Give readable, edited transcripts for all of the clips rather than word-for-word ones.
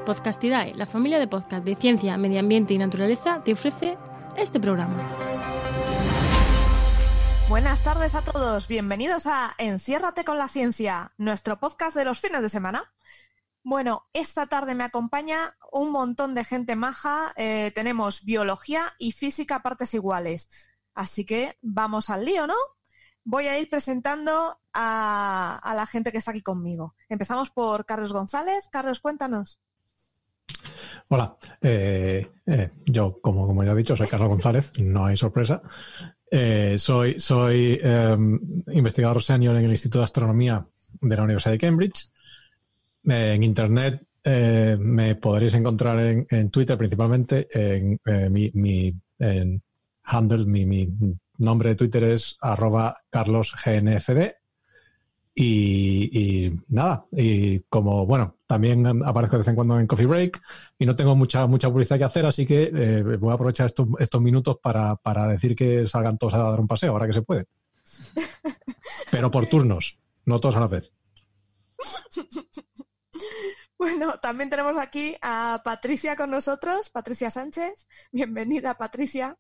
Podcastidae, la familia de podcast de ciencia, medio ambiente y naturaleza, te ofrece este programa. Buenas tardes a todos, bienvenidos a Enciérrate con la ciencia, nuestro podcast de los fines de semana. Bueno, esta tarde me acompaña un montón de gente maja, tenemos biología y física a partes iguales, así que vamos al lío, ¿no? Voy a ir presentando a la gente que está aquí conmigo. Empezamos por Carlos González. Carlos, cuéntanos. Hola, yo, como ya he dicho, soy Carlos González, no hay sorpresa. Soy investigador senior en el Instituto de Astronomía de la Universidad de Cambridge. En Internet me podréis encontrar en Twitter principalmente. Mi nombre de Twitter es @carlosgnfd. Y nada, y como, bueno, también aparezco de vez en cuando en Coffee Break y no tengo mucha publicidad que hacer, así que voy a aprovechar estos minutos para decir que salgan todos a dar un paseo, ahora que se puede. Pero por turnos, no todos a la vez. Bueno, también tenemos aquí a Patricia con nosotros, Patricia Sánchez. Bienvenida, Patricia.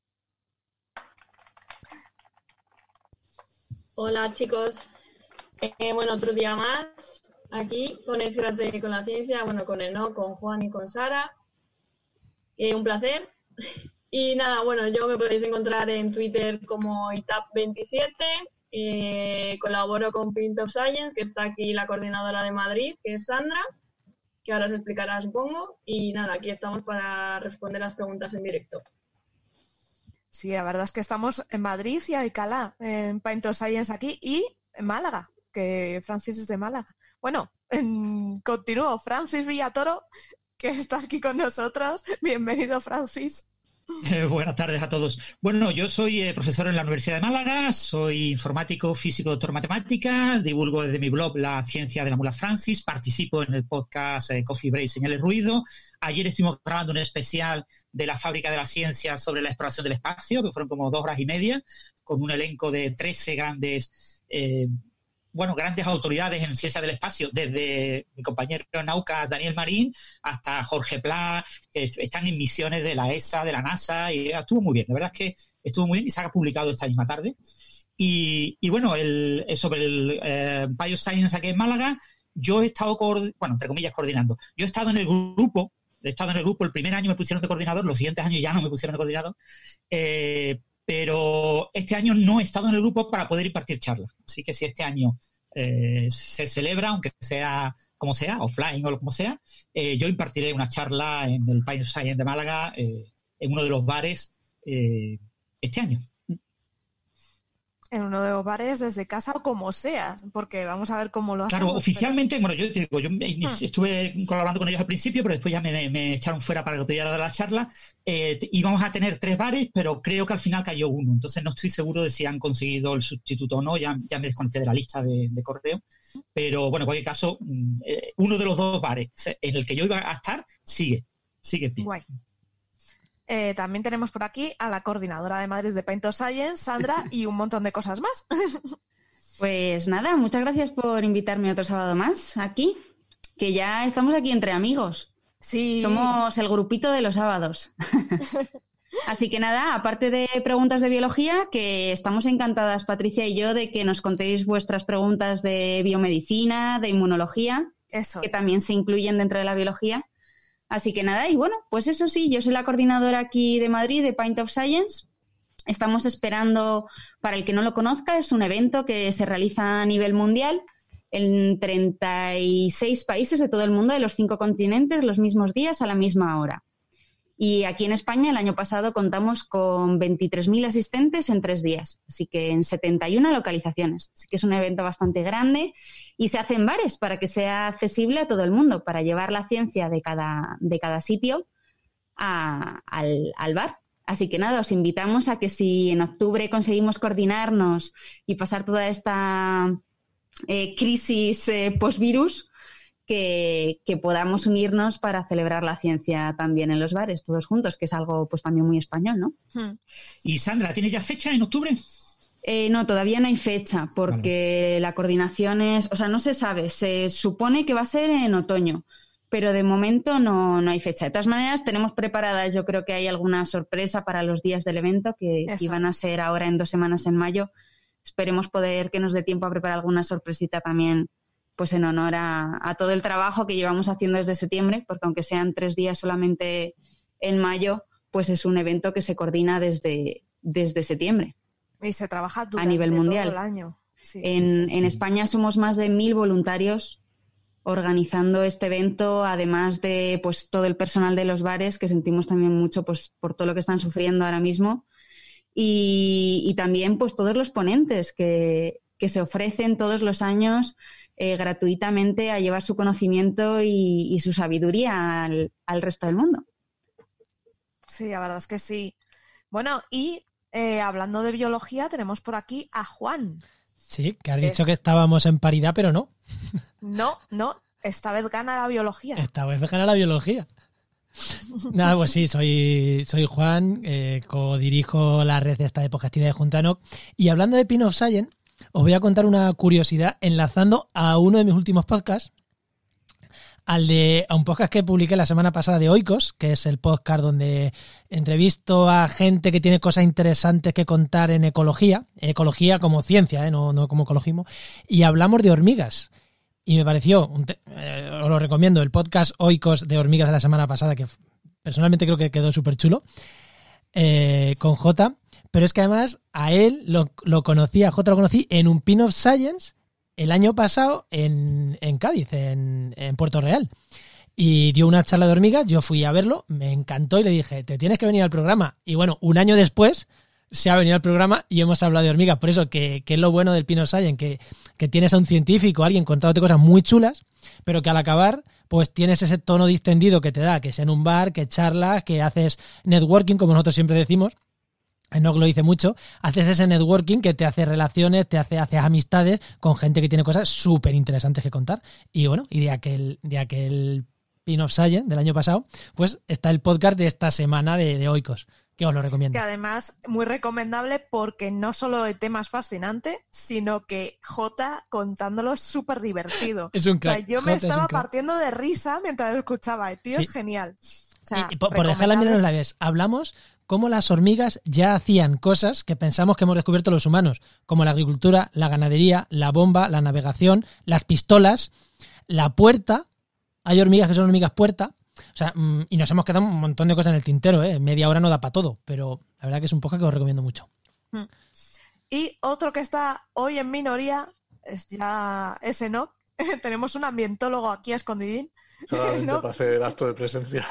Hola, chicos. Bueno, otro día más aquí con Enciérrate con la ciencia, bueno, con Enoc, con Juan y con Sara. Un placer. Y nada, bueno, yo me podéis encontrar en Twitter como itap27. Colaboro con Pint of Science, que está aquí la coordinadora de Madrid, que es Sandra, que ahora se explicará, supongo. Y nada, aquí estamos para responder las preguntas en directo. Sí, la verdad es que estamos en Madrid y Alcalá, en Pint of Science aquí y en Málaga, que Francis es de Málaga. Bueno, continúo. Francis Villatoro, que está aquí con nosotros. Bienvenido, Francis. Buenas tardes a todos. Bueno, yo soy profesor en la Universidad de Málaga, soy informático, físico, doctor en matemáticas, divulgo desde mi blog La Ciencia de la Mula Francis, participo en el podcast Coffee Break Señales Ruido. Ayer estuvimos grabando un especial de la Fábrica de la Ciencia sobre la exploración del espacio, que fueron como 2 horas y media, con un elenco de 13 grandes autoridades en ciencia del espacio, desde mi compañero en Naucas, Daniel Marín, hasta Jorge Pla, que están en misiones de la ESA, de la NASA, y estuvo muy bien. La verdad es que estuvo muy bien y se ha publicado esta misma tarde. Y bueno, sobre el Bioscience aquí en Málaga, yo he estado, entre comillas, coordinando. Yo he estado en el grupo, el primer año me pusieron de coordinador, los siguientes años ya no me pusieron de coordinador, pero este año no he estado en el grupo para poder impartir charlas. Así que si este año se celebra, aunque sea como sea, offline o como sea, yo impartiré una charla en el Pint of Science de Málaga, en uno de los bares este año. En uno de los bares desde casa o como sea, porque vamos a ver cómo lo hacemos. Claro, oficialmente, bueno, yo estuve colaborando con ellos al principio, pero después ya me echaron fuera para que pudiera dar la charla. Íbamos a tener 3 bares, pero creo que al final cayó uno. Entonces no estoy seguro de si han conseguido el sustituto o no. Ya me desconecté de la lista de correo. Pero bueno, en cualquier caso, uno de los 2 bares en el que yo iba a estar sigue en pie. Guay. También tenemos por aquí a la coordinadora de Madrid de Pint of Science, Sandra, y un montón de cosas más. Pues nada, muchas gracias por invitarme otro sábado más aquí, que ya estamos aquí entre amigos. Sí. Somos el grupito de los sábados. Así que nada, aparte de preguntas de biología, que estamos encantadas, Patricia y yo, de que nos contéis vuestras preguntas de biomedicina, de inmunología, que también se incluyen dentro de la biología. Así que nada, y bueno, pues eso sí, yo soy la coordinadora aquí de Madrid de Pint of Science. Estamos esperando, para el que no lo conozca, es un evento que se realiza a nivel mundial en 36 países de todo el mundo, de los 5 continentes, los mismos días, a la misma hora. Y aquí en España el año pasado contamos con 23.000 asistentes en 3 días, así que en 71 localizaciones. Así que es un evento bastante grande y se hace en bares para que sea accesible a todo el mundo, para llevar la ciencia de cada sitio al bar. Así que nada, os invitamos a que si en octubre conseguimos coordinarnos y pasar toda esta crisis post-virus, que podamos unirnos para celebrar la ciencia también en los bares, todos juntos, que es algo pues también muy español, ¿no? Y Sandra, ¿tienes ya fecha en octubre? No, todavía no hay fecha, porque la coordinación no se sabe, se supone que va a ser en otoño, pero de momento no hay fecha. De todas maneras, tenemos preparadas, yo creo que hay alguna sorpresa para los días del evento que iban a ser ahora en 2 semanas en mayo. Esperemos poder que nos dé tiempo a preparar alguna sorpresita también, pues en honor a todo el trabajo que llevamos haciendo desde septiembre, porque aunque sean 3 días solamente en mayo, pues es un evento que se coordina desde septiembre. Y se trabaja a nivel mundial. Todo el año. Sí, en España somos más de 1.000 voluntarios organizando este evento, además de pues todo el personal de los bares, que sentimos también mucho pues por todo lo que están sufriendo ahora mismo, y también pues todos los ponentes que se ofrecen todos los años gratuitamente a llevar su conocimiento y su sabiduría al resto del mundo. Sí, la verdad es que sí. Bueno, y hablando de biología, tenemos por aquí a Juan. Sí, que has dicho que estábamos en paridad, pero no. No, esta vez gana la biología. Esta vez gana la biología. Nada, pues sí, soy Juan, codirijo la red esta de podcastidad de Juntanoc. Y hablando de Pin of Science, os voy a contar una curiosidad enlazando a uno de mis últimos podcasts, a un podcast que publiqué la semana pasada de Oikos, que es el podcast donde entrevisto a gente que tiene cosas interesantes que contar en ecología como ciencia, no como ecologismo, y hablamos de hormigas. Y me pareció, os lo recomiendo, el podcast Oikos de hormigas de la semana pasada, que personalmente creo que quedó súper chulo, con Jota, pero es que además a él lo conocí en un Pin of Science el año pasado en Cádiz, en Puerto Real. Y dio una charla de hormigas, yo fui a verlo, me encantó y le dije, te tienes que venir al programa. Y bueno, un año después se ha venido al programa y hemos hablado de hormigas. Por eso que es lo bueno del Pin of Science, que tienes a un científico, alguien contándote cosas muy chulas, pero que al acabar pues tienes ese tono distendido que te da, que es en un bar, que charlas, que haces networking, como nosotros siempre decimos. Enoch lo dice mucho, haces ese networking que te hace relaciones, haces amistades con gente que tiene cosas súper interesantes que contar. Y bueno, y de aquel Pin of Science del año pasado, pues está el podcast de esta semana de Oikos, que os lo recomiendo. Que además, muy recomendable porque no solo el tema es fascinante, sino que Jota contándolo es súper divertido. Es un crack. O sea, yo me estaba partiendo de risa mientras lo escuchaba. El tío es genial. O sea, y por dejarla mirar en la vez, hablamos cómo las hormigas ya hacían cosas que pensamos que hemos descubierto los humanos, como la agricultura, la ganadería, la bomba, la navegación, las pistolas, la puerta. Hay hormigas que son hormigas puerta. O sea, y nos hemos quedado un montón de cosas en el tintero, ¿eh? Media hora no da para todo, pero la verdad que es un podcast que os recomiendo mucho. Y otro que está hoy en minoría es Enoch. Tenemos un ambientólogo aquí a escondidín. Solamente para hacer acto de presencia.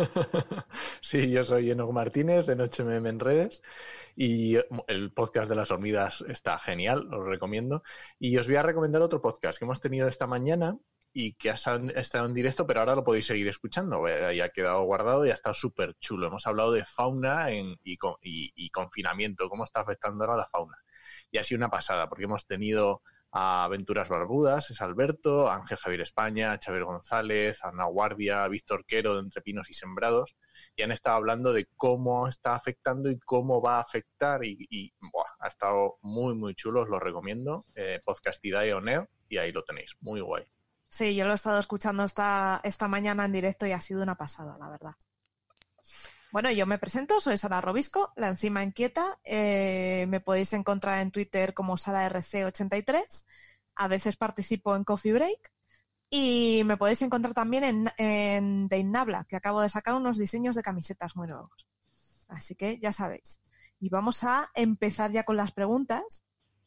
Sí, yo soy Enoch Martínez de Noche Meme en redes y el podcast de las hormigas está genial, os lo recomiendo. Y os voy a recomendar otro podcast que hemos tenido esta mañana y que ha estado en directo, pero ahora lo podéis seguir escuchando. Ya ha quedado guardado y ha estado súper chulo. Hemos hablado de fauna y confinamiento, cómo está afectando ahora la fauna. Y ha sido una pasada, porque hemos tenido a Aventuras Barbudas, es Alberto, a Ángel Javier España, a Xavier González, a Ana Guardia, a Víctor Quero de Entre Pinos y Sembrados, y han estado hablando de cómo está afectando y cómo va a afectar, y ha estado muy, muy chulo, os lo recomiendo. Podcastidae On Air, y ahí lo tenéis, muy guay. Sí, yo lo he estado escuchando esta mañana en directo y ha sido una pasada, la verdad. Bueno, yo me presento, soy Sara Robisco, la enzima inquieta. Me podéis encontrar en Twitter como SaraRC83. A veces participo en Coffee Break. Y me podéis encontrar también en The Innabla, que acabo de sacar unos diseños de camisetas muy nuevos. Así que ya sabéis. Y vamos a empezar ya con las preguntas.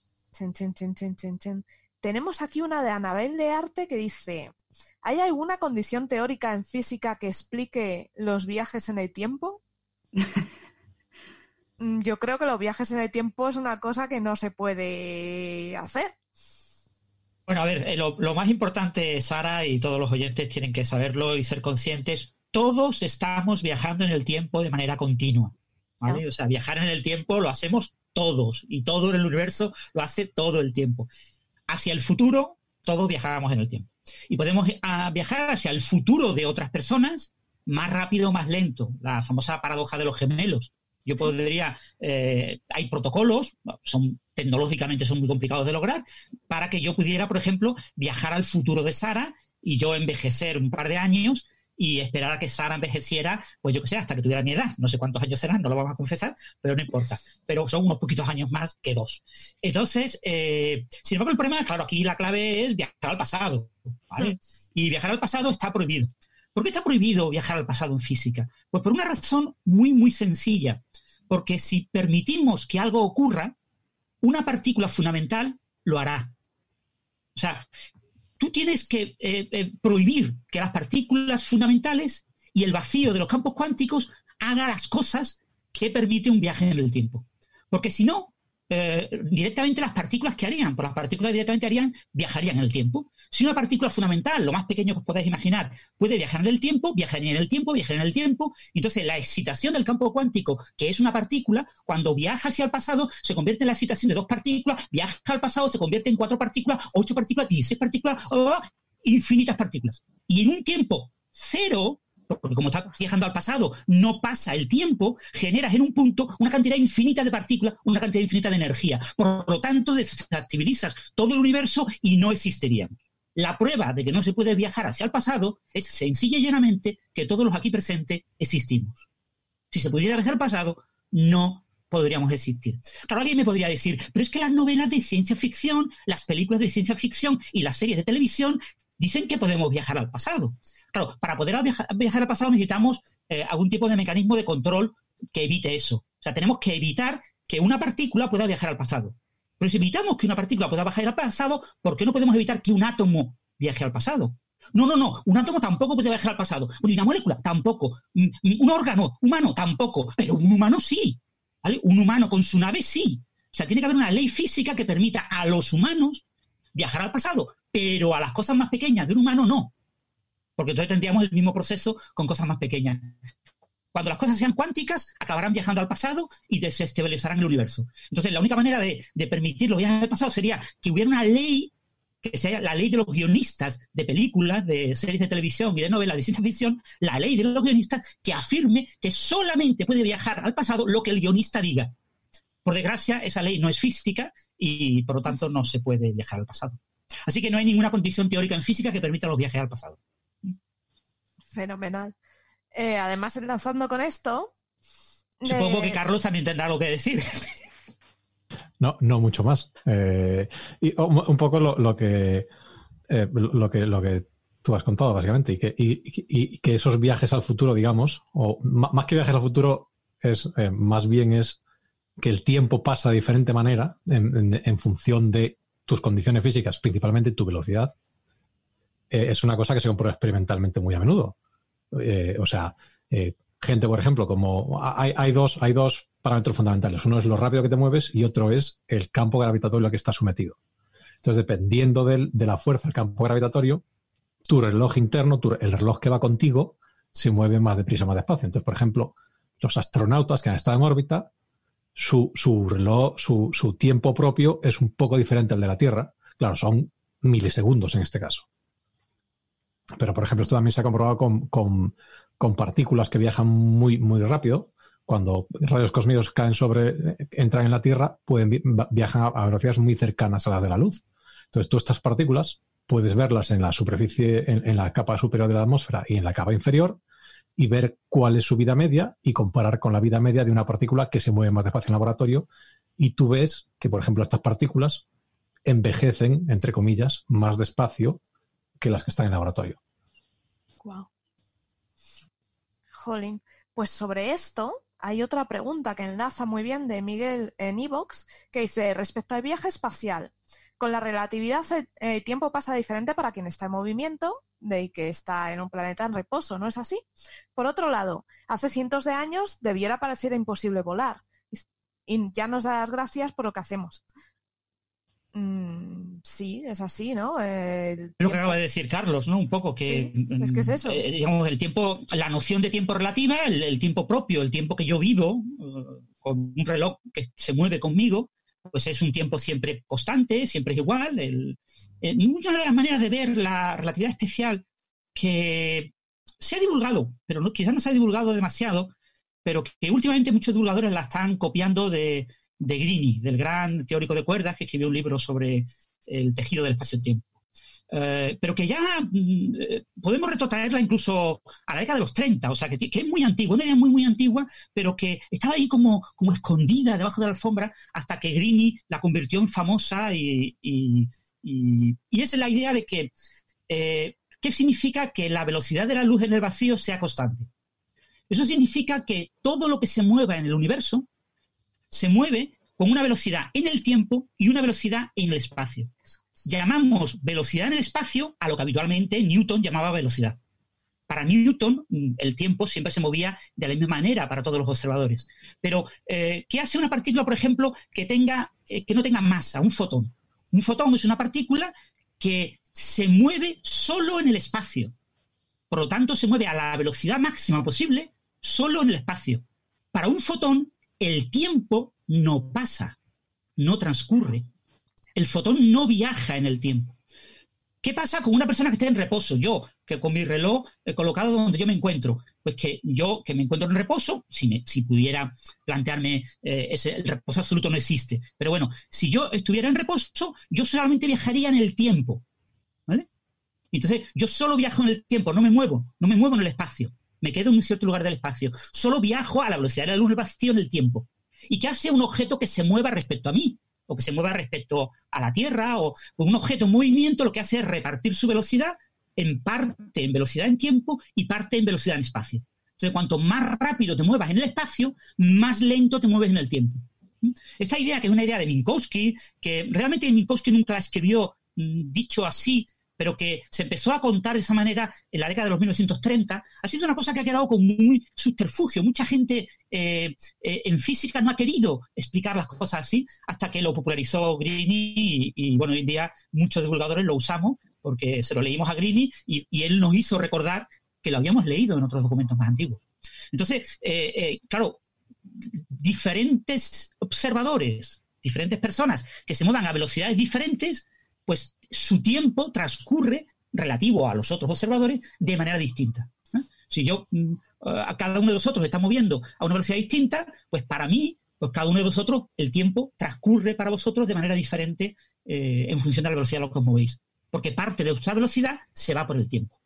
Tenemos aquí una de Anabel de Arte que dice: ¿hay alguna condición teórica en física que explique los viajes en el tiempo? Yo creo que los viajes en el tiempo es una cosa que no se puede hacer. Bueno, a ver, lo más importante, Sara, y todos los oyentes tienen que saberlo y ser conscientes, todos estamos viajando en el tiempo de manera continua, ¿vale? No. O sea, viajar en el tiempo lo hacemos todos y todo en el universo lo hace todo el tiempo. Hacia el futuro, todos viajamos en el tiempo. Y podemos viajar hacia el futuro de otras personas más rápido o más lento. La famosa paradoja de los gemelos. Yo podría... hay protocolos, tecnológicamente son muy complicados de lograr, para que yo pudiera, por ejemplo, viajar al futuro de Sara y yo envejecer un par de años y esperar a que Sara envejeciera, pues yo que sé, hasta que tuviera mi edad. No sé cuántos años serán, no lo vamos a confesar, pero no importa. Pero son unos poquitos años más que 2. Entonces, sin embargo, el problema, claro, aquí la clave es viajar al pasado, ¿vale? Y viajar al pasado está prohibido. ¿Por qué está prohibido viajar al pasado en física? Pues por una razón muy, muy sencilla. Porque si permitimos que algo ocurra, una partícula fundamental lo hará. O sea, tú tienes que prohibir que las partículas fundamentales y el vacío de los campos cuánticos haga las cosas que permiten un viaje en el tiempo. Porque si no, directamente las partículas, ¿qué harían? Pues las partículas directamente viajarían en el tiempo. Si una partícula fundamental, lo más pequeño que os podáis imaginar, puede viajar en el tiempo, viajaría en el tiempo, viajaría en el tiempo. Entonces, la excitación del campo cuántico, que es una partícula, cuando viaja hacia el pasado, se convierte en la excitación de 2 partículas, viaja al pasado, se convierte en 4 partículas, 8 partículas, 16 partículas, infinitas partículas. Y en un tiempo cero, porque como está viajando al pasado, no pasa el tiempo, generas en un punto una cantidad infinita de partículas, una cantidad infinita de energía. Por lo tanto, desestabilizas todo el universo y no existiríamos. La prueba de que no se puede viajar hacia el pasado es sencilla y llanamente que todos los aquí presentes existimos. Si se pudiera viajar al pasado, no podríamos existir. Claro, alguien me podría decir, pero es que las novelas de ciencia ficción, las películas de ciencia ficción y las series de televisión dicen que podemos viajar al pasado. Claro, para poder viajar al pasado necesitamos algún tipo de mecanismo de control que evite eso. O sea, tenemos que evitar que una partícula pueda viajar al pasado. Pero si evitamos que una partícula pueda viajar al pasado, ¿por qué no podemos evitar que un átomo viaje al pasado? No. Un átomo tampoco puede viajar al pasado. Una molécula tampoco. Un órgano humano tampoco. Pero un humano sí. ¿Vale? Un humano con su nave sí. O sea, tiene que haber una ley física que permita a los humanos viajar al pasado, pero a las cosas más pequeñas de un humano no. Porque entonces tendríamos el mismo proceso con cosas más pequeñas. Cuando las cosas sean cuánticas, acabarán viajando al pasado y desestabilizarán el universo. Entonces, la única manera de permitir los viajes al pasado sería que hubiera una ley, que sea la ley de los guionistas de películas, de series de televisión y de novelas de ciencia ficción, la ley de los guionistas que afirme que solamente puede viajar al pasado lo que el guionista diga. Por desgracia, esa ley no es física y, por lo tanto, no se puede viajar al pasado. Así que no hay ninguna condición teórica en física que permita los viajes al pasado. Fenomenal. Además, enlazando con esto... Supongo que Carlos también tendrá algo que decir. No mucho más. Y un poco lo que tú has contado, básicamente, y que esos viajes al futuro, digamos, o más que viajes al futuro, más bien es que el tiempo pasa de diferente manera en función de tus condiciones físicas, principalmente tu velocidad. Es una cosa que se comprueba experimentalmente muy a menudo. Gente, por ejemplo, como hay dos parámetros fundamentales. Uno es lo rápido que te mueves y otro es el campo gravitatorio al que estás sometido. Entonces, dependiendo de la fuerza del campo gravitatorio, tu reloj interno, el reloj que va contigo, se mueve más deprisa, más despacio. Entonces, por ejemplo, los astronautas que han estado en órbita, su reloj, su tiempo propio es un poco diferente al de la Tierra. Claro, son milisegundos en este caso. Pero, por ejemplo, esto también se ha comprobado con partículas que viajan muy, muy rápido. Cuando rayos cósmicos entran en la Tierra, viajan a velocidades muy cercanas a las de la luz. Entonces, tú estas partículas puedes verlas en la superficie, en la capa superior de la atmósfera y en la capa inferior, y ver cuál es su vida media y comparar con la vida media de una partícula que se mueve más despacio en el laboratorio. Y tú ves que, por ejemplo, estas partículas envejecen, entre comillas, más despacio que las que están en el laboratorio. Wow. Jolín. Pues sobre esto hay otra pregunta que enlaza muy bien de Miguel en iVoox, que dice, respecto al viaje espacial, con la relatividad el tiempo pasa diferente para quien está en movimiento de que está en un planeta en reposo, ¿no es así? Por otro lado, hace cientos de años debiera parecer imposible volar y ya nos da las gracias por lo que hacemos. Sí, es así, ¿no? Lo que acaba de decir Carlos, ¿no? Un poco que... Sí, es que es eso. Digamos, el tiempo, la noción de tiempo relativa, el tiempo propio, el tiempo que yo vivo, con un reloj que se mueve conmigo, pues es un tiempo siempre constante, siempre es igual. Ninguna de las maneras de ver la relatividad especial que se ha divulgado, pero quizás no se ha divulgado demasiado, pero que últimamente muchos divulgadores la están copiando de Greene, del gran teórico de cuerdas que escribió un libro sobre el tejido del espacio-tiempo. pero que ya podemos retrotraerla incluso a la década de los 30, o sea, que es muy antigua, una idea muy, muy antigua, pero que estaba ahí como escondida debajo de la alfombra hasta que Greene la convirtió en famosa y esa es la idea de que ¿qué significa que la velocidad de la luz en el vacío sea constante? Eso significa que todo lo que se mueva en el universo se mueve con una velocidad en el tiempo y una velocidad en el espacio. Llamamos velocidad en el espacio a lo que habitualmente Newton llamaba velocidad. Para Newton, el tiempo siempre se movía de la misma manera para todos los observadores. Pero, ¿qué hace una partícula, por ejemplo, que no tenga masa, un fotón? Un fotón es una partícula que se mueve solo en el espacio. Por lo tanto, se mueve a la velocidad máxima posible solo en el espacio. Para un fotón, el tiempo no pasa, no transcurre. El fotón no viaja en el tiempo. ¿Qué pasa con una persona que esté en reposo? Yo, que con mi reloj colocado donde yo me encuentro, pues que yo, que me encuentro en reposo, si pudiera plantearme, el reposo absoluto no existe, pero bueno, si yo estuviera en reposo, yo solamente viajaría en el tiempo, ¿vale? Entonces, yo solo viajo en el tiempo, no me muevo en el espacio, me quedo en un cierto lugar del espacio, solo viajo a la velocidad de la luz en el vacío en el tiempo. ¿Y qué hace un objeto que se mueva respecto a mí? O que se mueva respecto a la Tierra, o un objeto en movimiento lo que hace es repartir su velocidad en parte en velocidad en tiempo y parte en velocidad en espacio. Entonces, cuanto más rápido te muevas en el espacio, más lento te mueves en el tiempo. Esta idea, que es una idea de Minkowski, que realmente Minkowski nunca la escribió dicho así, pero que se empezó a contar de esa manera en la década de los 1930, ha sido una cosa que ha quedado con muy subterfugio. Mucha gente en física no ha querido explicar las cosas así hasta que lo popularizó Greene y bueno, hoy en día muchos divulgadores lo usamos porque se lo leímos a Greene y él nos hizo recordar que lo habíamos leído en otros documentos más antiguos. Entonces, claro, diferentes observadores, diferentes personas que se muevan a velocidades diferentes, pues su tiempo transcurre relativo a los otros observadores de manera distinta. Si yo a cada uno de vosotros está moviendo a una velocidad distinta, pues para mí, pues cada uno de vosotros, el tiempo transcurre para vosotros de manera diferente en función de la velocidad a la que os movéis. Porque parte de vuestra velocidad se va por el tiempo.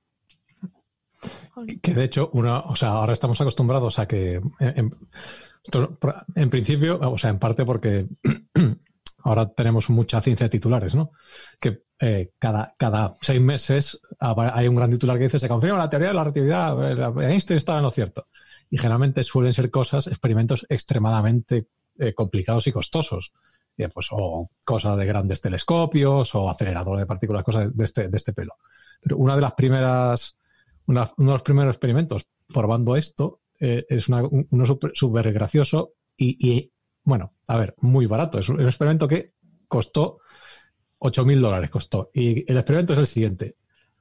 Que de hecho, ahora estamos acostumbrados a que, en principio, o sea, en parte porque ahora tenemos mucha ciencia de titulares, ¿no? Que cada 6 meses hay un gran titular que dice: se confirma la teoría de la relatividad, Einstein estaba en lo cierto. Y generalmente suelen ser experimentos extremadamente complicados y costosos. Pues, o cosas de grandes telescopios, o acelerador de partículas, cosas de este pelo. Pero uno de los primeros experimentos probando esto es uno súper gracioso y, bueno, a ver, muy barato. Es un experimento que costó $8.000 costó. Y el experimento es el siguiente.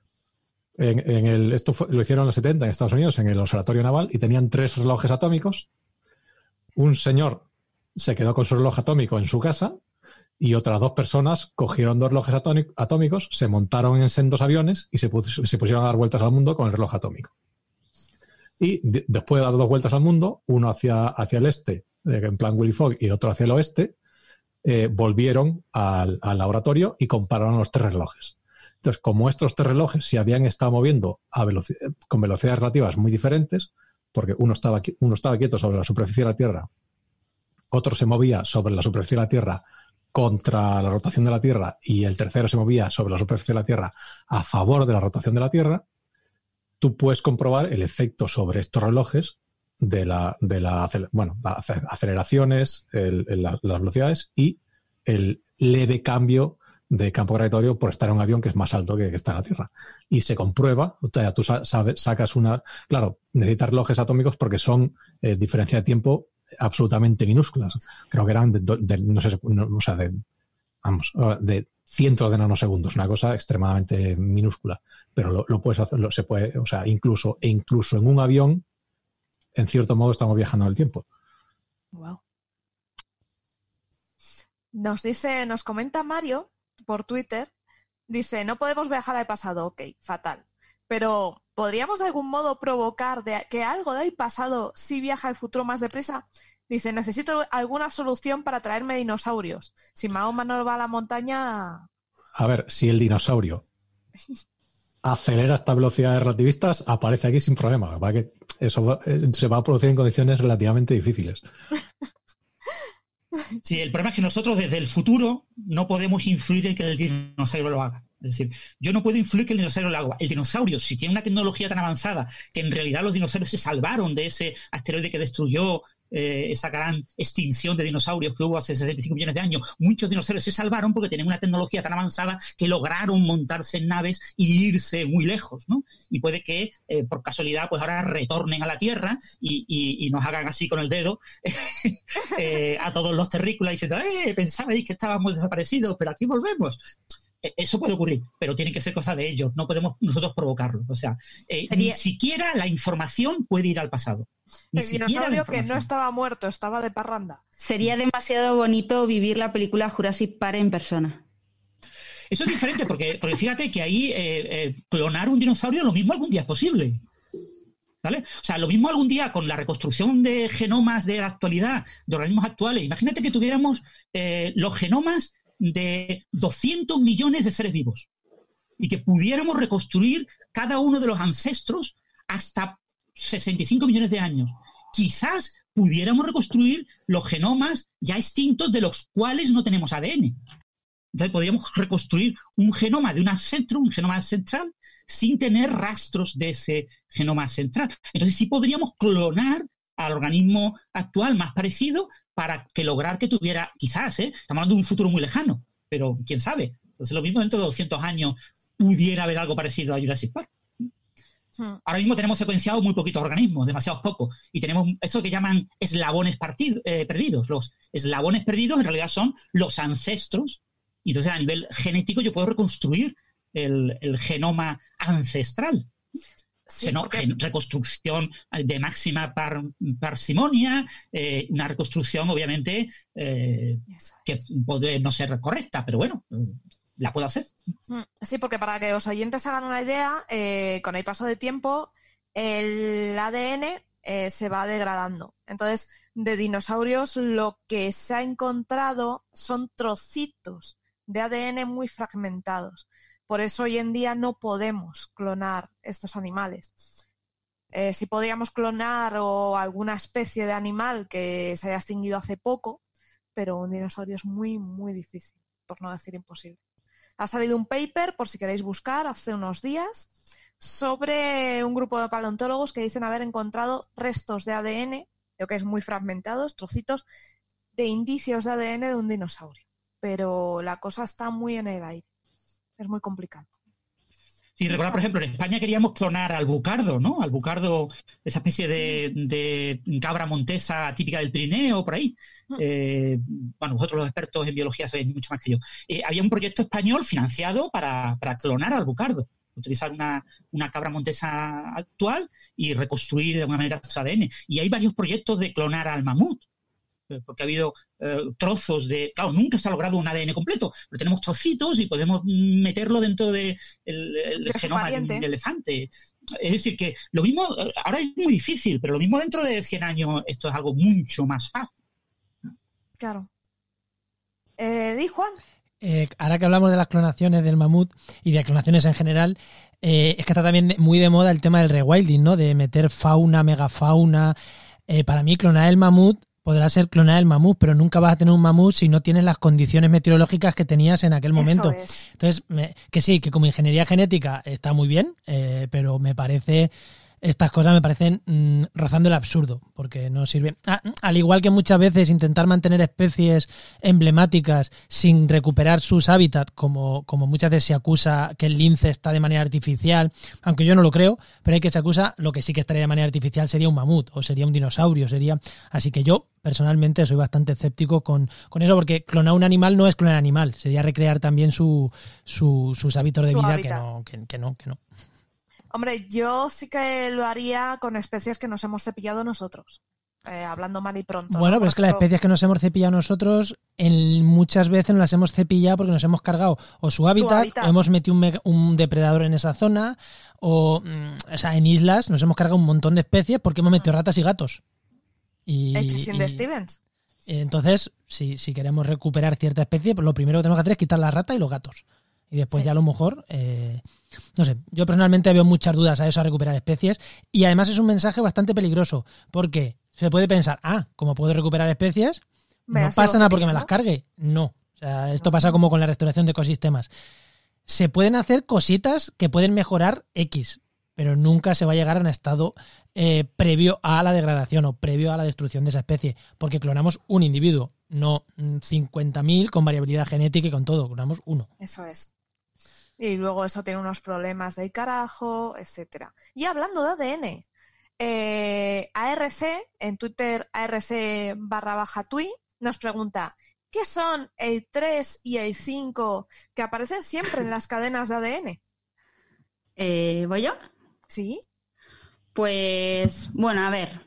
Lo hicieron en los 70 en Estados Unidos, en el Observatorio Naval, y tenían 3 relojes atómicos. Un señor se quedó con su reloj atómico en su casa y otras 2 personas cogieron 2 relojes atómicos, se montaron en sendos aviones y se pusieron a dar vueltas al mundo con el reloj atómico. Y después de dar 2 vueltas al mundo, uno hacia el este, en plan Willy Fogg, y otro hacia el oeste, volvieron al laboratorio y compararon los 3 relojes. Entonces, como estos 3 relojes se habían estado moviendo con velocidades relativas muy diferentes, porque uno estaba quieto sobre la superficie de la Tierra, otro se movía sobre la superficie de la Tierra contra la rotación de la Tierra y el tercero se movía sobre la superficie de la Tierra a favor de la rotación de la Tierra, tú puedes comprobar el efecto sobre estos relojes de las aceleraciones, las velocidades y el leve cambio de campo gravitatorio por estar en un avión que es más alto que está en la Tierra. Y se comprueba, o sea, tú sacas una... Claro, necesitas relojes atómicos porque son diferencia de tiempo absolutamente minúsculas. Creo que eran de cientos de nanosegundos, una cosa extremadamente minúscula. Pero lo puedes hacer, se puede, o sea, incluso en un avión, en cierto modo, estamos viajando en el tiempo. Wow. Nos comenta Mario por Twitter, dice: no podemos viajar al pasado, ok, fatal. Pero ¿podríamos de algún modo provocar que algo del pasado sí viaja al futuro más deprisa? Dice: necesito alguna solución para traerme dinosaurios. Si Mahoma no va a la montaña... A ver, si el dinosaurio acelera estas velocidades relativistas, aparece aquí sin problema. Va que eso se va a producir en condiciones relativamente difíciles. Sí, el problema es que nosotros desde el futuro no podemos influir en que el dinosaurio lo haga. Es decir, yo no puedo influir que el dinosaurio lo haga. El dinosaurio, si tiene una tecnología tan avanzada que en realidad los dinosaurios se salvaron de ese asteroide que destruyó esa gran extinción de dinosaurios que hubo hace 65 millones de años, muchos dinosaurios se salvaron porque tenían una tecnología tan avanzada que lograron montarse en naves y irse muy lejos, ¿no? Y puede que, por casualidad, pues ahora retornen a la Tierra y nos hagan así con el dedo a todos los terrícolas diciendo, pensabais que estábamos desaparecidos, pero aquí volvemos. Eso puede ocurrir, pero tiene que ser cosa de ellos, no podemos nosotros provocarlo. O sea, ni siquiera la información puede ir al pasado. El dinosaurio que no estaba muerto, estaba de parranda. Sería demasiado bonito vivir la película Jurassic Park en persona. Eso es diferente, porque fíjate que ahí clonar un dinosaurio lo mismo algún día es posible. ¿Vale? O sea, lo mismo algún día con la reconstrucción de genomas de la actualidad, de organismos actuales. Imagínate que tuviéramos los genomas de 200 millones de seres vivos y que pudiéramos reconstruir cada uno de los ancestros hasta 65 millones de años. Quizás pudiéramos reconstruir los genomas ya extintos de los cuales no tenemos ADN. Entonces podríamos reconstruir un genoma de un ancestro, un genoma ancestral, sin tener rastros de ese genoma central. Entonces sí podríamos clonar al organismo actual más parecido para que lograr que tuviera, quizás, estamos hablando de un futuro muy lejano, pero quién sabe. Entonces lo mismo dentro de 200 años pudiera haber algo parecido a Jurassic Park. Ahora mismo tenemos secuenciados muy poquitos organismos, demasiados pocos, y tenemos eso que llaman eslabones perdidos. Los eslabones perdidos en realidad son los ancestros, y entonces a nivel genético yo puedo reconstruir el genoma ancestral. Sí, Reconstrucción de máxima parsimonia, una reconstrucción obviamente que puede no ser correcta, pero bueno, la puedo hacer. Sí, porque para que los oyentes hagan una idea, con el paso de tiempo el ADN se va degradando. Entonces, de dinosaurios lo que se ha encontrado son trocitos de ADN muy fragmentados. Por eso hoy en día no podemos clonar estos animales. Sí podríamos clonar alguna especie de animal que se haya extinguido hace poco, pero un dinosaurio es muy, muy difícil, por no decir imposible. Ha salido un paper, por si queréis buscar, hace unos días, sobre un grupo de paleontólogos que dicen haber encontrado restos de ADN, lo que es muy fragmentados, trocitos de indicios de ADN de un dinosaurio. Pero la cosa está muy en el aire. Es muy complicado. Sí, recordad, por ejemplo, en España queríamos clonar al bucardo, ¿no? Al bucardo, esa especie de cabra montesa típica del Pirineo, por ahí. Bueno, vosotros los expertos en biología sabéis mucho más que yo. Había un proyecto español financiado para clonar al bucardo. Utilizar una cabra montesa actual y reconstruir de alguna manera su ADN. Y hay varios proyectos de clonar al mamut. Porque ha habido trozos de... Claro, nunca se ha logrado un ADN completo, pero tenemos trocitos y podemos meterlo dentro del genoma de un elefante. Es decir, que lo mismo... Ahora es muy difícil, pero lo mismo dentro de 100 años esto es algo mucho más fácil. Claro. ¿Di, Juan? Ahora que hablamos de las clonaciones del mamut y de clonaciones en general, es que está también muy de moda el tema del rewilding, ¿no? De meter fauna, megafauna. Para mí, clonar el mamut podrá ser clonar el mamut, pero nunca vas a tener un mamut si no tienes las condiciones meteorológicas que tenías en aquel momento. Eso es. Entonces, que sí, que como ingeniería genética está muy bien, pero me parece... Estas cosas me parecen rozando el absurdo, porque no sirve. Al igual que muchas veces intentar mantener especies emblemáticas sin recuperar sus hábitats, como muchas veces se acusa que el lince está de manera artificial, aunque yo no lo creo, pero hay que se acusa lo que sí que estaría de manera artificial sería un mamut o sería un dinosaurio, así que yo personalmente soy bastante escéptico con eso, porque clonar un animal no es clonar animal, sería recrear también sus hábitos de vida, que no. Hombre, yo sí que lo haría con especies que nos hemos cepillado nosotros, hablando mal y pronto. Bueno, pero es que las especies que nos hemos cepillado nosotros, muchas veces nos las hemos cepillado porque nos hemos cargado o su hábitat. O hemos metido un depredador en esa zona, o sea, en islas nos hemos cargado un montón de especies porque hemos metido ratas y gatos. Sin de Stevens. Entonces, si queremos recuperar cierta especie, pues lo primero que tenemos que hacer es quitar la rata y los gatos. Y después Sí. ya a lo mejor, no sé, yo personalmente veo muchas dudas a eso, a recuperar especies. Y además es un mensaje bastante peligroso, porque se puede pensar, como puedo recuperar especies, Me no las pasa sigo nada porque me cediendo. las cargue. No. O sea, esto pasa como con la restauración de ecosistemas. Se pueden hacer cositas que pueden mejorar X, pero nunca se va a llegar a un estado previo a la degradación o previo a la destrucción de esa especie, porque clonamos un individuo, no 50.000 con variabilidad genética y con todo, clonamos uno. Eso es. Y luego eso tiene unos problemas del carajo, etcétera. Y hablando de ADN, ARC, en Twitter ARC_tui, nos pregunta, ¿qué son el 3 y el 5 que aparecen siempre en las cadenas de ADN? ¿Voy yo? ¿Sí? Pues, bueno, a ver.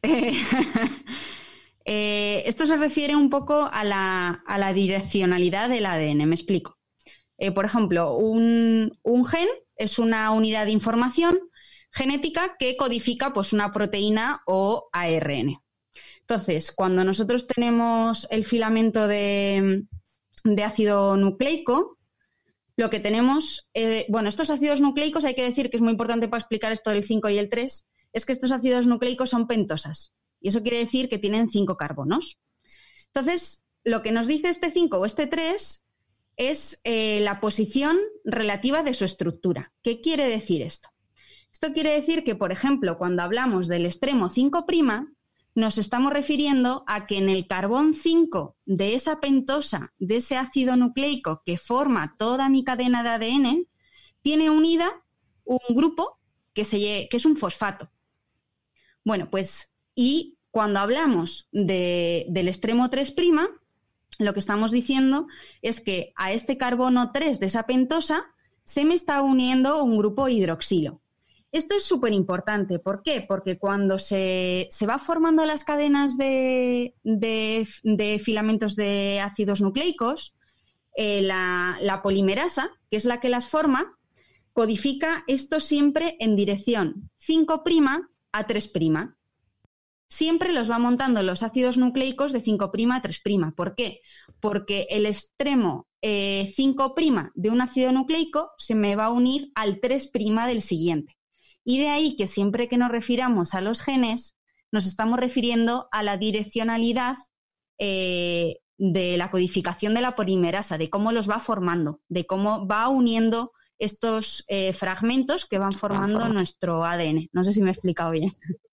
Esto se refiere un poco a la direccionalidad del ADN, me explico. Por ejemplo, un gen es una unidad de información genética que codifica pues, una proteína o ARN. Entonces, cuando nosotros tenemos el filamento de ácido nucleico, lo que tenemos, estos ácidos nucleicos, hay que decir que es muy importante para explicar esto del 5 y el 3, es que estos ácidos nucleicos son pentosas. Y eso quiere decir que tienen 5 carbonos. Entonces, lo que nos dice este 5 o este 3 es la posición relativa de su estructura. ¿Qué quiere decir esto? Esto quiere decir que, por ejemplo, cuando hablamos del extremo 5', nos estamos refiriendo a que en el carbón 5 de esa pentosa, de ese ácido nucleico que forma toda mi cadena de ADN, tiene unida un grupo que es un fosfato. Bueno, pues, y cuando hablamos del extremo 3', lo que estamos diciendo es que a este carbono 3 de esa pentosa se me está uniendo un grupo hidroxilo. Esto es súper importante. ¿Por qué? Porque cuando se va formando las cadenas de filamentos de ácidos nucleicos, la polimerasa, que es la que las forma, codifica esto siempre en dirección 5' a 3'. Siempre los va montando los ácidos nucleicos de 5' a 3'. ¿Por qué? Porque el extremo 5' de un ácido nucleico se me va a unir al 3' del siguiente. Y de ahí que siempre que nos refiramos a los genes, nos estamos refiriendo a la direccionalidad de la codificación de la polimerasa, de cómo los va formando, de cómo va uniendo estos fragmentos que van formando nuestro ADN. No sé si me he explicado bien.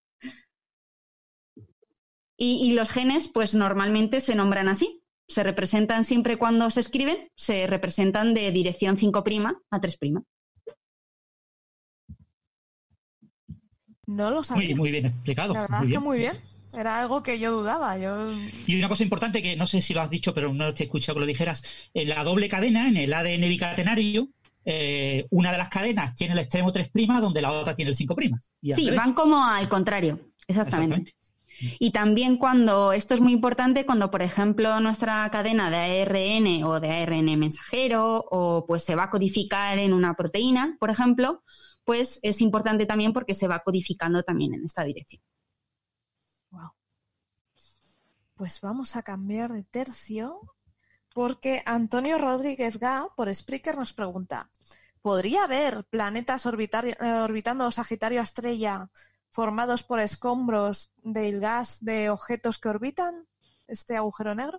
Y los genes, pues normalmente se nombran así. Se representan siempre cuando se escriben, se representan de dirección 5' a 3'. No lo sabía. Muy bien explicado. La verdad es que muy bien. Era algo que yo dudaba. Y una cosa importante que no sé si lo has dicho, pero no te he escuchado que lo dijeras. En la doble cadena, en el ADN bicatenario, una de las cadenas tiene el extremo 3', donde la otra tiene el 5'. Sí, van como al contrario. Exactamente. Y también esto es muy importante cuando, por ejemplo, nuestra cadena de ARN o de ARN mensajero o pues se va a codificar en una proteína, por ejemplo, pues es importante también porque se va codificando también en esta dirección. Wow. Pues vamos a cambiar de tercio porque Antonio Rodríguez Gá por Spreaker nos pregunta, ¿podría haber planetas orbitando Sagitario a Estrella formados por escombros del gas de objetos que orbitan este agujero negro?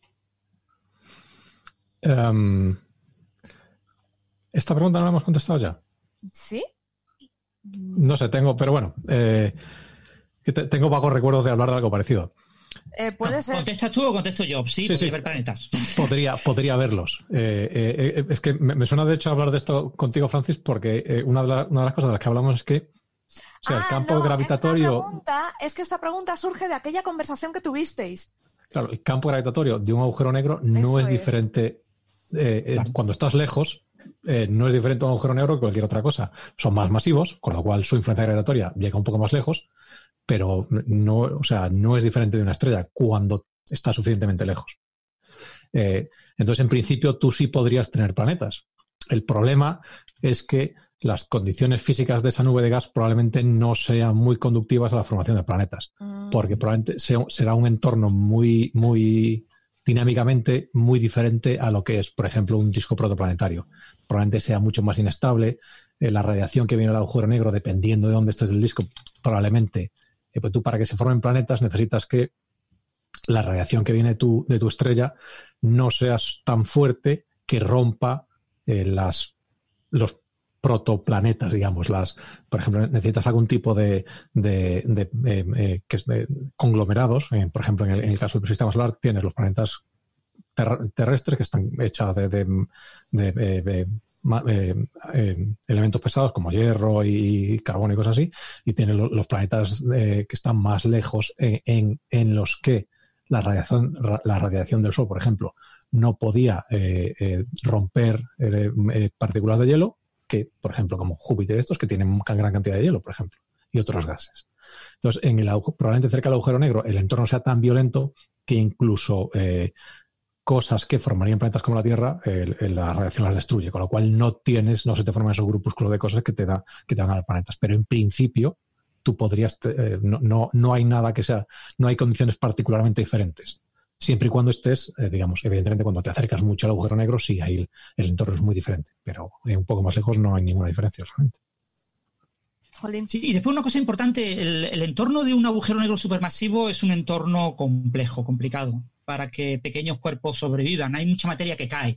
Esta pregunta no la hemos contestado ya. ¿Sí? No sé, pero bueno, tengo vagos recuerdos de hablar de algo parecido. Puede ser. ¿Contestas tú o contesto yo? Sí, podría haber planetas. Podría verlos. Es que me suena de hecho hablar de esto contigo, Francis, porque una de las cosas de las que hablamos es que el campo gravitatorio... Es que esta pregunta surge de aquella conversación que tuvisteis. Claro, el campo gravitatorio de un agujero negro no es diferente. Claro. Cuando estás lejos, no es diferente a un agujero negro que cualquier otra cosa. Son más masivos, con lo cual su influencia gravitatoria llega un poco más lejos, pero no es diferente de una estrella cuando está suficientemente lejos. Entonces, en principio, tú sí podrías tener planetas. El problema es que las condiciones físicas de esa nube de gas probablemente no sean muy conductivas a la formación de planetas, porque probablemente será un entorno muy, muy dinámicamente muy diferente a lo que es, por ejemplo, un disco protoplanetario. probablemente sea mucho más inestable. La radiación que viene del agujero negro, dependiendo de dónde estés del disco, probablemente, pues tú para que se formen planetas necesitas que la radiación que viene de tu estrella no sea tan fuerte que rompa los protoplanetas, digamos. Por ejemplo, necesitas algún tipo de conglomerados. Por ejemplo, en el caso del sistema solar tienes los planetas terrestres que están hechos de elementos pesados como hierro y carbono y cosas así, y tienes los planetas que están más lejos en los que la radiación del Sol, por ejemplo, no podía romper partículas de hielo, que, por ejemplo, como Júpiter, estos que tienen gran cantidad de hielo, por ejemplo, y otros gases. Entonces, probablemente cerca del agujero negro el entorno sea tan violento que incluso cosas que formarían planetas como la Tierra, la radiación las destruye, con lo cual no se te forman esos grupúsculos de cosas que te van a dar planetas. Pero en principio, tú podrías, no hay nada que sea, no hay condiciones particularmente diferentes. Siempre y cuando estés, digamos, evidentemente cuando te acercas mucho al agujero negro, sí, ahí el entorno es muy diferente, pero un poco más lejos no hay ninguna diferencia realmente. Sí, y después una cosa importante, el entorno de un agujero negro supermasivo es un entorno complejo, complicado, para que pequeños cuerpos sobrevivan. Hay mucha materia que cae.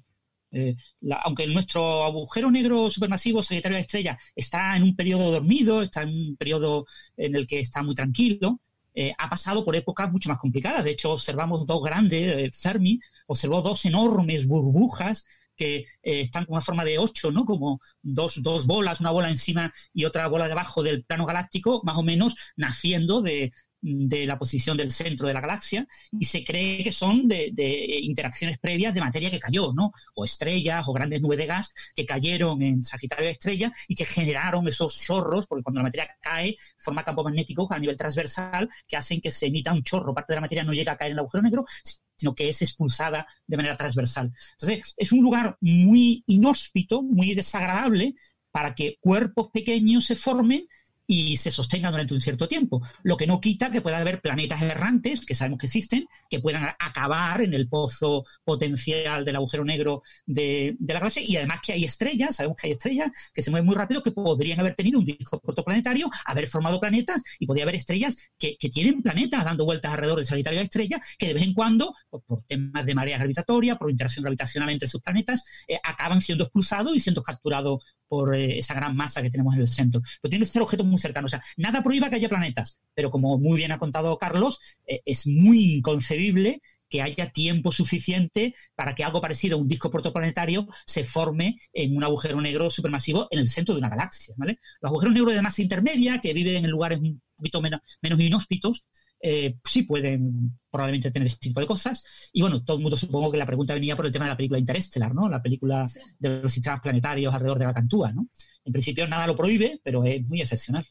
Aunque nuestro agujero negro supermasivo, Sagitario de Estrella, está en un periodo dormido, está en un periodo en el que está muy tranquilo, ha pasado por épocas mucho más complicadas. De hecho, observamos dos grandes, Fermi observó dos enormes burbujas que están con una forma de 8, ¿no? Como dos bolas, una bola encima y otra bola debajo del plano galáctico, más o menos naciendo de la posición del centro de la galaxia, y se cree que son de interacciones previas de materia que cayó, ¿no? O estrellas o grandes nubes de gas que cayeron en Sagitario de Estrella y que generaron esos chorros, porque cuando la materia cae forma campos magnéticos a nivel transversal que hacen que se emita un chorro. Parte de la materia no llega a caer en el agujero negro, sino que es expulsada de manera transversal. Entonces, es un lugar muy inhóspito, muy desagradable para que cuerpos pequeños se formen y se sostengan durante un cierto tiempo. Lo que no quita que pueda haber planetas errantes, que sabemos que existen, que puedan acabar en el pozo potencial del agujero negro de la galaxia, y además que hay estrellas, sabemos que hay estrellas que se mueven muy rápido, que podrían haber tenido un disco protoplanetario, haber formado planetas, y podría haber estrellas que tienen planetas dando vueltas alrededor de Sagitario de Estrella, que de vez en cuando, por temas de marea gravitatoria, por interacción gravitacional entre sus planetas, acaban siendo expulsados y siendo capturados por esa gran masa que tenemos en el centro. Pero tienen que ser objetos muy cercanos. O sea, nada prohíba que haya planetas, pero como muy bien ha contado Carlos, es muy inconcebible que haya tiempo suficiente para que algo parecido a un disco protoplanetario se forme en un agujero negro supermasivo en el centro de una galaxia, ¿vale? Los agujeros negros de masa intermedia, que viven en lugares un poquito menos inhóspitos, sí pueden probablemente tener ese tipo de cosas. Y bueno, todo el mundo, supongo que la pregunta venía por el tema de la película Interestelar, ¿no? La película de los sistemas planetarios alrededor de la Cantúa, ¿no? En principio nada lo prohíbe, pero es muy excepcional.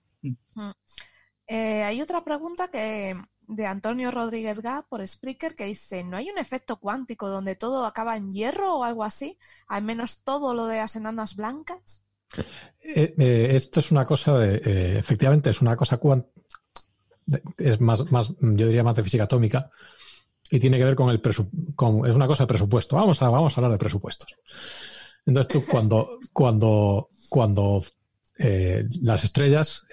Hay otra pregunta de Antonio Rodríguez Gá por Spreaker, que dice: ¿no hay un efecto cuántico donde todo acaba en hierro o algo así? Al menos todo lo de las enanas blancas. Esto es una cosa efectivamente es una cosa es más, yo diría más de física atómica, y tiene que ver con es una cosa de presupuesto. Vamos a hablar de presupuestos. Entonces tú cuando las estrellas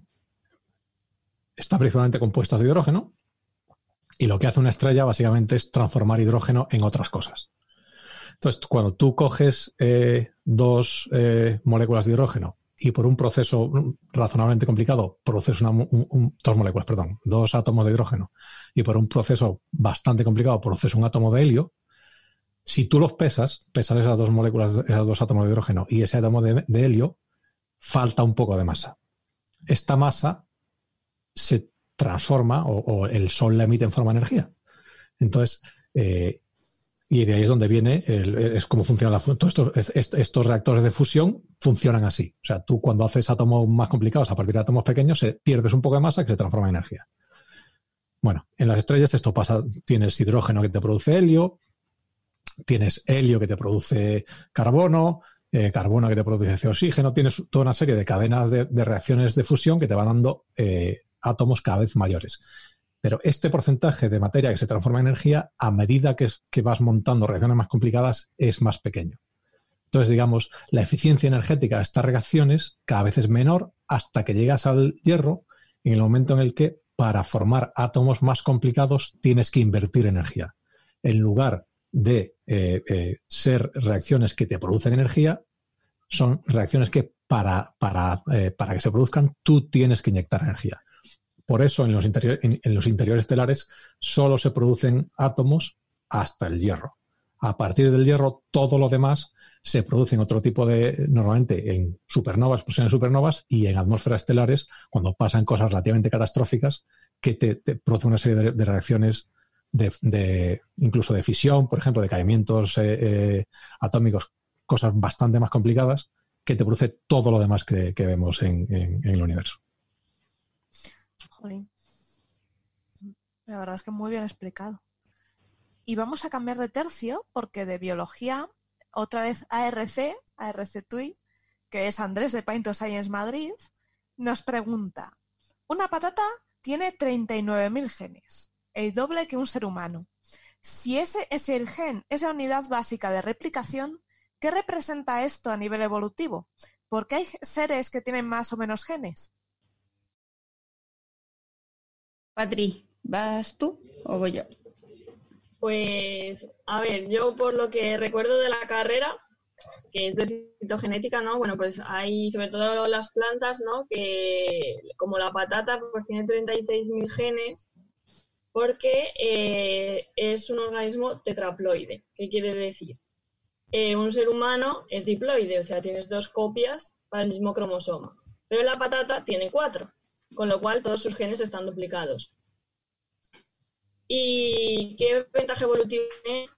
están principalmente compuestas de hidrógeno, y lo que hace una estrella básicamente es transformar hidrógeno en otras cosas. Entonces, cuando tú coges dos moléculas de hidrógeno y por un proceso razonablemente complicado produces dos átomos de hidrógeno, y por un proceso bastante complicado produces un átomo de helio, si tú los pesas esas dos moléculas, esos dos átomos de hidrógeno y ese átomo de helio, falta un poco de masa. Esta masa se transforma o el Sol la emite en forma de energía. Entonces, y de ahí es donde viene, es cómo funciona la fusión. Estos reactores de fusión funcionan así. O sea, tú cuando haces átomos más complicados a partir de átomos pequeños, pierdes un poco de masa que se transforma en energía. Bueno, en las estrellas esto pasa. Tienes hidrógeno que te produce helio, tienes helio que te produce carbono, carbono que te produce oxígeno. Tienes toda una serie de cadenas de reacciones de fusión que te van dando átomos cada vez mayores. Pero este porcentaje de materia que se transforma en energía, a medida que vas montando reacciones más complicadas, es más pequeño. Entonces, digamos, la eficiencia energética de estas reacciones cada vez es menor hasta que llegas al hierro, en el momento en el que para formar átomos más complicados tienes que invertir energía. En lugar de ser reacciones que te producen energía, son reacciones que para que se produzcan tú tienes que inyectar energía. Por eso en los interiores estelares solo se producen átomos hasta el hierro. A partir del hierro, todo lo demás se produce en otro tipo normalmente en supernovas, explosiones supernovas, y en atmósferas estelares, cuando pasan cosas relativamente catastróficas, que te producen una serie de reacciones incluso de fisión, por ejemplo, de caimientos atómicos, cosas bastante más complicadas, que te produce todo lo demás que vemos en el universo. Jolín. La verdad es que muy bien explicado. Y vamos a cambiar de tercio porque de biología, otra vez ARC TUI, que es Andrés de Paint Science Madrid, nos pregunta: una patata tiene 39.000 genes, el doble que un ser humano. Si ese es el gen, esa unidad básica de replicación, ¿qué representa esto a nivel evolutivo? ¿Por qué hay seres que tienen más o menos genes? Patri, ¿vas tú o voy yo? Pues, a ver, yo por lo que recuerdo de la carrera, que es de citogenética, ¿no? Bueno, pues hay sobre todo las plantas, ¿no? Que como la patata, pues tiene 36.000 genes, porque es un organismo tetraploide. ¿Qué quiere decir? Un ser humano es diploide, o sea, tienes 2 copias para el mismo cromosoma. Pero la patata tiene 4, con lo cual todos sus genes están duplicados. ¿Y qué ventaja evolutiva es?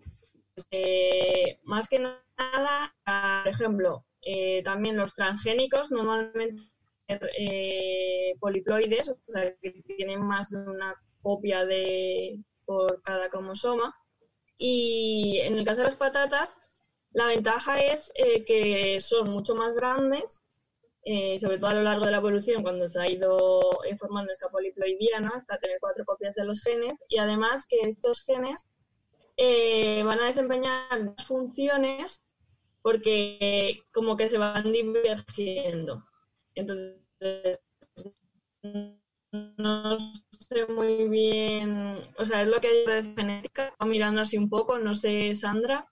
Más que nada, por ejemplo, también los transgénicos normalmente poliploides, o sea, que tienen más de una copia por cada cromosoma. Y en el caso de las patatas, la ventaja es que son mucho más grandes, sobre todo a lo largo de la evolución, cuando se ha ido formando esta poliploidía, ¿no? Hasta tener 4 copias de los genes, y además que estos genes van a desempeñar funciones porque como que se van divergiendo. Entonces, no sé muy bien, o sea, es lo que hay de genética, mirando así un poco, no sé, Sandra.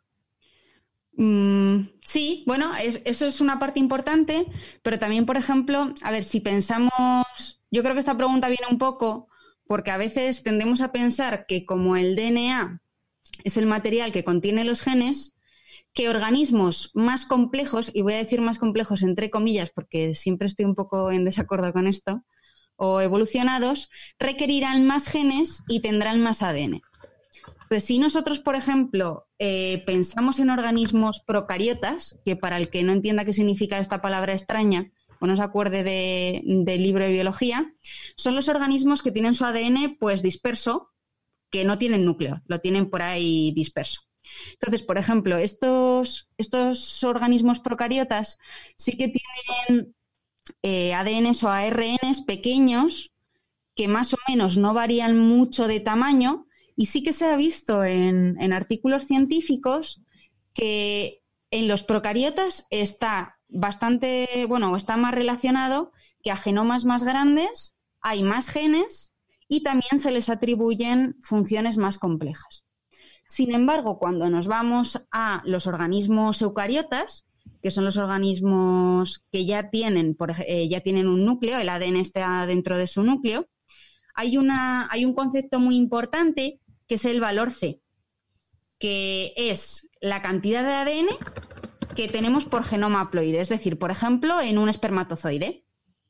Sí, bueno, eso es una parte importante, pero también, por ejemplo, a ver, si pensamos, yo creo que esta pregunta viene un poco porque a veces tendemos a pensar que como el DNA es el material que contiene los genes, que organismos más complejos, y voy a decir más complejos entre comillas porque siempre estoy un poco en desacuerdo con esto, o evolucionados, requerirán más genes y tendrán más ADN. Pues si nosotros, por ejemplo, pensamos en organismos procariotas, que para el que no entienda qué significa esta palabra extraña o no se acuerde del libro de biología, son los organismos que tienen su ADN pues disperso, que no tienen núcleo, lo tienen por ahí disperso. Entonces, por ejemplo, estos organismos procariotas sí que tienen ADNs o ARNs pequeños que más o menos no varían mucho de tamaño. Y sí que se ha visto en artículos científicos que en los procariotas está bastante, bueno, está más relacionado que a genomas más grandes hay más genes y también se les atribuyen funciones más complejas. Sin embargo, cuando nos vamos a los organismos eucariotas, que son los organismos que ya tienen un núcleo, el ADN está dentro de su núcleo, hay un concepto muy importante que es el valor C, que es la cantidad de ADN que tenemos por genoma haploide. Es decir, por ejemplo, en un espermatozoide.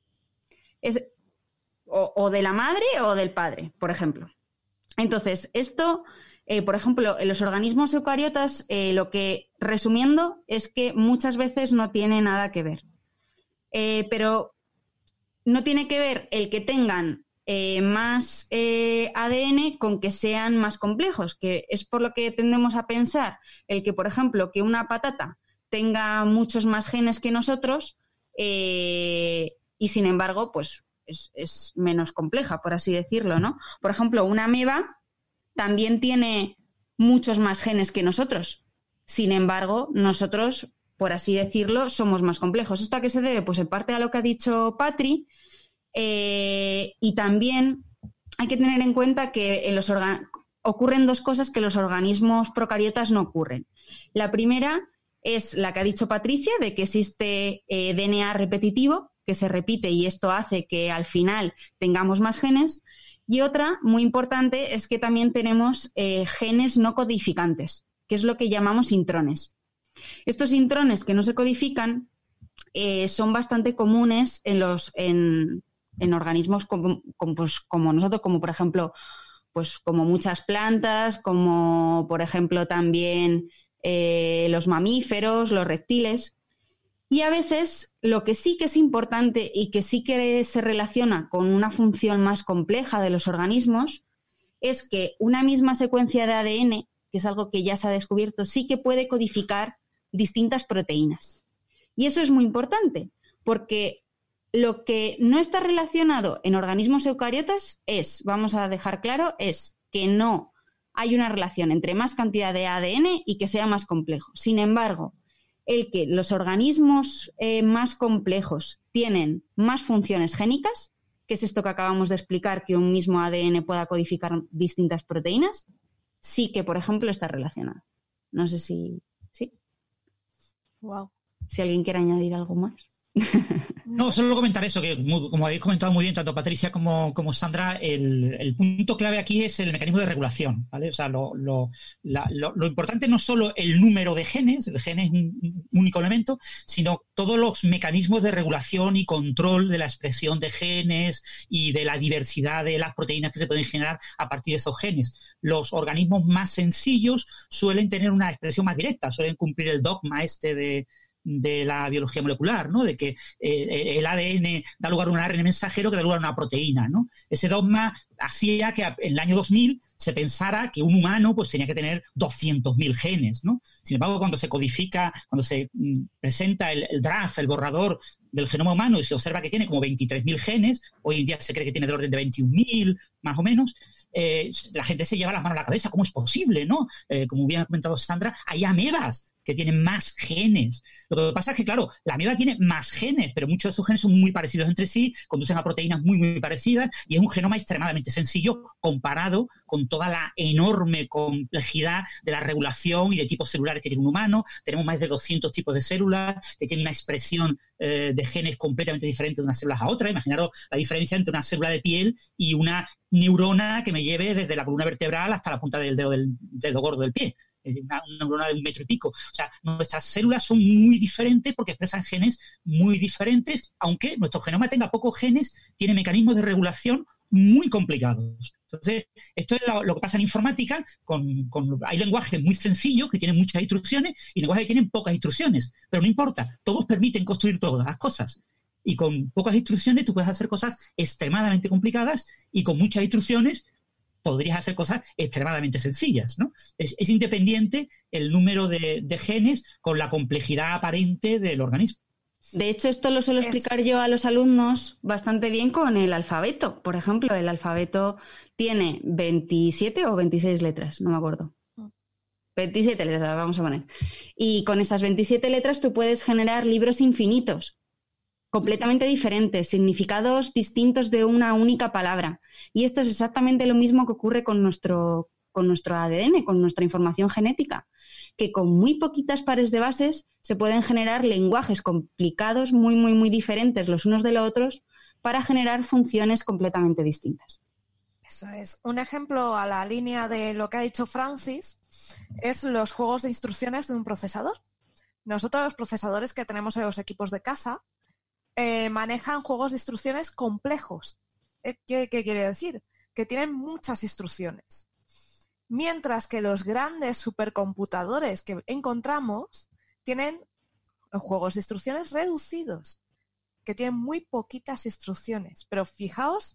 O de la madre o del padre, por ejemplo. Entonces, esto, por ejemplo, en los organismos eucariotas, lo que, resumiendo, es que muchas veces no tiene nada que ver. Pero no tiene que ver el que tengan más ADN con que sean más complejos, que es por lo que tendemos a pensar el que, por ejemplo, que una patata tenga muchos más genes que nosotros y, sin embargo, pues es menos compleja, por así decirlo, ¿no? Por ejemplo, una ameba también tiene muchos más genes que nosotros. Sin embargo, nosotros por así decirlo, somos más complejos. ¿Esto a qué se debe? Pues en parte a lo que ha dicho Patri, y también hay que tener en cuenta que ocurren dos cosas que los organismos procariotas no ocurren. La primera es la que ha dicho Patricia, de que existe DNA repetitivo, que se repite y esto hace que al final tengamos más genes. Y otra, muy importante, es que también tenemos genes no codificantes, que es lo que llamamos intrones. Estos intrones que no se codifican son bastante comunes en organismos como nosotros, como por ejemplo, pues como muchas plantas, como por ejemplo también los mamíferos, los reptiles. Y a veces lo que sí que es importante y que sí que se relaciona con una función más compleja de los organismos es que una misma secuencia de ADN, que es algo que ya se ha descubierto, sí que puede codificar distintas proteínas. Y eso es muy importante, porque lo que no está relacionado en organismos eucariotas vamos a dejar claro, es que no hay una relación entre más cantidad de ADN y que sea más complejo. Sin embargo, el que los organismos más complejos tienen más funciones génicas, que es esto que acabamos de explicar, que un mismo ADN pueda codificar distintas proteínas, sí que, por ejemplo, está relacionado. No sé si... ¿Sí? Wow. Si alguien quiere añadir algo más. No, solo comentar eso, que como habéis comentado muy bien, tanto Patricia como Sandra, el punto clave aquí es el mecanismo de regulación, ¿vale? O sea, lo importante no es solo el número de genes, el gen es un único elemento, sino todos los mecanismos de regulación y control de la expresión de genes y de la diversidad de las proteínas que se pueden generar a partir de esos genes. Los organismos más sencillos suelen tener una expresión más directa, suelen cumplir el dogma de la biología molecular, ¿no? De que el ADN da lugar a un ARN mensajero que da lugar a una proteína, ¿no? Ese dogma hacía que en el año 2000 se pensara que un humano pues tenía que tener 200.000 genes, ¿no? Sin embargo, cuando se codifica, cuando se presenta el draft, el borrador del genoma humano y se observa que tiene como 23.000 genes, hoy en día se cree que tiene del orden de 21.000, más o menos, la gente se lleva las manos a la cabeza. ¿Cómo es posible, no? Como bien ha comentado Sandra, hay amebas que tienen más genes. Lo que pasa es que, claro, la ameba tiene más genes, pero muchos de esos genes son muy parecidos entre sí, conducen a proteínas muy, muy parecidas, y es un genoma extremadamente sencillo comparado con toda la enorme complejidad de la regulación y de tipos celulares que tiene un humano. Tenemos más de 200 tipos de células que tienen una expresión de genes completamente diferente de unas células a otras. Imaginaros la diferencia entre una célula de piel y una neurona que me lleve desde la columna vertebral hasta la punta del dedo gordo del pie. Una neurona de 1,5 metros. O sea, nuestras células son muy diferentes porque expresan genes muy diferentes, aunque nuestro genoma tenga pocos genes, tiene mecanismos de regulación muy complicados. Entonces, esto es lo que pasa en informática, hay lenguajes muy sencillos que tienen muchas instrucciones y lenguajes que tienen pocas instrucciones, pero no importa, todos permiten construir todas las cosas. Y con pocas instrucciones tú puedes hacer cosas extremadamente complicadas y con muchas instrucciones podrías hacer cosas extremadamente sencillas, ¿no? Es independiente el número de genes con la complejidad aparente del organismo. De hecho, esto lo suelo explicar yo a los alumnos bastante bien con el alfabeto. Por ejemplo, el alfabeto tiene 27 o 26 letras, no me acuerdo. 27 letras, vamos a poner. Y con esas 27 letras tú puedes generar libros infinitos, completamente diferentes, significados distintos de una única palabra. Y esto es exactamente lo mismo que ocurre con nuestro ADN, con nuestra información genética, que con muy poquitas pares de bases se pueden generar lenguajes complicados, muy, muy, muy diferentes los unos de los otros, para generar funciones completamente distintas. Eso es. Un ejemplo a la línea de lo que ha dicho Francis es los juegos de instrucciones de un procesador. Nosotros, los procesadores que tenemos en los equipos de casa, manejan juegos de instrucciones complejos. ¿Qué quiere decir? Que tienen muchas instrucciones. Mientras que los grandes supercomputadores que encontramos tienen juegos de instrucciones reducidos, que tienen muy poquitas instrucciones. Pero fijaos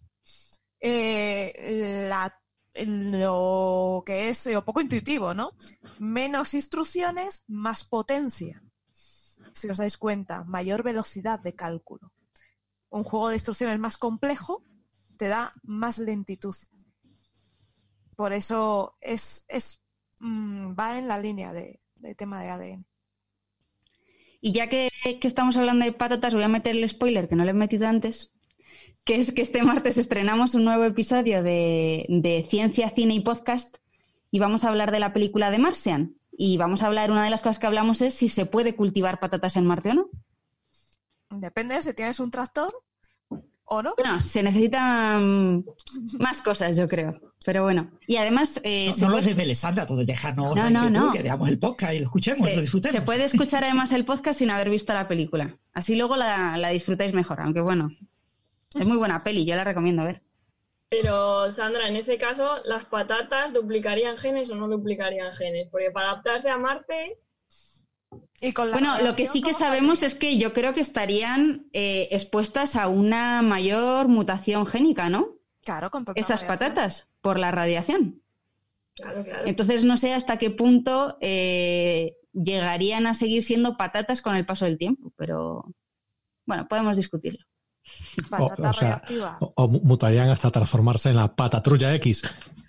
lo que es poco intuitivo, ¿no? Menos instrucciones, más potencia. Si os dais cuenta, mayor velocidad de cálculo. Un juego de instrucciones más complejo te da más lentitud. Por eso va en la línea de tema de ADN. Y ya que estamos hablando de patatas, voy a meter el spoiler que no le he metido antes, que es que este martes estrenamos un nuevo episodio de Ciencia, Cine y Podcast y vamos a hablar de la película de Martian. Y vamos a hablar, una de las cosas que hablamos es si se puede cultivar patatas en Marte o no. Depende si tienes un tractor o no. Bueno, se necesitan más cosas, yo creo. Pero bueno, y además... no lo desveles, Sandra, entonces déjanos que veamos el podcast y lo escuchemos, lo disfrutemos. Se puede escuchar además el podcast sin haber visto la película. Así luego la disfrutáis mejor, aunque bueno, es muy buena peli, yo la recomiendo ver. Pero, Sandra, en ese caso, ¿las patatas duplicarían genes o no duplicarían genes? Porque para adaptarse a Marte... Y con bueno, lo que sí que sabemos es que yo creo que estarían expuestas a una mayor mutación génica, ¿no? Claro, con toda esas radiación. Patatas, por la radiación. Claro. Entonces no sé hasta qué punto llegarían a seguir siendo patatas con el paso del tiempo, pero bueno, podemos discutirlo. Patata reactiva. O mutarían hasta transformarse en la Patatrulla X.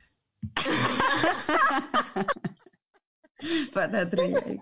Patatrulla X.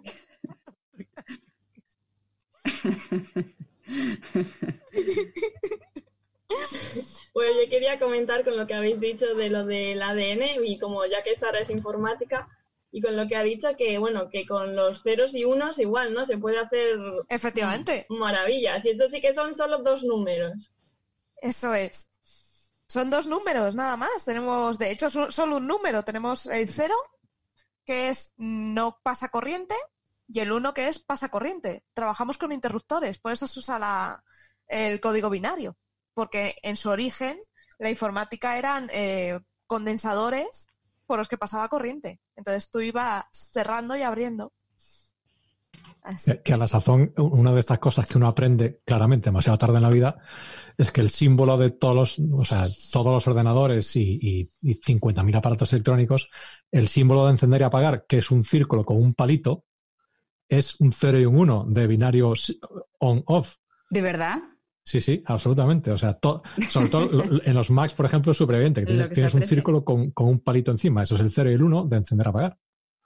Pues yo quería comentar con lo que habéis dicho de lo del ADN y como ya que Sara es informática y con lo que ha dicho que bueno, que con los ceros y unos igual, ¿no? Se puede hacer efectivamente maravillas y eso sí que son solo 2 números. Eso es. Son 2 números nada más. Tenemos, de hecho, solo un número. Tenemos el 0, que es no pasa corriente, y el 1, que es pasa corriente. Trabajamos con interruptores, por eso se usa el código binario. Porque en su origen la informática eran condensadores por los que pasaba corriente. Entonces tú ibas cerrando y abriendo. Que a la sazón, una de estas cosas que uno aprende claramente demasiado tarde en la vida es que el símbolo de todos los ordenadores y 50.000 aparatos electrónicos, el símbolo de encender y apagar, que es un círculo con un palito, es un 0 y un 1 de binario on-off. ¿De verdad? Sí, absolutamente. O sea, sobre todo en los Macs, por ejemplo, es súper evidente que tienes un círculo con un palito encima. Eso es el 0 y el 1 de encender y apagar.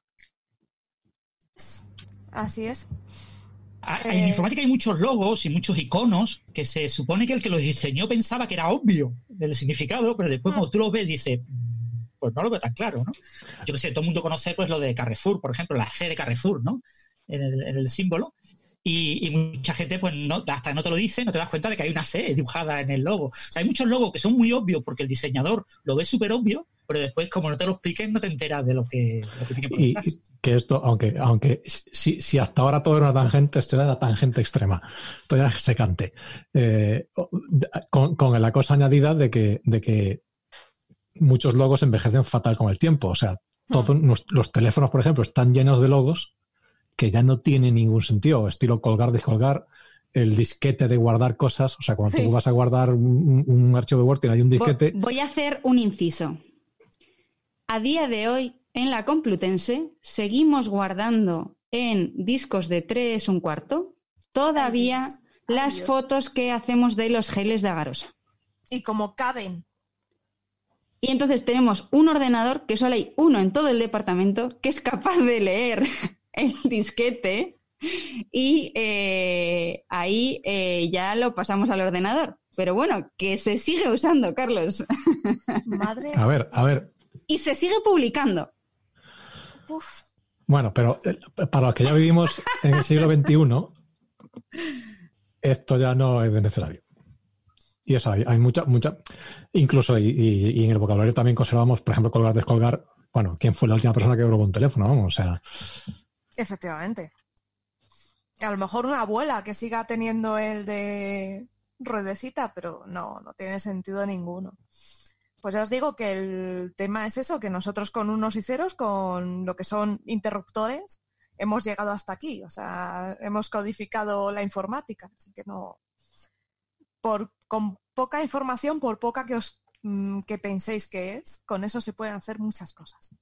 Así es. En informática hay muchos logos y muchos iconos que se supone que el que los diseñó pensaba que era obvio el significado, pero después cuando tú los ves dices, pues no lo veo tan claro, ¿no? Yo qué sé, todo el mundo conoce pues lo de Carrefour, por ejemplo, la C de Carrefour, ¿no? En el símbolo. Y mucha gente pues hasta no te lo dice, no te das cuenta de que hay una C dibujada en el logo. O sea, hay muchos logos que son muy obvios porque el diseñador lo ve súper obvio, pero después como no te lo expliquen no te enteras de lo que tiene por detrás. Y que esto, aunque si hasta ahora todo era una tangente, esto era la tangente extrema. Esto ya se cante. Con la cosa añadida de que muchos logos envejecen fatal con el tiempo. O sea, todos los teléfonos, por ejemplo, están llenos de logos que ya no tiene ningún sentido, estilo colgar, descolgar, el disquete de guardar cosas, o sea, cuando tú vas a guardar un archivo de Word, tiene ahí un disquete. Voy a hacer un inciso. A día de hoy, en la Complutense, seguimos guardando en discos de 3 1/4 todavía las fotos que hacemos de los geles de agarosa. Y como caben. Y entonces tenemos un ordenador, que solo hay uno en todo el departamento, que es capaz de leer el disquete y ahí ya lo pasamos al ordenador. Pero bueno, que se sigue usando, Carlos. Madre. A ver. Y se sigue publicando. Uf. Bueno, pero para los que ya vivimos en el siglo XXI, esto ya no es necesario. Y eso, hay mucha... Incluso, y en el vocabulario también conservamos, por ejemplo, colgar, descolgar. Bueno, ¿quién fue la última persona que grabó un teléfono? Vamos, o sea... Efectivamente. A lo mejor una abuela que siga teniendo el de ruedecita, pero no tiene sentido ninguno. Pues ya os digo que el tema es eso, que nosotros con unos y ceros, con lo que son interruptores, hemos llegado hasta aquí. O sea, hemos codificado la informática. Así que no... Con poca información, por poca que penséis que es, con eso se pueden hacer muchas cosas.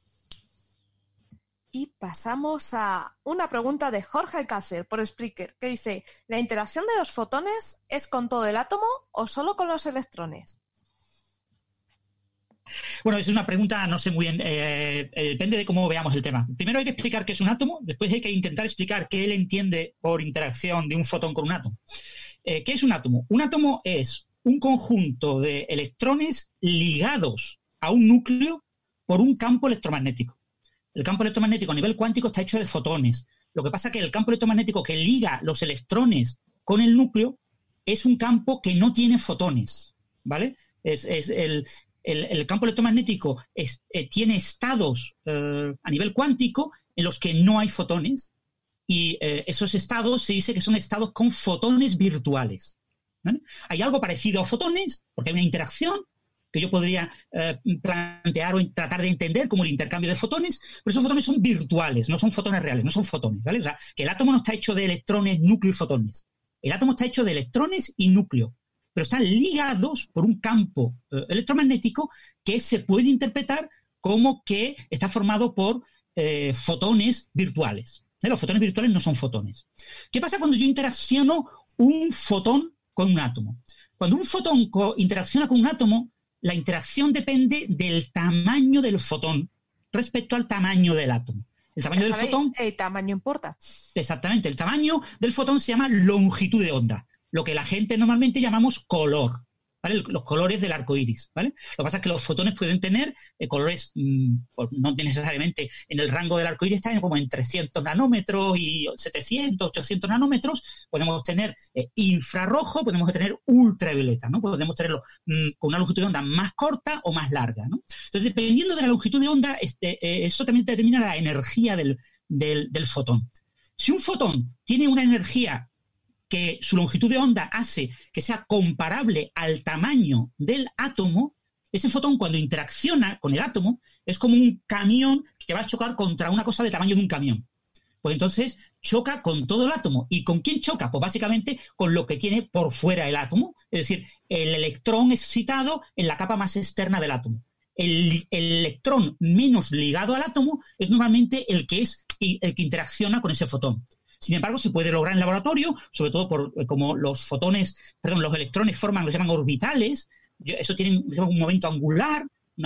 Y pasamos a una pregunta de Jorge Alcácer por Spreaker, que dice: ¿la interacción de los fotones es con todo el átomo o solo con los electrones? Bueno, es una pregunta, no sé muy bien, depende de cómo veamos el tema. Primero hay que explicar qué es un átomo, después hay que intentar explicar qué él entiende por interacción de un fotón con un átomo. ¿Qué es un átomo? Un átomo es un conjunto de electrones ligados a un núcleo por un campo electromagnético. El campo electromagnético a nivel cuántico está hecho de fotones. Lo que pasa es que el campo electromagnético que liga los electrones con el núcleo es un campo que no tiene fotones, ¿vale? El campo electromagnético tiene estados a nivel cuántico en los que no hay fotones y esos estados se dice que son estados con fotones virtuales, ¿vale? Hay algo parecido a fotones porque hay una interacción que yo podría plantear o tratar de entender como el intercambio de fotones, pero esos fotones son virtuales, no son fotones reales, no son fotones, ¿vale? O sea, que el átomo no está hecho de electrones, núcleo y fotones. El átomo está hecho de electrones y núcleo, pero están ligados por un campo electromagnético que se puede interpretar como que está formado por fotones virtuales. Los fotones virtuales no son fotones. ¿Qué pasa cuando yo interacciono un fotón con un átomo? Cuando un fotón interacciona con un átomo, la interacción depende del tamaño del fotón respecto al tamaño del átomo. El tamaño del fotón... El tamaño importa. Exactamente. El tamaño del fotón se llama longitud de onda, lo que la gente normalmente llamamos color, ¿vale? Los colores del arco iris, ¿vale? Lo que pasa es que los fotones pueden tener colores, no necesariamente en el rango del arco iris, están como en 300 nanómetros y 700, 800 nanómetros. Podemos tener infrarrojo, podemos tener ultravioleta, ¿no? Podemos tenerlo con una longitud de onda más corta o más larga, ¿no? Entonces, dependiendo de la longitud de onda, eso también determina la energía del fotón. Si un fotón tiene una energía que su longitud de onda hace que sea comparable al tamaño del átomo, ese fotón cuando interacciona con el átomo es como un camión que va a chocar contra una cosa de tamaño de un camión. Pues entonces choca con todo el átomo. ¿Y con quién choca? Pues básicamente con lo que tiene por fuera el átomo, es decir, el electrón excitado en la capa más externa del átomo. El electrón menos ligado al átomo es normalmente el que interacciona con ese fotón. Sin embargo, se puede lograr en laboratorio, sobre todo como los electrones forman lo que se llaman orbitales, eso tiene un momento angular,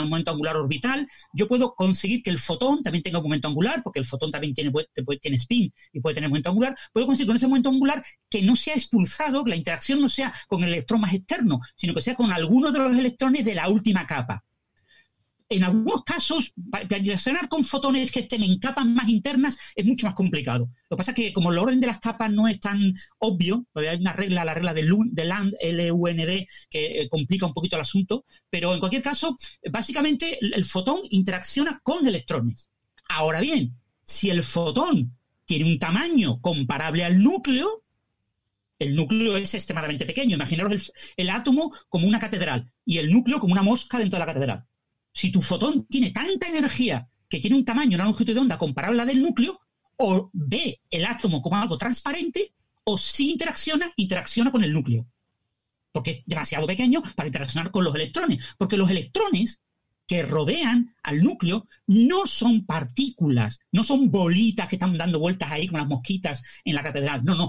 orbital. Yo puedo conseguir que el fotón también tenga un momento angular, porque el fotón también tiene spin y puede tener momento angular. Puedo conseguir con ese momento angular que no sea expulsado, que la interacción no sea con el electrón más externo, sino que sea con alguno de los electrones de la última capa. En algunos casos, interaccionar con fotones que estén en capas más internas es mucho más complicado. Lo que pasa es que como el orden de las capas no es tan obvio, hay una regla, la regla de Lund, L-U-N-D, que complica un poquito el asunto, pero en cualquier caso, básicamente el fotón interacciona con electrones. Ahora bien, si el fotón tiene un tamaño comparable al núcleo, el núcleo es extremadamente pequeño. Imaginaros el átomo como una catedral y el núcleo como una mosca dentro de la catedral. Si tu fotón tiene tanta energía que tiene un tamaño, una longitud de onda comparable a la del núcleo, o ve el átomo como algo transparente, o si interacciona con el núcleo. Porque es demasiado pequeño para interaccionar con los electrones. Porque los electrones que rodean al núcleo no son partículas, no son bolitas que están dando vueltas ahí como las mosquitas en la catedral. No.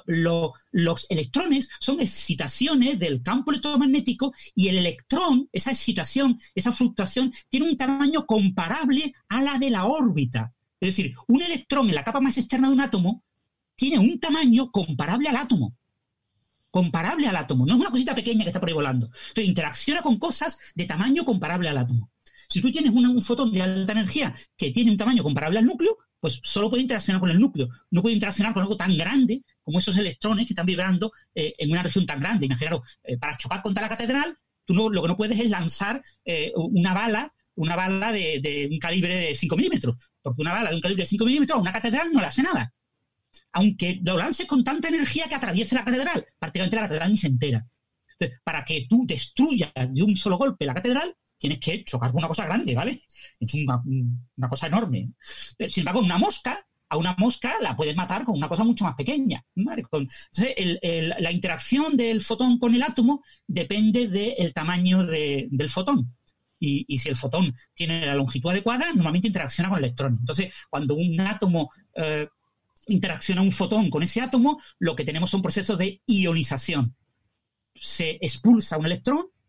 Los electrones son excitaciones del campo electromagnético y el electrón, esa excitación, esa fluctuación, tiene un tamaño comparable a la de la órbita. Es decir, un electrón en la capa más externa de un átomo tiene un tamaño comparable al átomo. Comparable al átomo, no es una cosita pequeña que está por ahí volando. Entonces interacciona con cosas de tamaño comparable al átomo. Si tú tienes un fotón de alta energía que tiene un tamaño comparable al núcleo, pues solo puede interaccionar con el núcleo. No puede interaccionar con algo tan grande como esos electrones que están vibrando en una región tan grande. Imaginaros, para chocar contra la catedral, lo que no puedes es lanzar una bala de un calibre de 5 milímetros, porque una bala de un calibre de 5 milímetros a una catedral no le hace nada. Aunque lo lances con tanta energía que atraviese la catedral, prácticamente la catedral ni se entera. Entonces, para que tú destruyas de un solo golpe la catedral, tienes que chocar con una cosa grande, ¿vale? Es una cosa enorme. Sin embargo, a una mosca la puedes matar con una cosa mucho más pequeña, ¿vale? Entonces, la interacción del fotón con el átomo depende del tamaño del fotón. Y si el fotón tiene la longitud adecuada, normalmente interacciona con electrones. Entonces, cuando un átomo interacciona un fotón con ese átomo, lo que tenemos son procesos de ionización. Se expulsa un electrón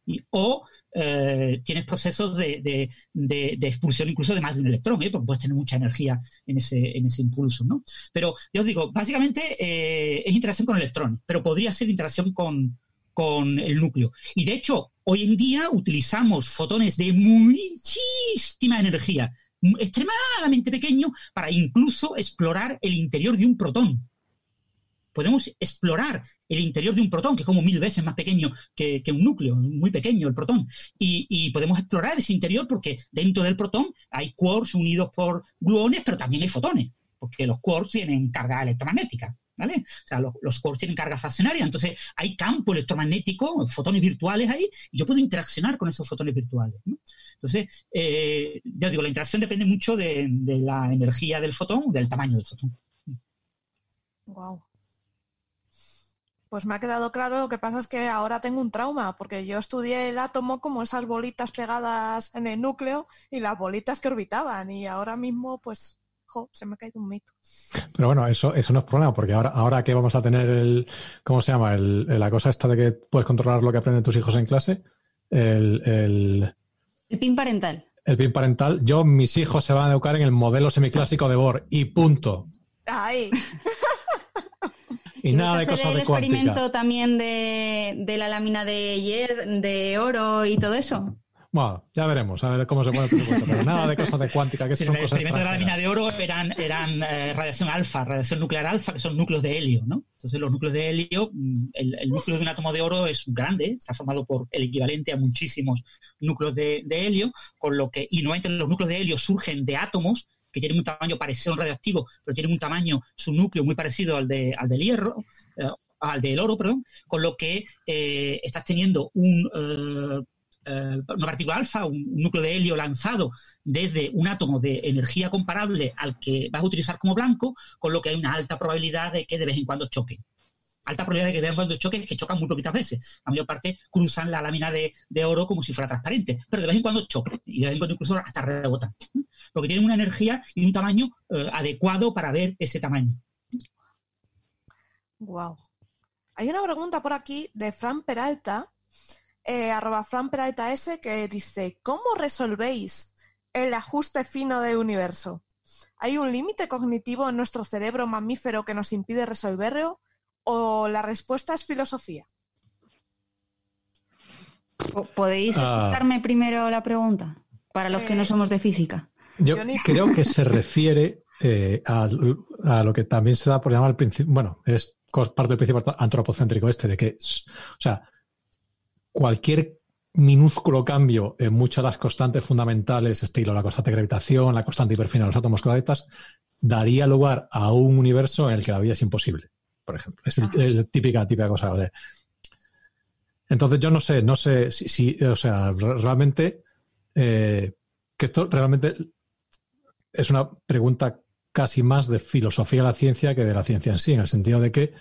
O tienes procesos de expulsión incluso de más de un electrón, porque puedes tener mucha energía en ese impulso, ¿no? Pero yo os digo, básicamente es interacción con electrones, pero podría ser interacción con el núcleo. Y de hecho, hoy en día utilizamos fotones de muchísima energía, extremadamente pequeños, para incluso explorar el interior de un protón. Podemos explorar el interior de un protón, que es como 1000 veces más pequeño que un núcleo, muy pequeño el protón. Y podemos explorar ese interior porque dentro del protón hay quarks unidos por gluones, pero también hay fotones, porque los quarks tienen carga electromagnética, ¿vale? O sea, los quarks tienen carga fraccionaria, entonces hay campo electromagnético, fotones virtuales ahí, y yo puedo interaccionar con esos fotones virtuales, ¿no? Entonces, ya digo, la interacción depende mucho de la energía del fotón, del tamaño del fotón. Wow. Pues me ha quedado claro, lo que pasa es que ahora tengo un trauma, porque yo estudié el átomo como esas bolitas pegadas en el núcleo y las bolitas que orbitaban, y ahora mismo, pues, se me ha caído un mito. Pero bueno, eso no es problema, porque ahora que vamos a tener ¿cómo se llama? La cosa esta de que puedes controlar lo que aprenden tus hijos en clase, el PIN parental. El PIN parental. Mis hijos se van a educar en el modelo semiclásico de Bohr y punto. ¡Ay! Y nada de cosas de cuántica. ¿El experimento también de la lámina de oro y todo eso? Bueno, ya veremos, a ver cómo se pone tu supuesto, pero nada de cosas de cuántica, que sí, son el cosas experimento de la lámina de oro eran radiación alfa, radiación nuclear alfa, que son núcleos de helio, ¿no? Entonces los núcleos de helio, el núcleo de un átomo de oro es grande, está formado por el equivalente a muchísimos núcleos de helio, con lo que, y normalmente los núcleos de helio surgen de átomos que tienen un tamaño parecido a un radioactivo, pero tienen un tamaño, su núcleo muy parecido al del hierro, al del oro, perdón, con lo que estás teniendo una partícula alfa, un núcleo de helio lanzado desde un átomo de energía comparable al que vas a utilizar como blanco, con lo que hay una alta probabilidad de que de vez en cuando choquen. Alta probabilidad de que de vez en cuando choquen, es que chocan muy poquitas veces. La mayor parte cruzan la lámina de oro como si fuera transparente, pero de vez en cuando chocan y de vez en cuando incluso hasta rebotan, porque tienen una energía y un tamaño adecuado para ver ese tamaño. Wow. Hay una pregunta por aquí de Fran Peralta, @FranPeraltaS, que dice: ¿cómo resolvéis el ajuste fino del universo? ¿Hay un límite cognitivo en nuestro cerebro mamífero que nos impide resolverlo? ¿O la respuesta es filosofía? ¿Podéis explicarme primero la pregunta? Para los que no somos de física. Yo creo que se refiere a lo que también se da por llamar el principio, bueno, es parte del principio antropocéntrico de que, o sea, cualquier minúsculo cambio en muchas de las constantes fundamentales, estilo la constante de gravitación, la constante hiperfina de los átomos planetas, daría lugar a un universo en el que la vida es imposible, por ejemplo. Es la típica cosa. ¿Vale? Entonces yo no sé si o sea, realmente que esto realmente es una pregunta casi más de filosofía de la ciencia que de la ciencia en sí, en el sentido de que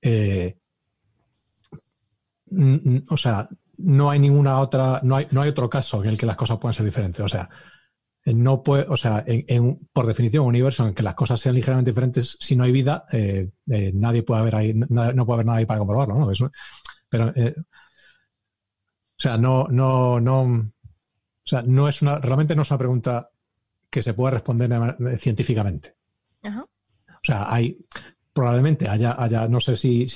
o sea, no hay ninguna otra, no hay otro caso en el que las cosas puedan ser diferentes. O sea, no puede, o sea, por definición, un universo en el que las cosas sean ligeramente diferentes, si no hay vida, nadie puede haber ahí, no puede haber nada ahí para comprobarlo, ¿no? Pero o sea, o sea, realmente no es una pregunta que se pueda responder científicamente. Ajá. O sea, probablemente haya, no sé si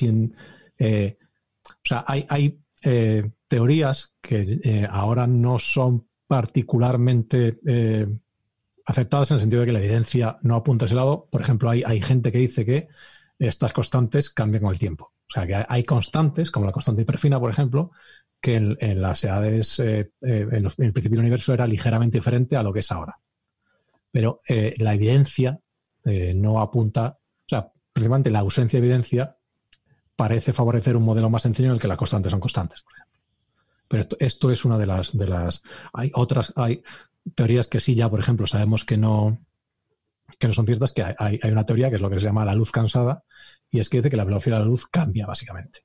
o sea, hay teorías que ahora no son particularmente aceptadas en el sentido de que la evidencia no apunta a ese lado. Por ejemplo, hay gente que dice que estas constantes cambian con el tiempo. O sea, que hay constantes, como la constante hiperfina, por ejemplo, que en las edades, en el principio del universo era ligeramente diferente a lo que es ahora. Pero la evidencia no apunta, o sea, principalmente la ausencia de evidencia parece favorecer un modelo más sencillo en el que las constantes son constantes, por ejemplo. Pero esto es una de las hay teorías que sí ya, por ejemplo, sabemos que no son ciertas, que hay una teoría que es lo que se llama la luz cansada, y es que dice que la velocidad de la luz cambia, básicamente.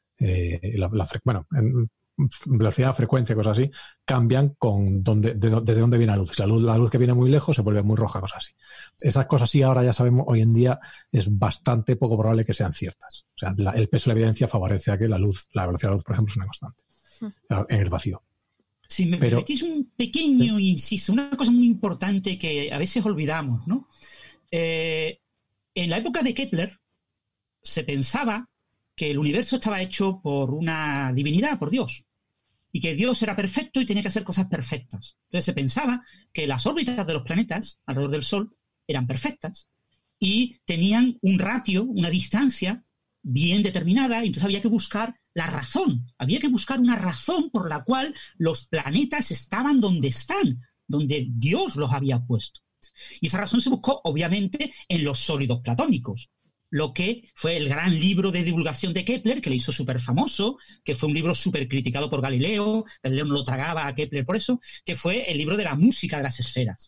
Velocidad, frecuencia, cosas así, cambian desde dónde viene la luz. La luz que viene muy lejos se vuelve muy roja, cosas así. Esas cosas sí ahora ya sabemos, hoy en día es bastante poco probable que sean ciertas. O sea, el peso de la evidencia favorece a que la velocidad de la luz, por ejemplo, es una constante. en el vacío. Si me permitís un pequeño inciso, una cosa muy importante que a veces olvidamos, ¿no? En la época de Kepler se pensaba que el universo estaba hecho por una divinidad, por Dios, y que Dios era perfecto y tenía que hacer cosas perfectas. Entonces se pensaba que las órbitas de los planetas alrededor del Sol eran perfectas y tenían un ratio, una distancia bien determinada, y entonces había que buscar la razón, había que buscar una razón por la cual los planetas estaban donde están, donde Dios los había puesto. Y esa razón se buscó, obviamente, en los sólidos platónicos, lo que fue el gran libro de divulgación de Kepler, que le hizo súper famoso, que fue un libro súper criticado por Galileo no lo tragaba a Kepler por eso, que fue el libro de la música de las esferas.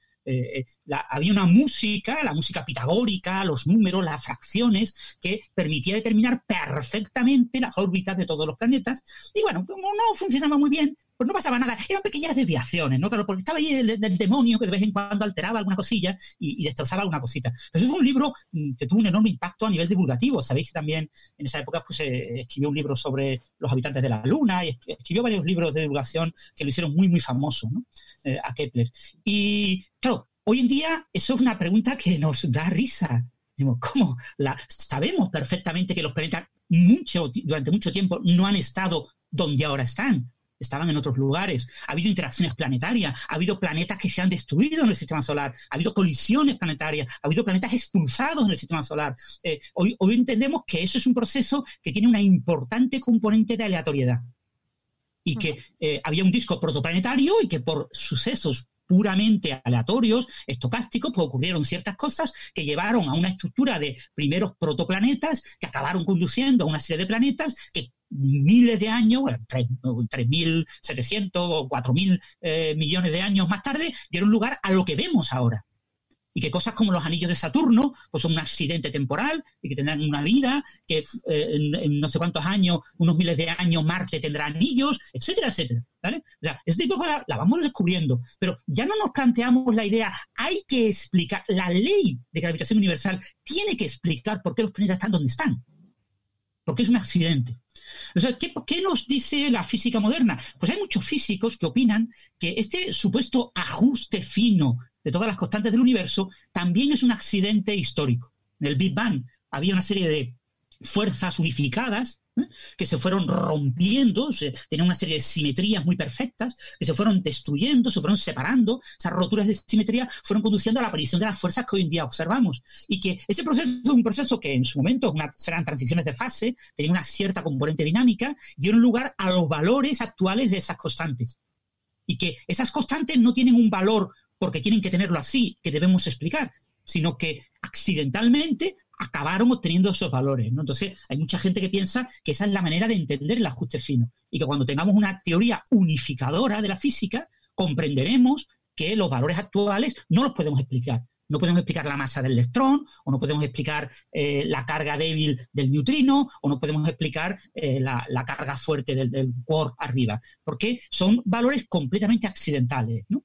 Había una música, la música pitagórica, los números, las fracciones, que permitía determinar perfectamente las órbitas de todos los planetas. Y bueno, como no funcionaba muy bien, pues no pasaba nada. Eran pequeñas desviaciones, ¿no? Claro, porque estaba ahí el demonio que de vez en cuando alteraba alguna cosilla y destrozaba alguna cosita. Pero eso fue un libro que tuvo un enorme impacto a nivel divulgativo. Sabéis que también en esa época pues, escribió un libro sobre los habitantes de la Luna y escribió varios libros de divulgación que lo hicieron muy, muy famoso, ¿no? A Kepler. Y claro, hoy en día eso es una pregunta que nos da risa. ¿Cómo? Sabemos perfectamente que los planetas durante mucho tiempo no han estado donde ahora están. Estaban en otros lugares. Ha habido interacciones planetarias, ha habido planetas que se han destruido en el sistema solar, ha habido colisiones planetarias, ha habido planetas expulsados en el sistema solar. Hoy entendemos que eso es un proceso que tiene una importante componente de aleatoriedad. Y que había un disco protoplanetario y que por sucesos puramente aleatorios, estocásticos, pues ocurrieron ciertas cosas que llevaron a una estructura de primeros protoplanetas que acabaron conduciendo a una serie de planetas que miles de años, 3.700 o 4.000 millones de años más tarde, dieron lugar a lo que vemos ahora. Y que cosas como los anillos de Saturno pues son un accidente temporal y que tendrán una vida, que en no sé cuántos años, unos miles de años, Marte tendrá anillos, etcétera, etcétera. ¿Vale? O sea, este tipo de cosas la vamos descubriendo, pero ya no nos planteamos la idea, hay que explicar, la ley de gravitación universal tiene que explicar por qué los planetas están donde están. Porque es un accidente. O sea, ¿qué nos dice la física moderna? Pues hay muchos físicos que opinan que este supuesto ajuste fino de todas las constantes del universo también es un accidente histórico. En el Big Bang había una serie de fuerzas unificadas que se fueron rompiendo, tenían una serie de simetrías muy perfectas, que se fueron destruyendo, se fueron separando. Esas roturas de simetría fueron conduciendo a la aparición de las fuerzas que hoy en día observamos. Y que ese proceso es un proceso que en su momento serán transiciones de fase, tenía una cierta componente dinámica, y dieron lugar a los valores actuales de esas constantes. Y que esas constantes no tienen un valor porque tienen que tenerlo así, que debemos explicar, sino que accidentalmente acabaron obteniendo esos valores, ¿no? Entonces, hay mucha gente que piensa que esa es la manera de entender el ajuste fino y que cuando tengamos una teoría unificadora de la física, comprenderemos que los valores actuales no los podemos explicar. No podemos explicar la masa del electrón, o no podemos explicar la carga débil del neutrino, o no podemos explicar la carga fuerte del quark arriba, porque son valores completamente accidentales, ¿no?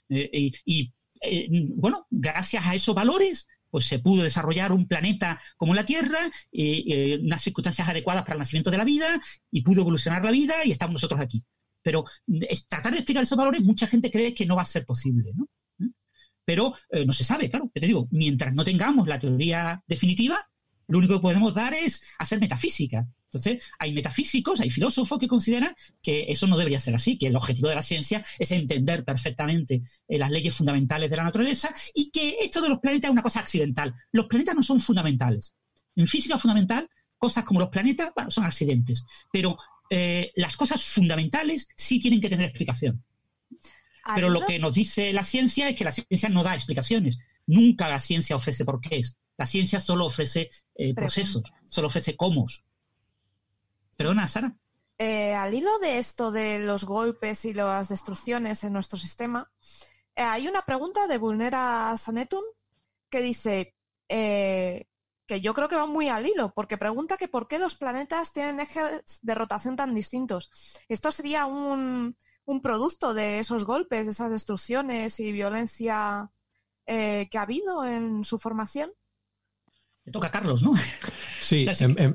Bueno, gracias a esos valores pues se pudo desarrollar un planeta como la Tierra, unas circunstancias adecuadas para el nacimiento de la vida, y pudo evolucionar la vida y estamos nosotros aquí. Pero tratar de explicar esos valores, mucha gente cree que no va a ser posible, ¿no? Pero no se sabe, claro. Te digo, mientras no tengamos la teoría definitiva, lo único que podemos dar es hacer metafísica. Entonces, hay metafísicos, hay filósofos que consideran que eso no debería ser así, que el objetivo de la ciencia es entender perfectamente las leyes fundamentales de la naturaleza y que esto de los planetas es una cosa accidental. Los planetas no son fundamentales. En física fundamental, cosas como los planetas, bueno, son accidentes. Pero las cosas fundamentales sí tienen que tener explicación. Pero lo que nos dice la ciencia es que la ciencia no da explicaciones. Nunca la ciencia ofrece porqués. La ciencia solo ofrece procesos, solo ofrece cómo. Perdona, Sara. Al hilo de esto de los golpes y las destrucciones en nuestro sistema, hay una pregunta de Vulnera Sanetum que dice que yo creo que va muy al hilo, porque pregunta que por qué los planetas tienen ejes de rotación tan distintos. ¿Esto sería un producto de esos golpes, de esas destrucciones y violencia que ha habido en su formación? Le toca a Carlos, ¿no? Sí,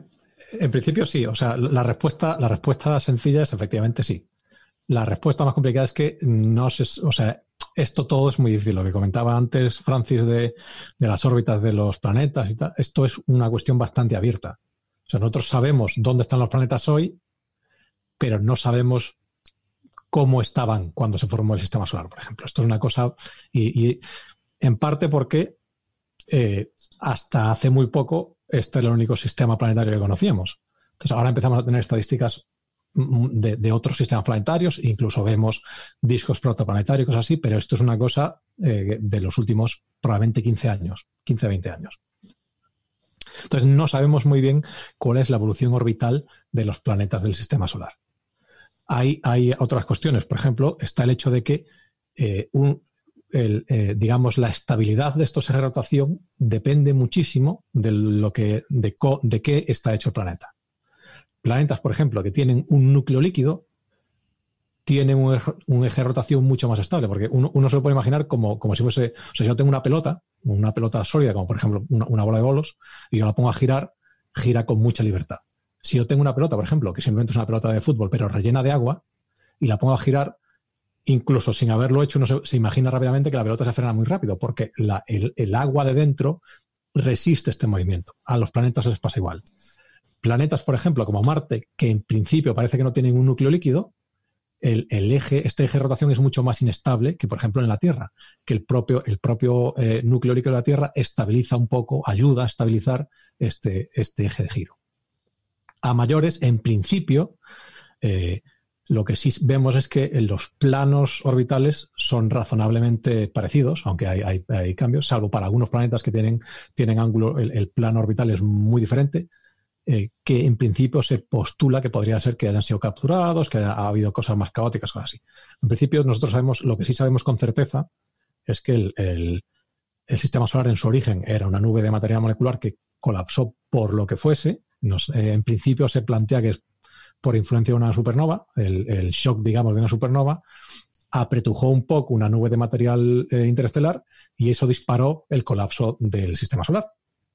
En principio sí, o sea, la respuesta sencilla es efectivamente sí. La respuesta más complicada es que no se, o sea, esto todo es muy difícil. Lo que comentaba antes Francis de las órbitas de los planetas y tal, esto es una cuestión bastante abierta. O sea, nosotros sabemos dónde están los planetas hoy, pero no sabemos cómo estaban cuando se formó el sistema solar, por ejemplo. Esto es una cosa, y en parte porque hasta hace muy poco este era el único sistema planetario que conocíamos. Entonces ahora empezamos a tener estadísticas de otros sistemas planetarios, incluso vemos discos protoplanetarios, cosas así, pero esto es una cosa de los últimos probablemente 15 años, 15, 20 años. Entonces no sabemos muy bien cuál es la evolución orbital de los planetas del sistema solar. Hay otras cuestiones, por ejemplo, está el hecho de que digamos, la estabilidad de estos ejes de rotación depende muchísimo de qué está hecho el planeta. Planetas, por ejemplo, que tienen un núcleo líquido, tienen un eje de rotación mucho más estable, porque uno se lo puede imaginar como si fuese, o sea, si yo tengo una pelota sólida, como por ejemplo una bola de bolos, y yo la pongo a girar, gira con mucha libertad. Si yo tengo una pelota, por ejemplo, que simplemente es una pelota de fútbol, pero rellena de agua, y la pongo a girar, incluso sin haberlo hecho, uno se imagina rápidamente que la pelota se frena muy rápido, porque el agua de dentro resiste este movimiento. A los planetas les pasa igual. Planetas, por ejemplo, como Marte, que en principio parece que no tienen un núcleo líquido, este eje de rotación es mucho más inestable que, por ejemplo, en la Tierra, que el propio núcleo líquido de la Tierra estabiliza un poco, ayuda a estabilizar este eje de giro. A mayores, en principio, lo que sí vemos es que los planos orbitales son razonablemente parecidos, aunque hay cambios, salvo para algunos planetas que tienen ángulo, el plano orbital es muy diferente, que en principio se postula que podría ser que hayan sido capturados, que ha habido cosas más caóticas o así. En principio nosotros sabemos, lo que sí sabemos con certeza es que el sistema solar en su origen era una nube de material molecular que colapsó por lo que fuese. En principio se plantea que es por influencia de una supernova, el shock, digamos, de una supernova, apretujó un poco una nube de material interestelar y eso disparó el colapso del sistema solar.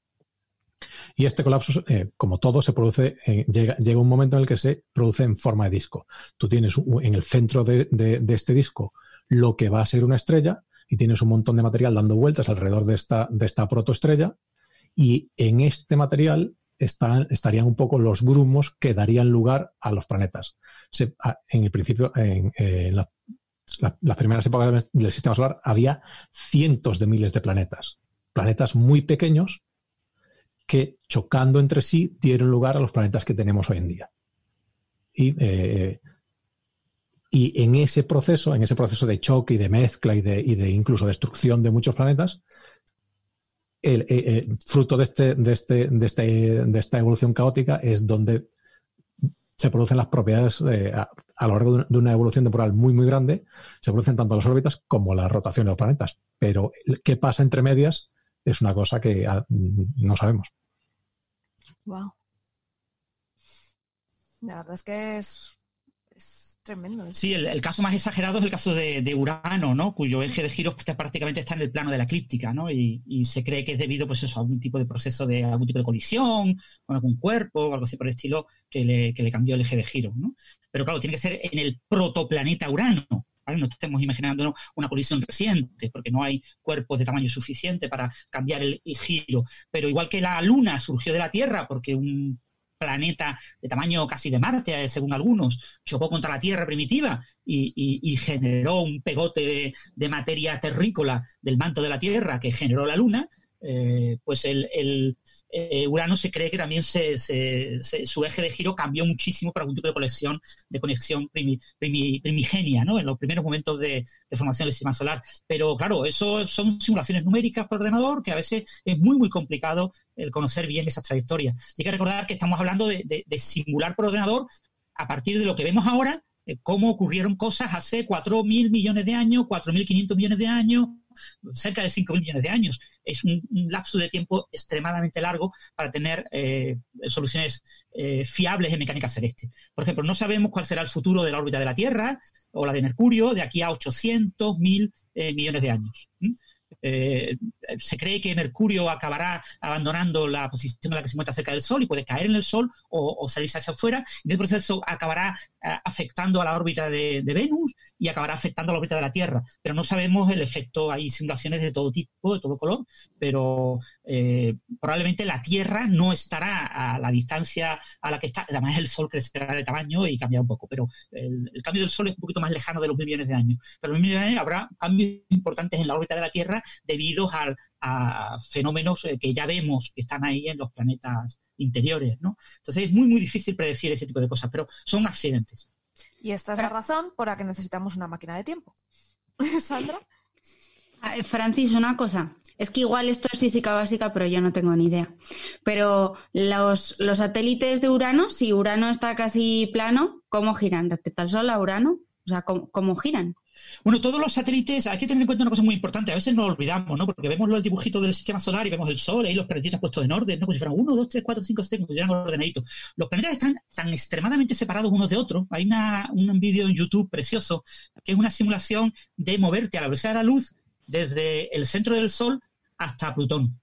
Y este colapso, como todo, se produce, llega un momento en el que se produce en forma de disco. Tú tienes en el centro de este disco lo que va a ser una estrella y tienes un montón de material dando vueltas alrededor de esta protoestrella, y en este material estarían un poco los grumos que darían lugar a los planetas. En el principio, en las primeras épocas del sistema solar, había cientos de miles de planetas muy pequeños que, chocando entre sí, dieron lugar a los planetas que tenemos hoy en día. Y en ese proceso de choque y de mezcla y de incluso destrucción de muchos planetas, fruto de esta evolución caótica es donde se producen las propiedades a lo largo de una evolución temporal muy, muy grande. Se producen tanto las órbitas como la rotación de los planetas. Pero qué pasa entre medias es una cosa que no sabemos. Wow. La verdad es que es tremendo. Sí, el caso más exagerado es el caso de Urano, ¿no? Cuyo eje de giro prácticamente está en el plano de la eclíptica, ¿no? Y se cree que es debido, pues eso, a algún tipo de proceso algún tipo de colisión con algún cuerpo o algo así por el estilo que le cambió el eje de giro, ¿no? Pero claro, tiene que ser en el protoplaneta Urano, ¿vale? No estemos imaginando una colisión reciente, porque no hay cuerpos de tamaño suficiente para cambiar el giro. Pero igual que la Luna surgió de la Tierra porque un planeta de tamaño casi de Marte, según algunos, chocó contra la Tierra primitiva y generó un pegote de materia terrícola del manto de la Tierra que generó la Luna, pues el Urano se cree que también su eje de giro cambió muchísimo por algún tipo de conexión primigenia, ¿no? En los primeros momentos de formación del sistema solar. Pero claro, eso son simulaciones numéricas por ordenador, que a veces es muy, muy complicado el conocer bien esas trayectorias. Hay que recordar que estamos hablando de simular por ordenador a partir de lo que vemos ahora, cómo ocurrieron cosas hace 4.000 millones de años, 4.500 millones de años, cerca de 5.000 millones de años. Es un lapso de tiempo extremadamente largo para tener soluciones fiables en mecánica celeste. Por ejemplo, no sabemos cuál será el futuro de la órbita de la Tierra o la de Mercurio de aquí a 800.000 millones de años. se cree que Mercurio acabará abandonando la posición en la que se encuentra cerca del Sol y puede caer en el Sol o salirse hacia afuera, y el proceso acabará afectando a la órbita de Venus y acabará afectando a la órbita de la Tierra. Pero no sabemos el efecto, hay simulaciones de todo tipo, de todo color, pero probablemente la Tierra no estará a la distancia a la que está, además el Sol crecerá de tamaño y cambiará un poco, pero el cambio del Sol es un poquito más lejano de los 1.000 millones de años. Pero en los 1.000 millones de años habrá cambios importantes en la órbita de la Tierra debido a fenómenos que ya vemos que están ahí en los planetas interiores, ¿no? Entonces es muy, muy difícil predecir ese tipo de cosas, pero son accidentes. Y esta es la razón por la que necesitamos una máquina de tiempo. Sandra. Francis, una cosa. Es que igual esto es física básica, pero yo no tengo ni idea. Pero los satélites de Urano, si Urano está casi plano, ¿cómo giran respecto al Sol a Urano? O sea, ¿cómo giran? Bueno, todos los satélites, hay que tener en cuenta una cosa muy importante, a veces nos olvidamos, ¿no? Porque vemos los dibujitos del sistema solar y vemos el Sol, ahí los planetitas puestos en orden, ¿no? Como si fueran 1, 2, 3, 4, 5, 6, como si fueran ordenaditos. Los planetas están tan extremadamente separados unos de otros. Hay un vídeo en YouTube precioso, que es una simulación de moverte a la velocidad de la luz desde el centro del Sol hasta Plutón.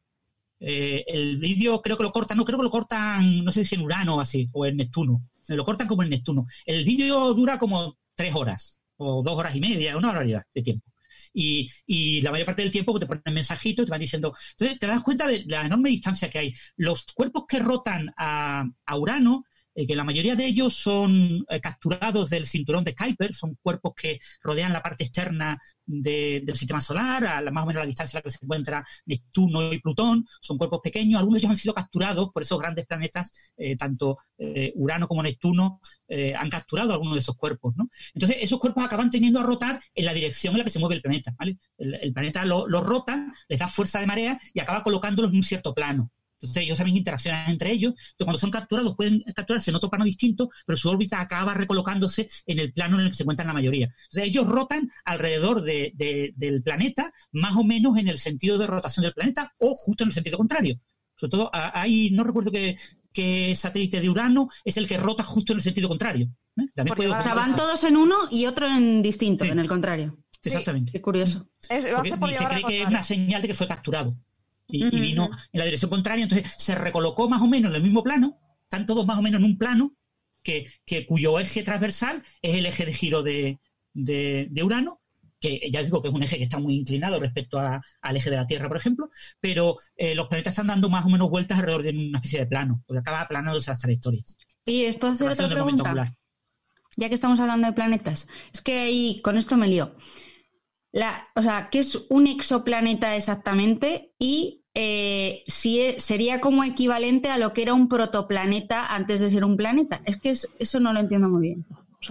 El vídeo creo que lo cortan, no sé si en Urano o así, o en Neptuno. Lo cortan como en Neptuno. El vídeo dura como 3 horas. O 2 horas y media, una barbaridad de tiempo. Y la mayor parte del tiempo te ponen mensajitos, te van diciendo... Entonces te das cuenta de la enorme distancia que hay. Los cuerpos que rotan a Urano, que la mayoría de ellos son capturados del cinturón de Kuiper, son cuerpos que rodean la parte externa del sistema solar, más o menos la distancia a la que se encuentra Neptuno y Plutón, son cuerpos pequeños, algunos de ellos han sido capturados por esos grandes planetas, tanto Urano como Neptuno han capturado algunos de esos cuerpos, ¿no? Entonces esos cuerpos acaban teniendo a rotar en la dirección en la que se mueve el planeta, ¿vale? El planeta lo rota, les da fuerza de marea y acaba colocándolos en un cierto plano. Entonces ellos también interaccionan entre ellos. Entonces cuando son capturados pueden capturarse en otro plano distinto, pero su órbita acaba recolocándose en el plano en el que se encuentran la mayoría. Entonces ellos rotan alrededor del planeta, más o menos en el sentido de rotación del planeta o justo en el sentido contrario. Sobre todo no recuerdo qué satélite de Urano es el que rota justo en el sentido contrario. O sea, van todos en uno y otro en distinto, sí. En el contrario. Exactamente. Sí, qué curioso. Se cree que es una señal de que fue capturado. Y vino en la dirección contraria, entonces se recolocó más o menos en el mismo plano, están todos más o menos en un plano cuyo eje transversal es el eje de giro de Urano, que ya digo que es un eje que está muy inclinado respecto al eje de la Tierra, por ejemplo, pero los planetas están dando más o menos vueltas alrededor de una especie de plano, porque acaba aplanándose las trayectorias. ¿Y os puedo hacer otra pregunta? Ya que estamos hablando de planetas, es que ahí con esto me lío. ¿Qué es un exoplaneta exactamente? Y sería como equivalente a lo que era un protoplaneta antes de ser un planeta. Es que eso no lo entiendo muy bien.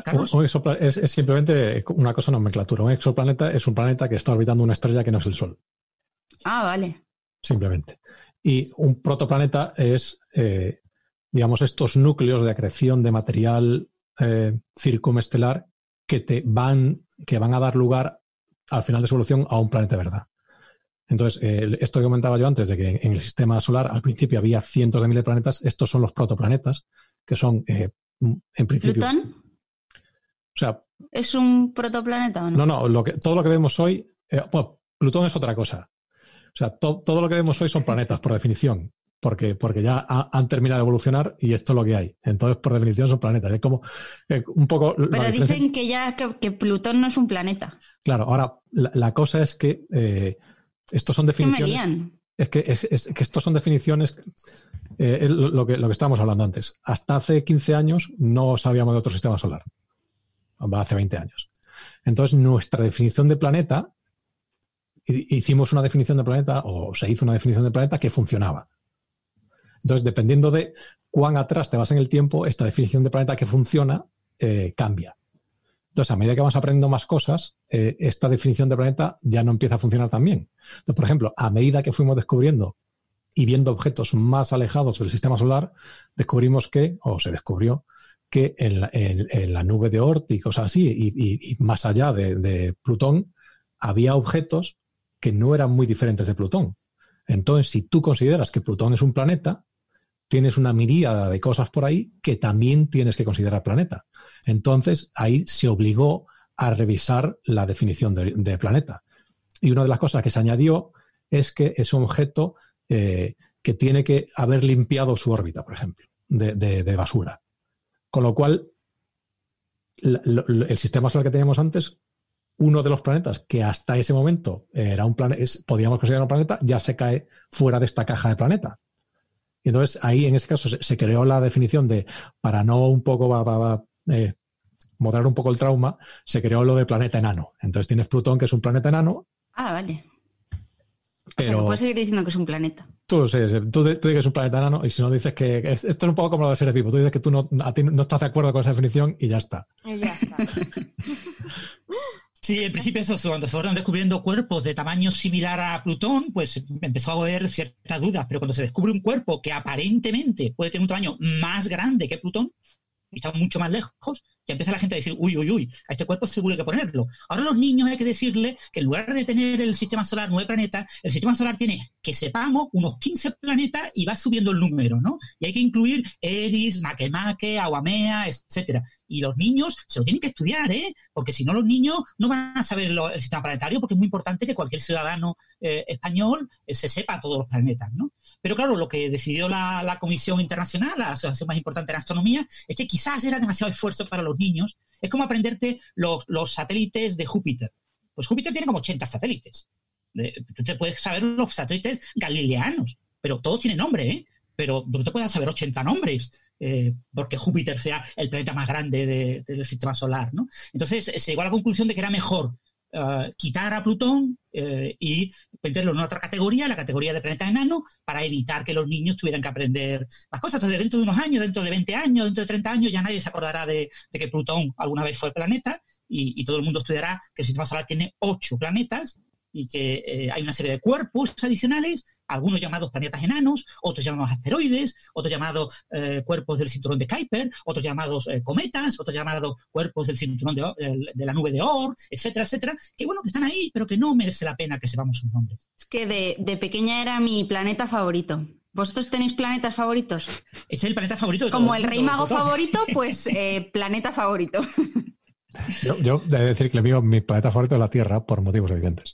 Es simplemente una cosa nomenclatura. Un exoplaneta es un planeta que está orbitando una estrella que no es el Sol. Ah, vale. Simplemente. Y un protoplaneta es, digamos, estos núcleos de acreción de material circumestelar que van a dar lugar al final de su evolución a un planeta de verdad. Entonces, esto que comentaba yo antes de que en el sistema solar al principio había cientos de miles de planetas, estos son los protoplanetas, que son, en principio... ¿Plutón? O sea... ¿Es un protoplaneta o no? No, todo lo que vemos hoy... Plutón es otra cosa. O sea, todo lo que vemos hoy son planetas, por definición, porque ya han terminado de evolucionar y esto es lo que hay. Entonces, por definición, son planetas. Es como un poco... Pero dicen que Plutón no es un planeta. Claro, ahora, la cosa es que... estos son definiciones. Es que estos son definiciones. Es lo que estábamos hablando antes. Hasta hace 15 años no sabíamos de otro sistema solar. Hace 20 años. Entonces, nuestra definición de planeta, hicimos una definición de planeta, o se hizo una definición de planeta que funcionaba. Entonces, dependiendo de cuán atrás te vas en el tiempo, esta definición de planeta que funciona cambia. Entonces, a medida que vamos aprendiendo más cosas, esta definición de planeta ya no empieza a funcionar tan bien. Entonces, por ejemplo, a medida que fuimos descubriendo y viendo objetos más alejados del sistema solar, se descubrió que en la nube de Oort y cosas así, y más allá de Plutón, había objetos que no eran muy diferentes de Plutón. Entonces, si tú consideras que Plutón es un planeta, tienes una miríada de cosas por ahí que también tienes que considerar planeta. Entonces, ahí se obligó a revisar la definición de planeta. Y una de las cosas que se añadió es que es un objeto que tiene que haber limpiado su órbita, por ejemplo, de basura. Con lo cual, el sistema solar que teníamos antes, uno de los planetas que hasta ese momento era un planeta, podíamos considerar un planeta, ya se cae fuera de esta caja de planeta. Y entonces ahí, en ese caso, se creó la definición de, para no un poco moderar un poco el trauma, se creó lo de planeta enano. Entonces tienes Plutón, que es un planeta enano. Ah, vale. Pero o sea, que puedes seguir diciendo que es un planeta. Tú dices que es un planeta enano, y si no dices que... Esto es un poco como lo de seres vivos. Tú dices que a ti no estás de acuerdo con esa definición y ya está. Y ya está. Sí, en principio eso, cuando se fueron descubriendo cuerpos de tamaño similar a Plutón, pues empezó a haber ciertas dudas, pero cuando se descubre un cuerpo que aparentemente puede tener un tamaño más grande que Plutón, y está mucho más lejos, ya empieza la gente a decir, uy, a este cuerpo seguro hay que ponerlo. Ahora a los niños hay que decirle que en lugar de tener el sistema solar 9 planetas, el sistema solar tiene, que sepamos, unos 15 planetas y va subiendo el número, ¿no? Y hay que incluir Eris, Makemake, Haumea, etcétera. Y los niños se lo tienen que estudiar, porque si no los niños no van a saber el sistema planetario, porque es muy importante que cualquier ciudadano español se sepa todos los planetas, ¿no? Pero claro, lo que decidió la Comisión Internacional, la asociación más importante de la astronomía, es que quizás era demasiado esfuerzo para los niños. Es como aprenderte los satélites de Júpiter. Pues Júpiter tiene como 80 satélites. Tú te puedes saber los satélites galileanos, pero todos tienen nombre, pero tú te puedes saber 80 nombres, porque Júpiter sea el planeta más grande del sistema solar, ¿no? Entonces se llegó a la conclusión de que era mejor quitar a Plutón y meterlo en otra categoría, la categoría de planeta enano, para evitar que los niños tuvieran que aprender más cosas. Entonces, dentro de unos años, dentro de 20 años, dentro de 30 años, ya nadie se acordará de que Plutón alguna vez fue planeta, y todo el mundo estudiará que el sistema solar tiene 8 planetas y que hay una serie de cuerpos adicionales, algunos llamados planetas enanos, otros llamados asteroides, otros llamados cuerpos del cinturón de Kuiper, otros llamados cometas, otros llamados cuerpos del cinturón de la nube de Oort, etcétera, etcétera, que bueno, que están ahí, pero que no merece la pena que sepamos sus nombres. Es que de pequeña era mi planeta favorito. ¿Vosotros tenéis planetas favoritos? Este es el planeta favorito de todo Como el rey mago favorito, pues planeta favorito. Yo he de decir que mi planeta favorito es la Tierra, por motivos evidentes.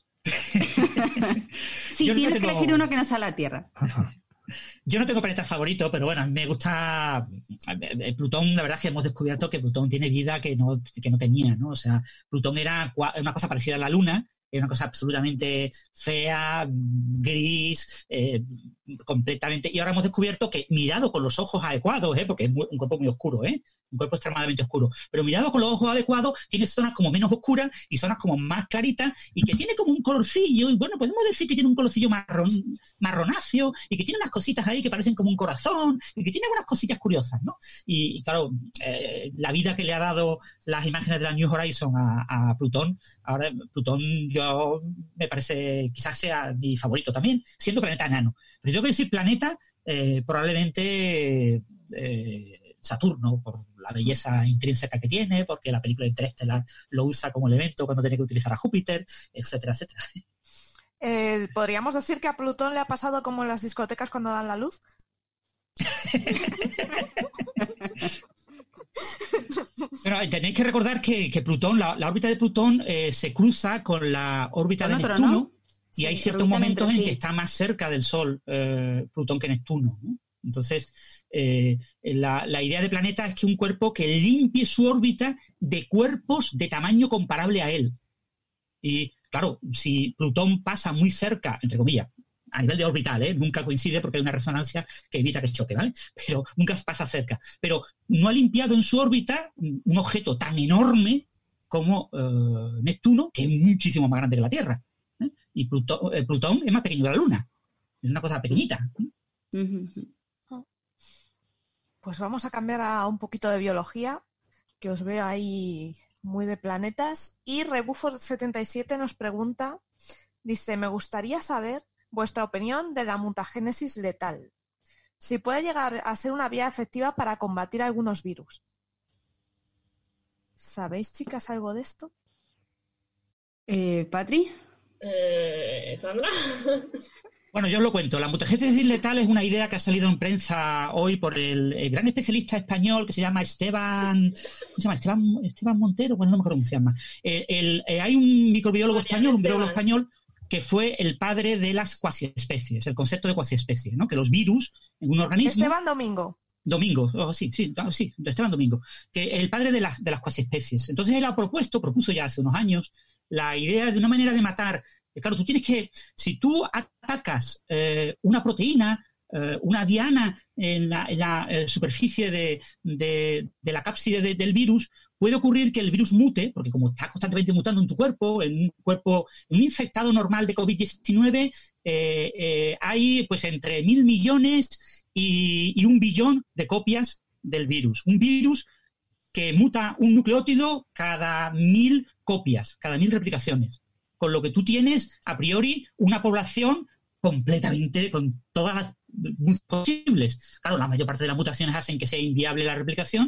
Sí, tienes que elegir uno que no sea la Tierra. Yo no tengo planeta favorito, pero bueno, a mí me gusta Plutón. La verdad es que hemos descubierto que Plutón tiene vida que no tenía, ¿no? O sea, Plutón era una cosa parecida a la Luna, era una cosa absolutamente fea, gris, completamente. Y ahora hemos descubierto que, mirado con los ojos adecuados, porque es un cuerpo muy oscuro, un cuerpo extremadamente oscuro, pero mirado con los ojos adecuados, tiene zonas como menos oscuras y zonas como más claritas, y que tiene como un colorcillo, y bueno, podemos decir que tiene un colorcillo marronáceo, y que tiene unas cositas ahí que parecen como un corazón, y que tiene algunas cosillas curiosas, ¿no? Y claro, la vida que le ha dado las imágenes de la New Horizon a Plutón, ahora Plutón yo me parece, quizás sea mi favorito también, siendo planeta enano. Pero tengo que decir planeta, probablemente Saturno, por la belleza intrínseca que tiene, porque la película Interestelar lo usa como elemento cuando tiene que utilizar a Júpiter, etcétera, etcétera. ¿Podríamos decir que a Plutón le ha pasado como en las discotecas cuando dan la luz? Pero tenéis que recordar que Plutón, la órbita de Plutón se cruza con la órbita de Neptuno, ¿no? Y sí, hay ciertos momentos en que está más cerca del Sol Plutón que Neptuno, ¿no? Entonces, la idea de planeta es que un cuerpo que limpie su órbita de cuerpos de tamaño comparable a él. Y claro, si Plutón pasa muy cerca, entre comillas, a nivel de orbital, nunca coincide porque hay una resonancia que evita que choque, ¿vale? Pero nunca pasa cerca. Pero no ha limpiado en su órbita un objeto tan enorme como Neptuno, que es muchísimo más grande que la Tierra. Y Plutón es más pequeño que la Luna. Es una cosa pequeñita. Pues vamos a cambiar a un poquito de biología, que os veo ahí muy de planetas. Y Rebufo77 nos pregunta, dice, me gustaría saber vuestra opinión de la mutagénesis letal. Si puede llegar a ser una vía efectiva para combatir algunos virus. ¿Sabéis, chicas, algo de esto? ¿Patri? ¿Sandra? Bueno, yo os lo cuento. La mutagénesis letal es una idea que ha salido en prensa hoy por el gran especialista español que se llama Esteban... ¿Cómo se llama? Esteban Montero. Bueno, no me acuerdo cómo se llama. Hay un microbiólogo español, un biólogo español, que fue el padre de las cuasiespecies, el concepto de cuasiespecie, ¿no? Que los virus en un organismo... Esteban Domingo, sí, Esteban Domingo, que el padre de las cuasiespecies. Entonces él propuso ya hace unos años la idea de una manera de matar. Claro, tú tienes que, si tú atacas una proteína, una diana en la superficie de la cápside del virus, puede ocurrir que el virus mute, porque como está constantemente mutando en tu cuerpo, en un infectado normal de COVID-19, hay pues entre 1.000 millones y 1 billón de copias del virus. Un virus que muta un nucleótido cada 1.000 copias, cada 1.000 replicaciones. Con lo que tú tienes, a priori, una población completamente con todas las posibles. Claro, la mayor parte de las mutaciones hacen que sea inviable la replicación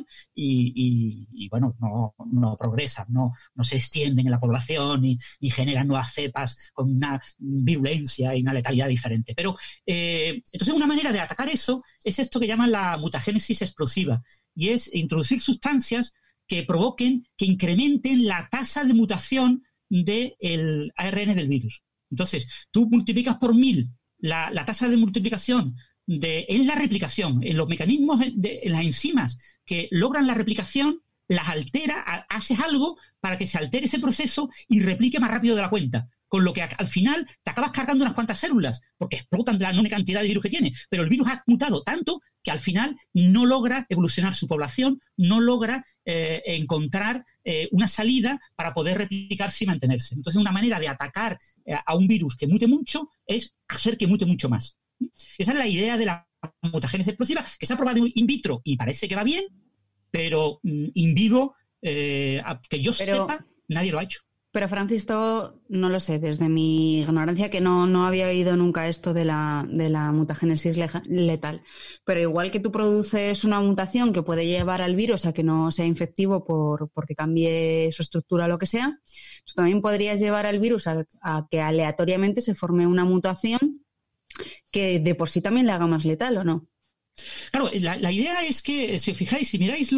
y bueno, no progresan, no se extienden en la población y generan nuevas cepas con una virulencia y una letalidad diferente. Pero entonces una manera de atacar eso es esto que llaman la mutagénesis explosiva, y es introducir sustancias que provoquen, que incrementen la tasa de mutación del ARN del virus. Entonces, tú multiplicas por 1.000 la tasa de multiplicación en la replicación, en los mecanismos, en las enzimas que logran la replicación, las altera, haces algo para que se altere ese proceso y replique más rápido de la cuenta. Con lo que al final te acabas cargando unas cuantas células, porque explotan la enorme cantidad de virus que tiene. Pero el virus ha mutado tanto que al final no logra evolucionar su población, no logra encontrar una salida para poder replicarse y mantenerse. Entonces, una manera de atacar a un virus que mute mucho es hacer que mute mucho más. Esa es la idea de la mutagénesis explosiva, que se ha probado in vitro y parece que va bien, pero in vivo, que yo sepa, nadie lo ha hecho. Pero, Francisco, no lo sé, desde mi ignorancia, que no había oído nunca esto de la mutagénesis letal. Pero igual que tú produces una mutación que puede llevar al virus a que no sea infectivo porque cambie su estructura o lo que sea, tú también podrías llevar al virus a que aleatoriamente se forme una mutación que de por sí también le haga más letal, ¿o no? Claro, la idea es que, si os fijáis, si miráis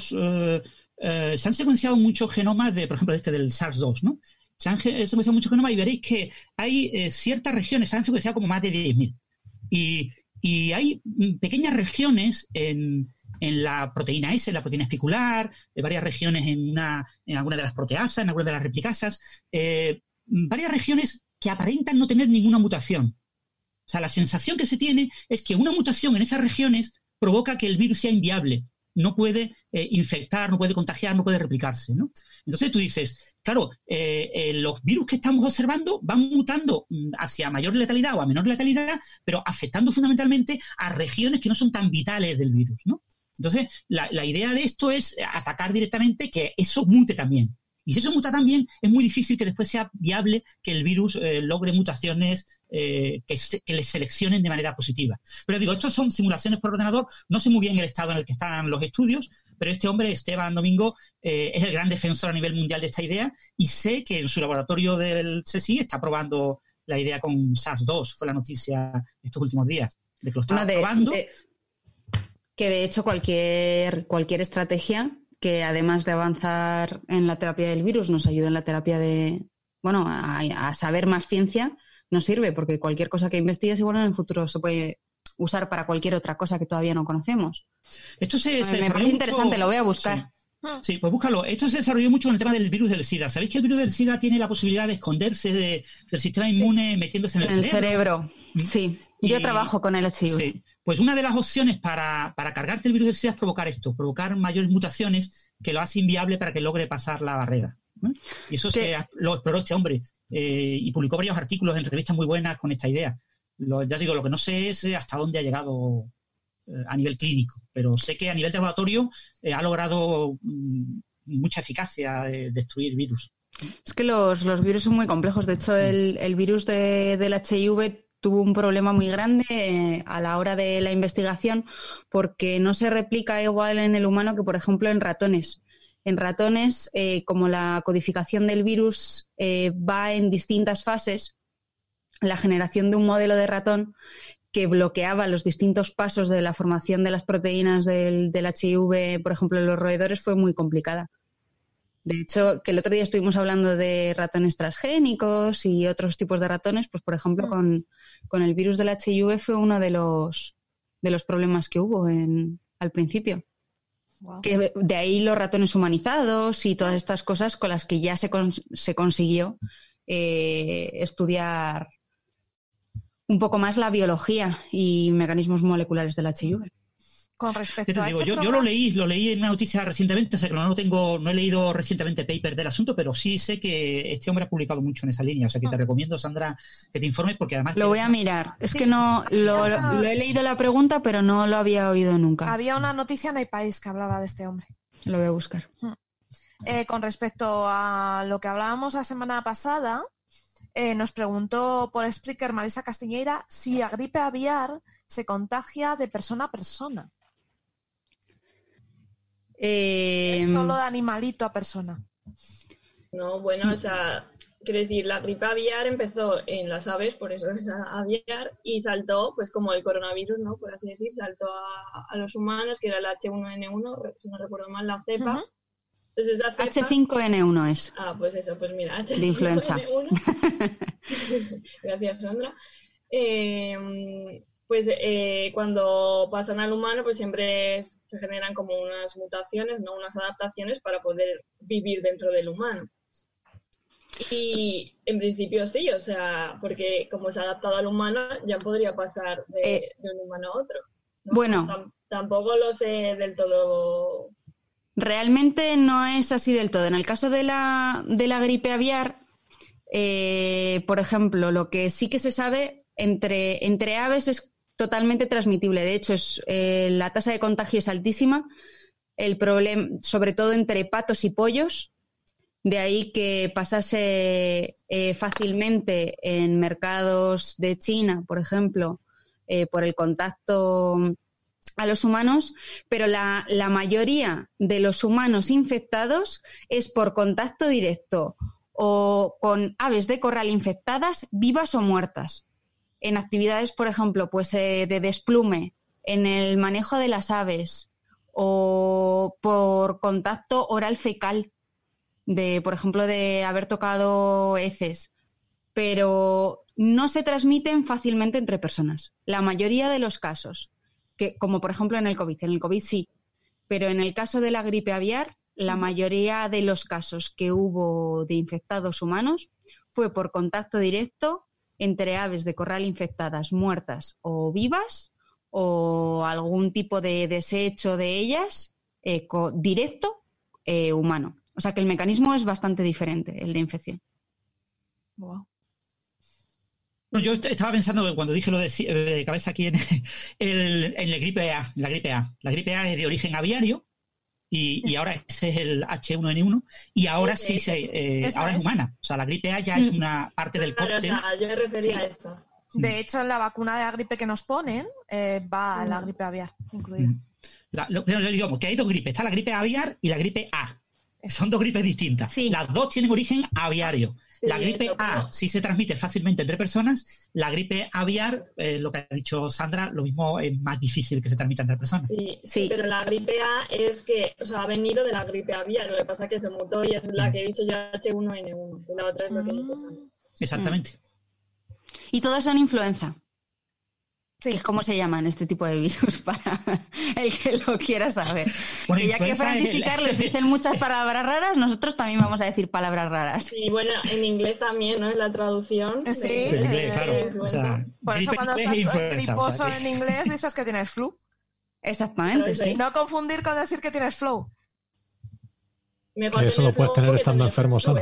se han secuenciado muchos genomas por ejemplo, del SARS-2, ¿no? Se han secuenciado muchos genomas y veréis que hay ciertas regiones, se han secuenciado como más de 10.000. Y hay pequeñas regiones en la proteína S, en la proteína espicular, varias regiones en alguna de las proteasas, en alguna de las replicasas, varias regiones que aparentan no tener ninguna mutación. O sea, la sensación que se tiene es que una mutación en esas regiones provoca que el virus sea inviable. No puede infectar, no puede contagiar, no puede replicarse, ¿no? Entonces tú dices, claro, los virus que estamos observando van mutando hacia mayor letalidad o a menor letalidad, pero afectando fundamentalmente a regiones que no son tan vitales del virus, ¿no? Entonces, la idea de esto es atacar directamente que eso mute también. Y si eso muta también, es muy difícil que después sea viable que el virus logre mutaciones que le seleccionen de manera positiva. Pero digo, estos son simulaciones por ordenador, no sé muy bien el estado en el que están los estudios, pero este hombre, Esteban Domingo, es el gran defensor a nivel mundial de esta idea y sé que en su laboratorio del CSIC está probando la idea con SARS-2, fue la noticia estos últimos días, de que lo estaba probando. Que de hecho cualquier estrategia que además de avanzar en la terapia del virus nos ayuda en la terapia a saber más ciencia, nos sirve, porque cualquier cosa que investigues igual en el futuro se puede usar para cualquier otra cosa que todavía no conocemos. Esto me parece interesante, lo voy a buscar. Sí, pues búscalo. Esto se desarrolló mucho con el tema del virus del SIDA. ¿Sabéis que el virus del SIDA tiene la posibilidad de esconderse del sistema inmune metiéndose en el cerebro? Sí, yo trabajo con el HIV. Sí. Pues una de las opciones para cargarte el virus del SIDA es provocar mayores mutaciones que lo hace inviable para que logre pasar la barrera, ¿no? Y eso lo exploró este hombre y publicó varios artículos en revistas muy buenas con esta idea. Ya digo, lo que no sé es hasta dónde ha llegado a nivel clínico, pero sé que a nivel de laboratorio ha logrado mucha eficacia de destruir virus. Es que los virus son muy complejos. De hecho, el virus del HIV tuvo un problema muy grande a la hora de la investigación porque no se replica igual en el humano que, por ejemplo, en ratones. En ratones, como la codificación del virus va en distintas fases, la generación de un modelo de ratón que bloqueaba los distintos pasos de la formación de las proteínas del HIV, por ejemplo, en los roedores, fue muy complicada. De hecho, que el otro día estuvimos hablando de ratones transgénicos y otros tipos de ratones, pues por ejemplo con el virus del HIV fue uno de los problemas que hubo al principio. Wow. Que de ahí los ratones humanizados y todas estas cosas con las que ya se consiguió estudiar un poco más la biología y mecanismos moleculares del HIV. Con respecto a ese yo lo leí en una noticia recientemente, o sea que no he leído recientemente paper del asunto, pero sí sé que este hombre ha publicado mucho en esa línea, o sea que te recomiendo, Sandra, que te informes porque además... Lo voy a mirar, es que no lo he leído la pregunta, pero no lo había oído nunca. Había una noticia en El País que hablaba de este hombre. Lo voy a buscar. Con respecto a lo que hablábamos la semana pasada, nos preguntó por Spreaker Marisa Castiñeira si la gripe aviar se contagia de persona a persona. Es solo de animalito a persona. No, bueno, o sea, quiero decir, la gripe aviar empezó en las aves, por eso es aviar, y saltó, pues como el coronavirus, ¿no? Por así decir, saltó a los humanos, que era el H1N1, si no recuerdo mal, la cepa. Entonces, esa cepa... H5N1 es. Ah, pues eso, pues mira, H5N1. De influenza. Gracias, Sandra. Cuando pasan al humano, pues siempre se generan como unas mutaciones, ¿no? Unas adaptaciones para poder vivir dentro del humano. Y en principio sí, o sea, porque como se ha adaptado al humano, ya podría pasar de un humano a otro, ¿no? Bueno. Tampoco lo sé del todo. Realmente no es así del todo. En el caso de la gripe aviar, por ejemplo, lo que sí que se sabe entre aves es totalmente transmitible. De hecho, la tasa de contagio es altísima. El problema, sobre todo entre patos y pollos, de ahí que pasase fácilmente en mercados de China, por ejemplo, por el contacto a los humanos, pero la mayoría de los humanos infectados es por contacto directo o con aves de corral infectadas, vivas o muertas. En actividades, por ejemplo, pues de desplume, en el manejo de las aves o por contacto oral fecal, por ejemplo, de haber tocado heces, pero no se transmiten fácilmente entre personas. La mayoría de los casos, como por ejemplo en el COVID sí, pero en el caso de la gripe aviar, la mayoría de los casos que hubo de infectados humanos fue por contacto directo entre aves de corral infectadas, muertas o vivas, o algún tipo de desecho de ellas directo humano. O sea que el mecanismo es bastante diferente, el de infección. Wow. Yo estaba pensando que cuando dije lo de cabeza aquí en la gripe A. La gripe A es de origen aviario y ahora ese es el H1N1 y ahora ahora es humana. O sea, la gripe A ya es una parte del cóctel. O sea, yo me refería a esto. De hecho, en la vacuna de la gripe que nos ponen va la gripe aviar incluida. Digamos que hay dos gripes. Está la gripe aviar y la gripe A. Son dos gripes distintas. Sí. Las dos tienen origen aviario. Sí, La gripe A sí se transmite fácilmente entre personas. La gripe aviar, lo que ha dicho Sandra, lo mismo es más difícil que se transmita entre personas. Sí, pero la gripe A es que, o sea, ha venido de la gripe aviar. Lo que pasa es que se mutó y es la que he dicho yo, H1N1. La otra es lo que he dicho Sandra. Exactamente. Y todos son influenza. Sí. Que es como se llaman este tipo de virus para el que lo quiera saber. Bueno, que ya que Francis y Carlos dicen muchas palabras raras, nosotros también vamos a decir palabras raras. Sí, bueno, en inglés también, ¿no? Es la traducción. Sí, En inglés, claro. O sea, por eso cuando estás griposo en inglés dices que tienes flu. Exactamente, sí. No confundir con decir que tienes flow. Mejor Eso lo puedes tener estando enfermo sano.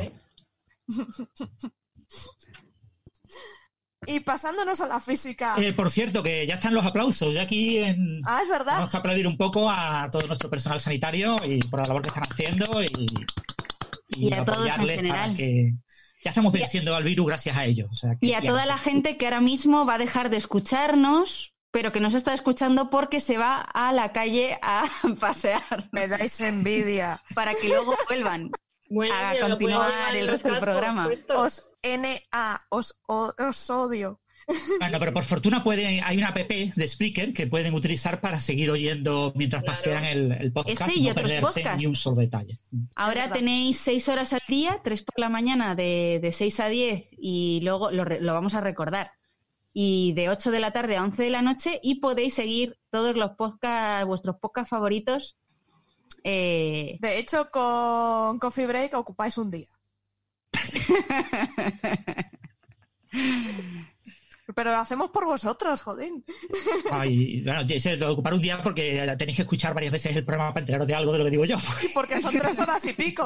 Y pasándonos a la física. Por cierto, que ya están los aplausos. Ya aquí es verdad. Tenemos que aplaudir un poco a todo nuestro personal sanitario y por la labor que están haciendo y a todos en general. Para que ya estamos venciendo al virus gracias a ellos. O sea, y a toda la gente que ahora mismo va a dejar de escucharnos, pero que nos está escuchando porque se va a la calle a pasear. Me dais envidia. Para que luego vuelvan. Bueno, a continuar el resto del programa. Os odio. Bueno, pero por fortuna hay una app de Spreaker que pueden utilizar para seguir oyendo mientras pasean el podcast Ese y y no otros perderse podcasts. ni un solo detalle. Ahora tenéis 6 horas al día, 3 por la mañana de 6 a 10 y luego lo vamos a recordar. Y de 8 de la tarde a 11 de la noche y podéis seguir todos los podcasts, vuestros podcasts favoritos. De hecho, con Coffee Break ocupáis un día. Pero lo hacemos por vosotros, joder. Ay, bueno, ese lo de ocupar un día porque tenéis que escuchar varias veces el programa para enteraros de algo de lo que digo yo. Porque son 3 horas y pico.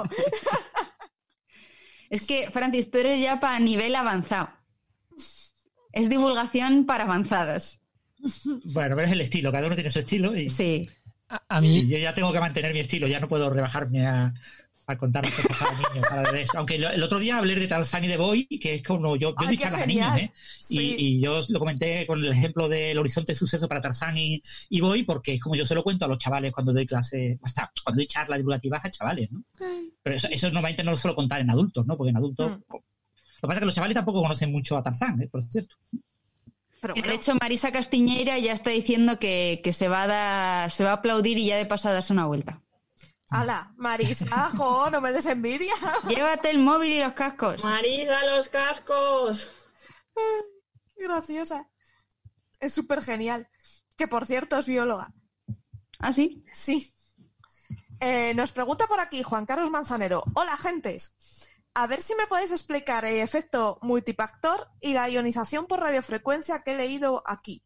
Es que, Francis, tú eres ya para nivel avanzado. Es divulgación para avanzados. Bueno, pero es el estilo, cada uno tiene su estilo y, Sí. A mí, y yo ya tengo que mantener mi estilo, ya no puedo rebajarme a contar las cosas para niños, para bebés. Aunque el otro día hablé de Tarzán y de Boy, que es como yo doy charlas a niños, ¿eh? Sí. Y yo lo comenté con el ejemplo del horizonte de suceso para Tarzán y Boy, porque es como yo se lo cuento a los chavales cuando doy clase, cuando doy charlas divulgativas a chavales, ¿no? Pero eso normalmente no lo suelo contar en adultos, ¿no? Porque en adultos... Lo que pasa es que los chavales tampoco conocen mucho a Tarzán, por cierto. Pero De bueno, hecho, Marisa Castiñeira ya está diciendo que se va a aplaudir y ya de paso a darse una vuelta. ¡hala! Marisa, jo, no me des envidia. Llévate el móvil y los cascos. Marisa, los cascos. Graciosa. Es súper genial. Que por cierto es bióloga. ¿Ah, sí? Sí. Nos pregunta por aquí Juan Carlos Manzanero. Hola, gentes. A ver si me podéis explicar el efecto multifactor y la ionización por radiofrecuencia que he leído aquí.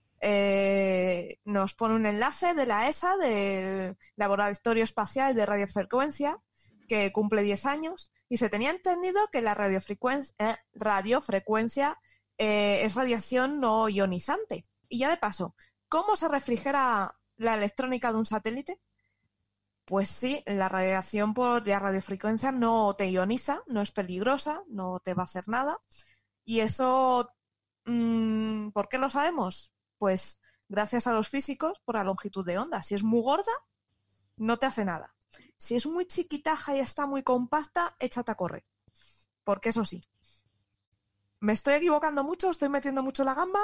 Nos pone un enlace de la ESA, del Laboratorio Espacial de Radiofrecuencia, que cumple 10 años, y se tenía entendido que la radiofrecuencia es radiación no ionizante. Y ya de paso, ¿cómo se refrigera la electrónica de un satélite? Pues sí, la radiación por la radiofrecuencia no te ioniza, no es peligrosa, no te va a hacer nada. Y eso, ¿por qué lo sabemos? Pues gracias a los físicos por la longitud de onda. Si es muy gorda, no te hace nada. Si es muy chiquitaja y está muy compacta, échate a correr. Porque eso sí. ¿Me estoy equivocando mucho? ¿Estoy metiendo mucho la gamba?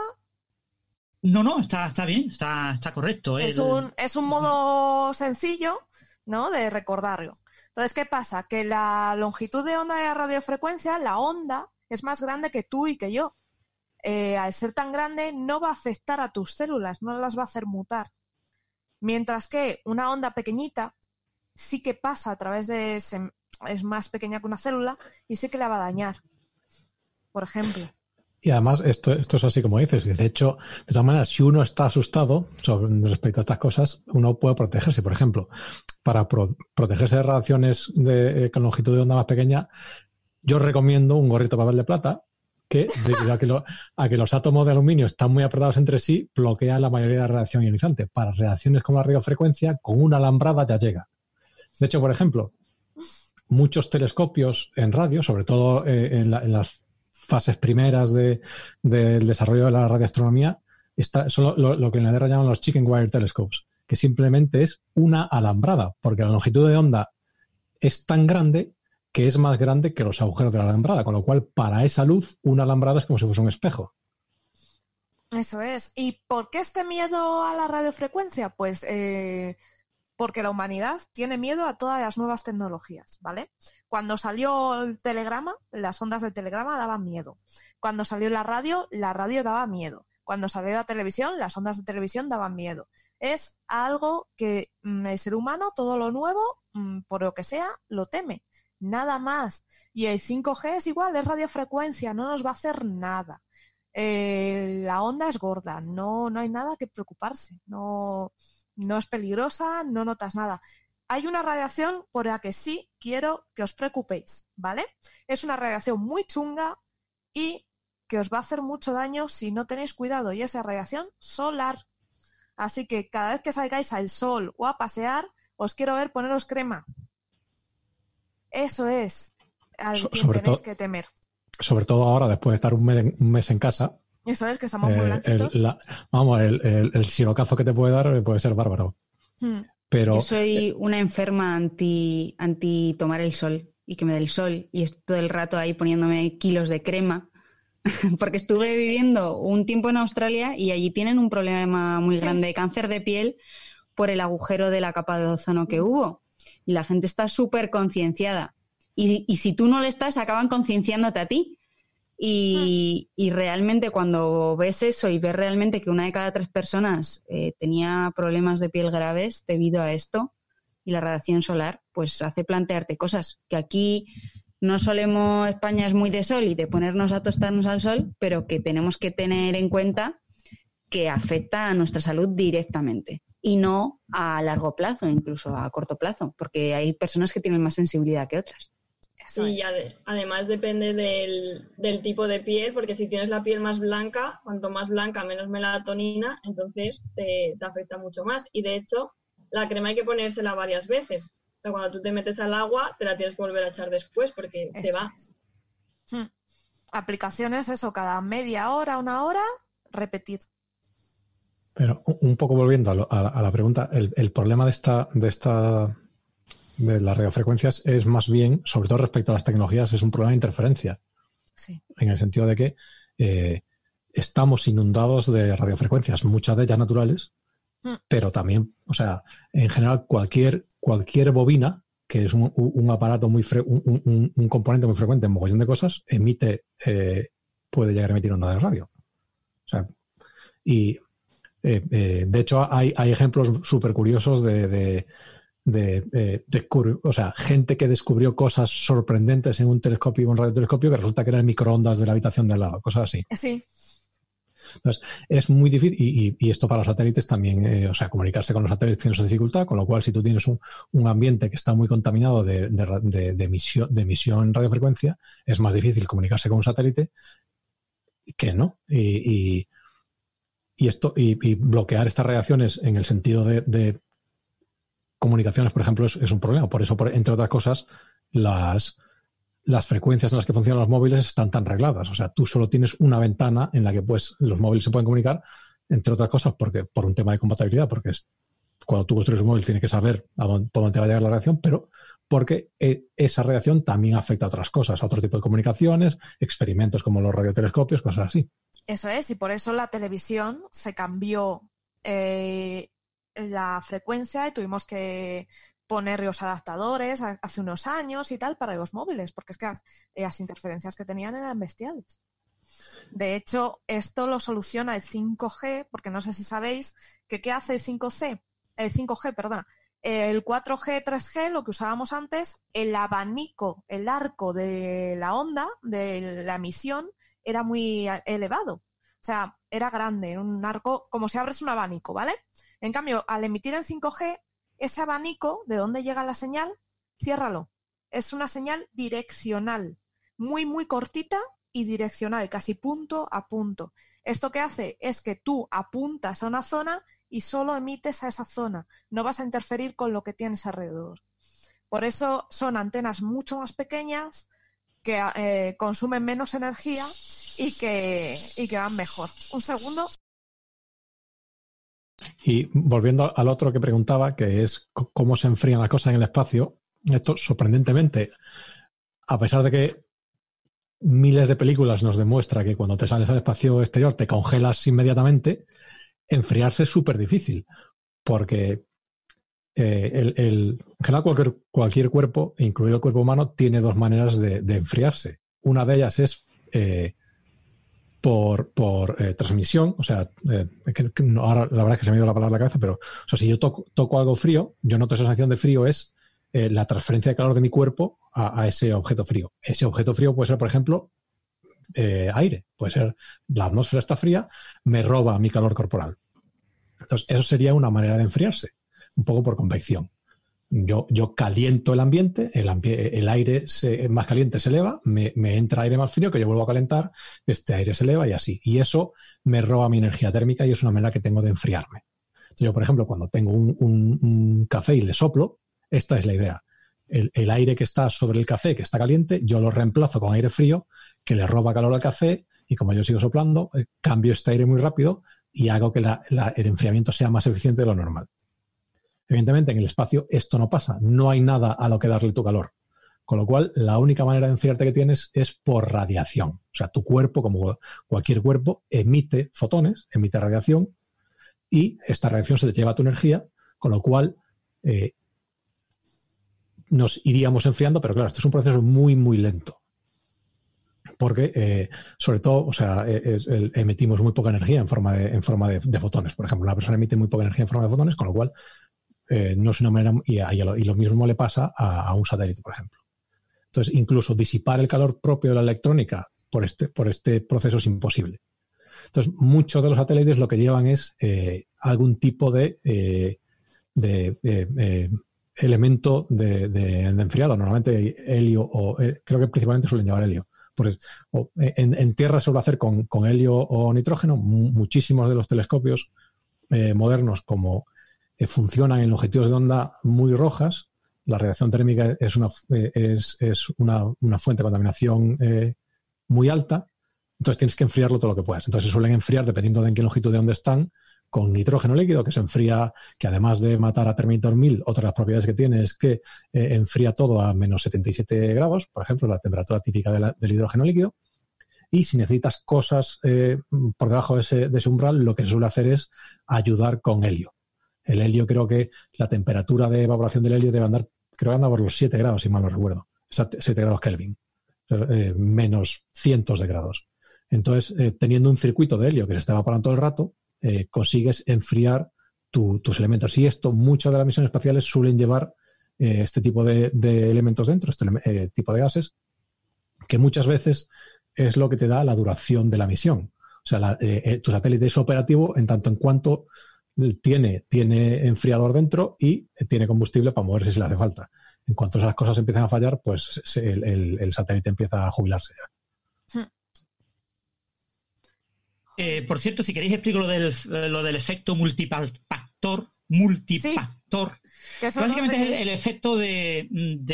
No, está bien, está correcto. Es un modo sencillo, ¿no?, de recordarlo. Entonces, ¿qué pasa? Que la longitud de onda de la radiofrecuencia, la onda, es más grande que tú y que yo. Al ser tan grande, no va a afectar a tus células, no las va a hacer mutar. Mientras que una onda pequeñita sí que pasa a través de... es más pequeña que una célula y sí que la va a dañar, por ejemplo. Y además, esto es así como dices. De hecho, de todas maneras, si uno está asustado respecto a estas cosas, uno puede protegerse. Por ejemplo, para protegerse de radiaciones con longitud de onda más pequeña, yo recomiendo un gorrito de papel de plata que, debido a que los átomos de aluminio están muy apretados entre sí, bloquea la mayoría de la radiación ionizante. Para radiaciones como la radiofrecuencia, con una alambrada ya llega. De hecho, por ejemplo, muchos telescopios en radio, sobre todo en las fases primeras del desarrollo de la radioastronomía, son lo que en Inglaterra llaman los chicken wire telescopes, que simplemente es una alambrada, porque la longitud de onda es tan grande que es más grande que los agujeros de la alambrada, con lo cual para esa luz una alambrada es como si fuese un espejo. Eso es. ¿Y por qué este miedo a la radiofrecuencia? Pues porque la humanidad tiene miedo a todas las nuevas tecnologías, ¿vale? Cuando salió el telegrama, las ondas del telegrama daban miedo. Cuando salió la radio daba miedo. Cuando salió la televisión, las ondas de televisión daban miedo. Es algo que el ser humano, todo lo nuevo, por lo que sea, lo teme. Nada más. Y el 5G es igual, es radiofrecuencia, no nos va a hacer nada. La onda es gorda, no hay nada que preocuparse. No es peligrosa, no notas nada. Hay una radiación por la que sí quiero que os preocupéis, ¿vale? Es una radiación muy chunga y que os va a hacer mucho daño si no tenéis cuidado, y es la radiación solar. Así que cada vez que salgáis al sol o a pasear, os quiero ver poneros crema. Eso es al que tenéis que temer. Sobre todo ahora, después de estar un mes en casa. Eso es, que estamos muy blanquitos. El sirocazo que te puede dar puede ser bárbaro. Pero, yo soy una enferma anti tomar el sol y que me dé el sol, y estoy todo el rato ahí poniéndome kilos de crema porque estuve viviendo un tiempo en Australia y allí tienen un problema muy grande de cáncer de piel por el agujero de la capa de ozono que hubo. Y la gente está súper concienciada. Y si tú no lo estás, acaban concienciándote a ti. Y realmente cuando ves eso y ves realmente que 1 de cada 3 personas tenía problemas de piel graves debido a esto y la radiación solar, pues hace plantearte cosas que aquí no solemos, España es muy de sol y de ponernos a tostarnos al sol, pero que tenemos que tener en cuenta que afecta a nuestra salud directamente y no a largo plazo, incluso a corto plazo, porque hay personas que tienen más sensibilidad que otras. Y además depende del tipo de piel, porque si tienes la piel más blanca, cuanto más blanca, menos melatonina, entonces te afecta mucho más. Y de hecho, la crema hay que ponérsela varias veces. O sea, cuando tú te metes al agua, te la tienes que volver a echar después porque se va. Aplicaciones, eso, cada media hora, 1 hora, repetir. Pero un poco volviendo a la pregunta, el problema de las radiofrecuencias es más bien, sobre todo respecto a las tecnologías, es un problema de interferencia. Sí. En el sentido de que estamos inundados de radiofrecuencias, muchas de ellas naturales, pero también, o sea, en general cualquier bobina, que es un aparato un componente muy frecuente en mogollón de cosas, puede llegar a emitir ondas de radio. O sea, y de hecho hay ejemplos súper curiosos o sea, gente que descubrió cosas sorprendentes en un telescopio y un radiotelescopio que resulta que eran microondas de la habitación de al lado, cosas así. Sí. Entonces, es muy difícil y esto para los satélites también, o sea, comunicarse con los satélites tiene su dificultad, con lo cual si tú tienes un ambiente que está muy contaminado de emisión en radiofrecuencia, es más difícil comunicarse con un satélite que no. Y bloquear estas reacciones en el sentido de comunicaciones, por ejemplo, es un problema. Por eso, entre otras cosas, las frecuencias en las que funcionan los móviles están tan regladas. O sea, tú solo tienes una ventana en la que los móviles se pueden comunicar, entre otras cosas, por un tema de compatibilidad, porque cuando tú construyes un móvil tienes que saber por dónde va a llegar la radiación, pero porque esa radiación también afecta a otras cosas, a otro tipo de comunicaciones, experimentos como los radiotelescopios, cosas así. Eso es, y por eso la televisión se cambió la frecuencia y tuvimos que poner los adaptadores hace unos años y tal para los móviles, porque es que las interferencias que tenían eran bestiales. De hecho, esto lo soluciona el 5G, porque no sé si sabéis que ¿qué hace el 5G, perdón. El 4G, 3G, lo que usábamos antes, el abanico, el arco de la onda, de la emisión, era muy elevado. O sea, era grande, era un arco, como si abres un abanico, ¿vale? En cambio, al emitir en 5G, ese abanico, de donde llega la señal, ciérralo. Es una señal direccional, muy, muy cortita y direccional, casi punto a punto. Esto que hace es que tú apuntas a una zona y solo emites a esa zona. No vas a interferir con lo que tienes alrededor. Por eso son antenas mucho más pequeñas que consumen menos energía y que van mejor. Un segundo. Y volviendo al otro que preguntaba, que es cómo se enfrían las cosas en el espacio, esto sorprendentemente, a pesar de que miles de películas nos demuestra que cuando te sales al espacio exterior te congelas inmediatamente, enfriarse es súper difícil, porque en general cualquier cuerpo, incluido el cuerpo humano, tiene 2 maneras de enfriarse. Una de ellas es por transmisión, o sea, ahora la verdad es que se me ha ido la palabra a la cabeza, pero o sea, si yo toco algo frío, yo noto esa sensación de frío es la transferencia de calor de mi cuerpo a ese objeto frío. Ese objeto frío puede ser, por ejemplo, aire, puede ser la atmósfera está fría, me roba mi calor corporal. Entonces, eso sería una manera de enfriarse, un poco por convección. Yo caliento el ambiente, el aire más caliente se eleva, me entra aire más frío que yo vuelvo a calentar, este aire se eleva y así. Y eso me roba mi energía térmica y es una manera que tengo de enfriarme. Entonces yo, por ejemplo, cuando tengo un café y le soplo, esta es la idea. El aire que está sobre el café, que está caliente, yo lo reemplazo con aire frío que le roba calor al café y como yo sigo soplando, cambio este aire muy rápido y hago que el enfriamiento sea más eficiente de lo normal. Evidentemente, en el espacio esto no pasa. No hay nada a lo que darle tu calor. Con lo cual, la única manera de enfriarte que tienes es por radiación. O sea, tu cuerpo, como cualquier cuerpo, emite fotones, emite radiación, y esta radiación se te lleva tu energía, con lo cual nos iríamos enfriando, pero claro, esto es un proceso muy, muy lento. Porque, sobre todo, o sea, emitimos muy poca energía en forma de fotones. Por ejemplo, una persona emite muy poca energía en forma de fotones, con lo cual no es una manera... Y lo mismo le pasa a un satélite, por ejemplo. Entonces, incluso disipar el calor propio de la electrónica por este proceso es imposible. Entonces, muchos de los satélites lo que llevan es algún tipo de elemento de enfriado. Normalmente helio, o creo que principalmente suelen llevar helio. En tierra se suele hacer con helio o nitrógeno. Muchísimos de los telescopios modernos, como funcionan en longitudes de onda muy rojas, la radiación térmica es una fuente de contaminación muy alta, entonces tienes que enfriarlo todo lo que puedas. Entonces se suelen enfriar, dependiendo de en qué longitud de onda están, con nitrógeno líquido, que se enfría, que además de matar a Terminator 1000, otra de las propiedades que tiene es que enfría todo a menos 77 grados, por ejemplo, la temperatura típica del hidrógeno líquido. Y si necesitas cosas por debajo de ese umbral, lo que se suele hacer es ayudar con helio. El helio, creo que la temperatura de evaporación del helio debe andar, creo que anda por los 7 grados, si mal no recuerdo. 7 grados Kelvin, menos cientos de grados. Entonces, teniendo un circuito de helio que se está evaporando todo el rato, consigues enfriar tus elementos. Y muchas de las misiones espaciales suelen llevar este tipo de elementos dentro, este tipo de gases, que muchas veces es lo que te da la duración de la misión. O sea, tu satélite es operativo en tanto en cuanto tiene enfriador dentro y tiene combustible para moverse si le hace falta. En cuanto esas cosas empiezan a fallar, pues el satélite empieza a jubilarse ya. Por cierto, si queréis explico lo del efecto multipactor. Sí, Básicamente es el efecto de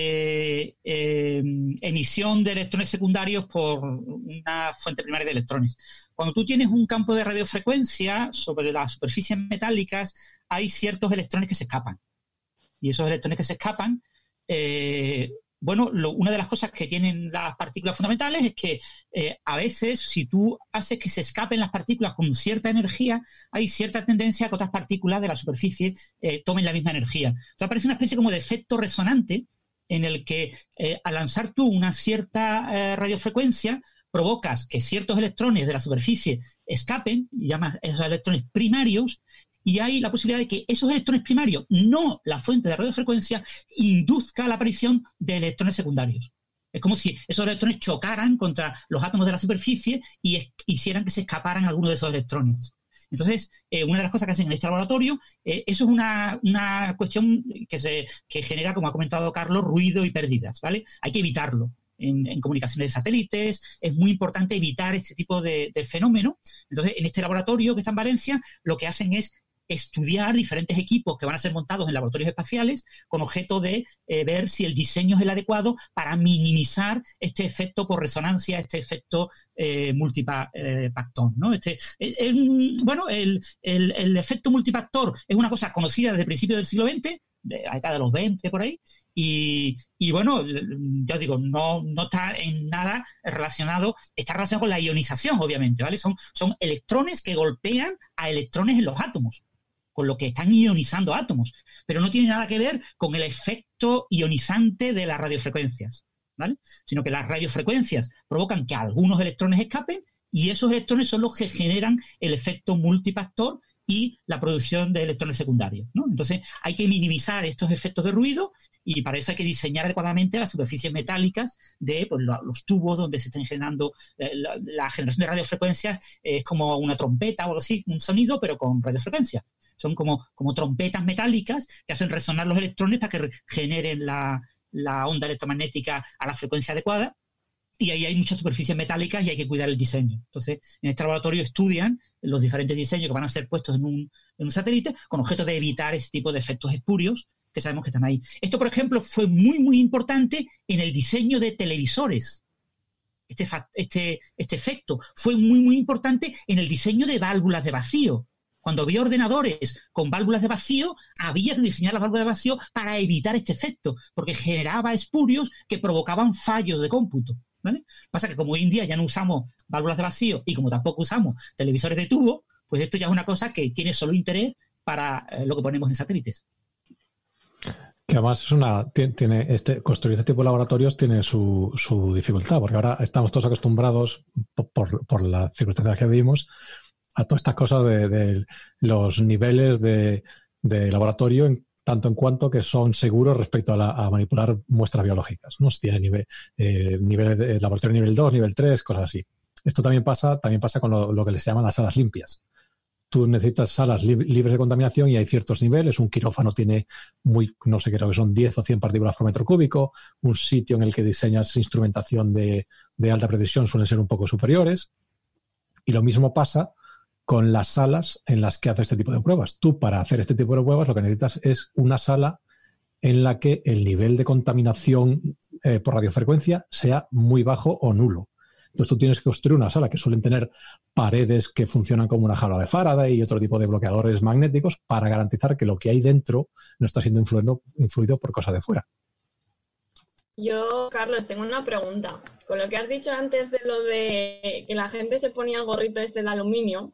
emisión de electrones secundarios por una fuente primaria de electrones. Cuando tú tienes un campo de radiofrecuencia sobre las superficies metálicas, hay ciertos electrones que se escapan. Y esos electrones que se escapan, una de las cosas que tienen las partículas fundamentales es que a veces, si tú haces que se escapen las partículas con cierta energía, hay cierta tendencia a que otras partículas de la superficie tomen la misma energía. Entonces aparece una especie como de efecto resonante en el que al lanzar tú una cierta radiofrecuencia, provocas que ciertos electrones de la superficie escapen, y llamas esos electrones primarios, y hay la posibilidad de que esos electrones primarios, no la fuente de radiofrecuencia, induzca la aparición de electrones secundarios. Es como si esos electrones chocaran contra los átomos de la superficie y hicieran que se escaparan algunos de esos electrones. Entonces, una de las cosas que hacen en este laboratorio, eso es una cuestión que genera, como ha comentado Carlos, ruido y pérdidas, ¿vale? Hay que evitarlo. En comunicaciones de satélites, es muy importante evitar este tipo de fenómeno. Entonces, en este laboratorio que está en Valencia, lo que hacen es estudiar diferentes equipos que van a ser montados en laboratorios espaciales con objeto de ver si el diseño es el adecuado para minimizar este efecto por resonancia, este efecto multipactor, ¿no? El efecto multipactor es una cosa conocida desde principios del siglo XX, de la década de los 20 por ahí, y bueno, ya os digo, no está en nada relacionado, está relacionado con la ionización, obviamente, ¿vale? Son electrones que golpean a electrones en los átomos, con lo que están ionizando átomos, pero no tiene nada que ver con el efecto ionizante de las radiofrecuencias, ¿vale? Sino que las radiofrecuencias provocan que algunos electrones escapen y esos electrones son los que generan el efecto multipactor y la producción de electrones secundarios, ¿no? Entonces hay que minimizar estos efectos de ruido y para eso hay que diseñar adecuadamente las superficies metálicas de los tubos donde se estén generando la generación de radiofrecuencias. Es como una trompeta o algo así, un sonido pero con radiofrecuencia. Son como trompetas metálicas que hacen resonar los electrones para que generen la onda electromagnética a la frecuencia adecuada. Y ahí hay muchas superficies metálicas y hay que cuidar el diseño. Entonces, en este laboratorio estudian los diferentes diseños que van a ser puestos en un satélite con objeto de evitar ese tipo de efectos espurios que sabemos que están ahí. Esto, por ejemplo, fue muy, muy importante en el diseño de televisores. Este efecto fue muy, muy importante en el diseño de válvulas de vacío. Cuando había ordenadores con válvulas de vacío, había que diseñar las válvulas de vacío para evitar este efecto, porque generaba espurios que provocaban fallos de cómputo, ¿vale? Pasa que como hoy en día ya no usamos válvulas de vacío y como tampoco usamos televisores de tubo, pues esto ya es una cosa que tiene solo interés para lo que ponemos en satélites. Que además construir este tipo de laboratorios tiene su dificultad, porque ahora estamos todos acostumbrados, por las circunstancias que vivimos, a todas estas cosas de los niveles de laboratorio, tanto en cuanto que son seguros respecto a manipular muestras biológicas, ¿no? Si tiene niveles de laboratorio nivel 2, nivel 3, cosas así. Esto también pasa con lo que les llaman las salas limpias. Tú necesitas salas libres de contaminación y hay ciertos niveles. Un quirófano tiene no sé, creo que son 10 o 100 partículas por metro cúbico. Un sitio en el que diseñas instrumentación de alta precisión suelen ser un poco superiores. Y lo mismo pasa con las salas en las que haces este tipo de pruebas. Tú, para hacer este tipo de pruebas, lo que necesitas es una sala en la que el nivel de contaminación por radiofrecuencia sea muy bajo o nulo. Entonces tú tienes que construir una sala que suelen tener paredes que funcionan como una jaula de Faraday y otro tipo de bloqueadores magnéticos para garantizar que lo que hay dentro no está siendo influido por cosas de fuera. Yo, Carlos, tengo una pregunta. Con lo que has dicho antes de lo de que la gente se ponía el gorrito este de aluminio,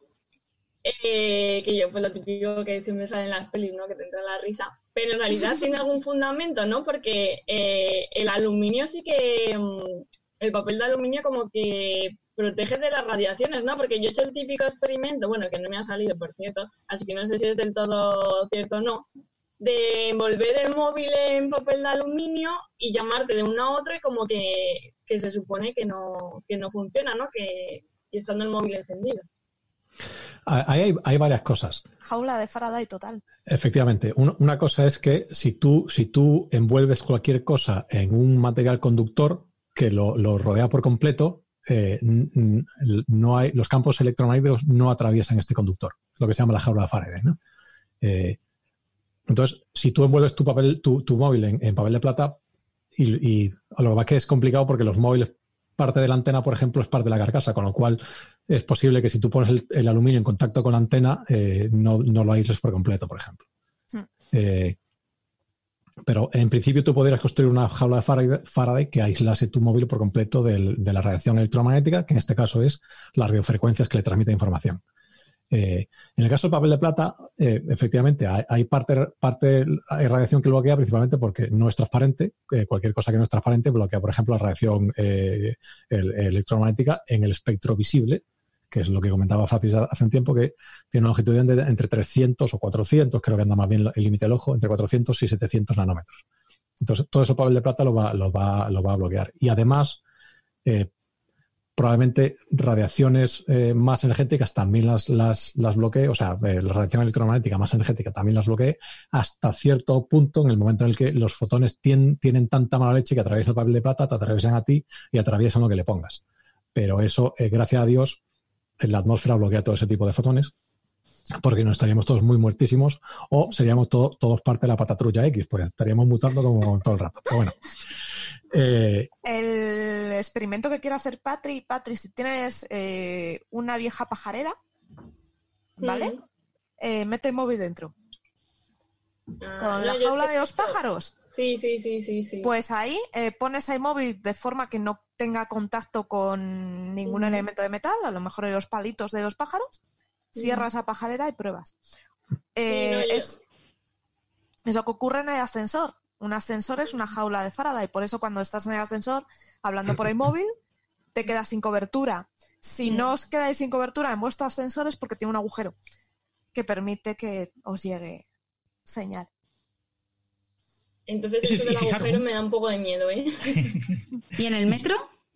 que yo, pues lo típico que siempre sale en las pelis, ¿no? Que te entra la risa. Pero en realidad tiene algún fundamento, ¿no? Porque el aluminio sí que... el papel de aluminio como que protege de las radiaciones, ¿no? Porque yo he hecho el típico experimento, bueno, que no me ha salido, por cierto, así que no sé si es del todo cierto o no, de envolver el móvil en papel de aluminio y llamarte de uno a otro y como que se supone que no funciona, ¿no? Que estando el móvil encendido. Hay varias cosas. Jaula de Faraday total. Efectivamente. Una cosa es que si tú envuelves cualquier cosa en un material conductor que lo rodea por completo, los campos electromagnéticos no atraviesan este conductor, lo que se llama la jaula de Faraday, ¿no? Entonces, si tú envuelves tu móvil en papel de plata, y lo que pasa es que es complicado porque los móviles, parte de la antena, por ejemplo, es parte de la carcasa, con lo cual es posible que si tú pones el aluminio en contacto con la antena, no lo aísles por completo, por ejemplo. Pero en principio tú podrías construir una jaula de Faraday que aislase tu móvil por completo de la radiación electromagnética, que en este caso es las radiofrecuencias que le transmite información. En el caso del papel de plata, efectivamente, hay hay radiación que bloquea principalmente porque no es transparente. Cualquier cosa que no es transparente bloquea, por ejemplo, la radiación electromagnética en el espectro visible, que es lo que comentaba Francis hace un tiempo, que tiene una longitud de entre 300 o 400, creo que anda más bien el límite del ojo, entre 400 y 700 nanómetros. Entonces, todo eso papel de plata lo va a bloquear. Y además, probablemente radiaciones más energéticas también las bloquee, o sea, la radiación electromagnética más energética también las bloquee hasta cierto punto, en el momento en el que los fotones tienen tanta mala leche que atraviesan el papel de plata, te atraviesan a ti y atraviesan lo que le pongas. Pero eso, gracias a Dios, la atmósfera bloquea todo ese tipo de fotones, porque no estaríamos todos muy muertísimos o seríamos todos parte de la patatrulla X, porque estaríamos mutando como todo el rato. Pero bueno. El experimento que quiere hacer Patri, si tienes una vieja pajarera, ¿vale? Mete el móvil dentro. Con la jaula de los pájaros. Sí. Pues ahí pones el móvil de forma que no tenga contacto con ningún elemento de metal, a lo mejor los palitos de los pájaros, cierras la pajarera y pruebas. Es lo que ocurre en el ascensor. Un ascensor es una jaula de Faraday, por eso cuando estás en el ascensor hablando por el móvil te quedas sin cobertura. Si no os quedáis sin cobertura en vuestro ascensor es porque tiene un agujero que permite que os llegue señal. Entonces eso del agujero me da un poco de miedo, ¿eh? ¿Y en el metro?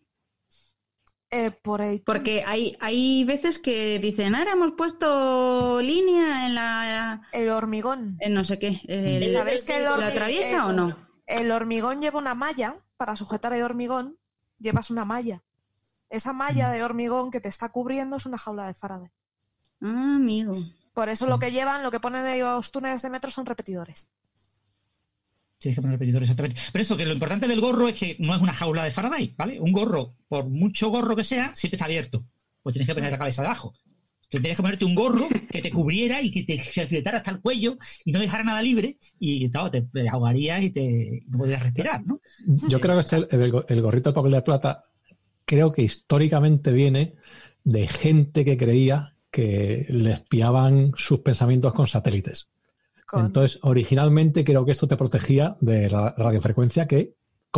Por ahí. Porque hay veces que dicen, ahora hemos puesto línea en la... El hormigón. No sé qué. ¿Sabéis que ¿lo atraviesa o no? El hormigón lleva una malla. Para sujetar el hormigón llevas una malla. Esa malla de hormigón que te está cubriendo es una jaula de Faraday. Ah, amigo. Por eso lo que ponen en los túneles de metro son repetidores. Tienes que poner repetidores, exactamente. Pero eso, que lo importante del gorro es que no es una jaula de Faraday, ¿vale? Un gorro, por mucho gorro que sea, siempre está abierto. Pues tienes que poner la cabeza debajo. Tendrías que ponerte un gorro que te cubriera y que te sujetara hasta el cuello y no dejara nada libre y claro, te ahogarías y no podrías respirar, ¿no? Yo creo que el gorrito de papel de plata creo que históricamente viene de gente que creía que le espiaban sus pensamientos con satélites. Entonces, originalmente creo que esto te protegía de la radiofrecuencia que,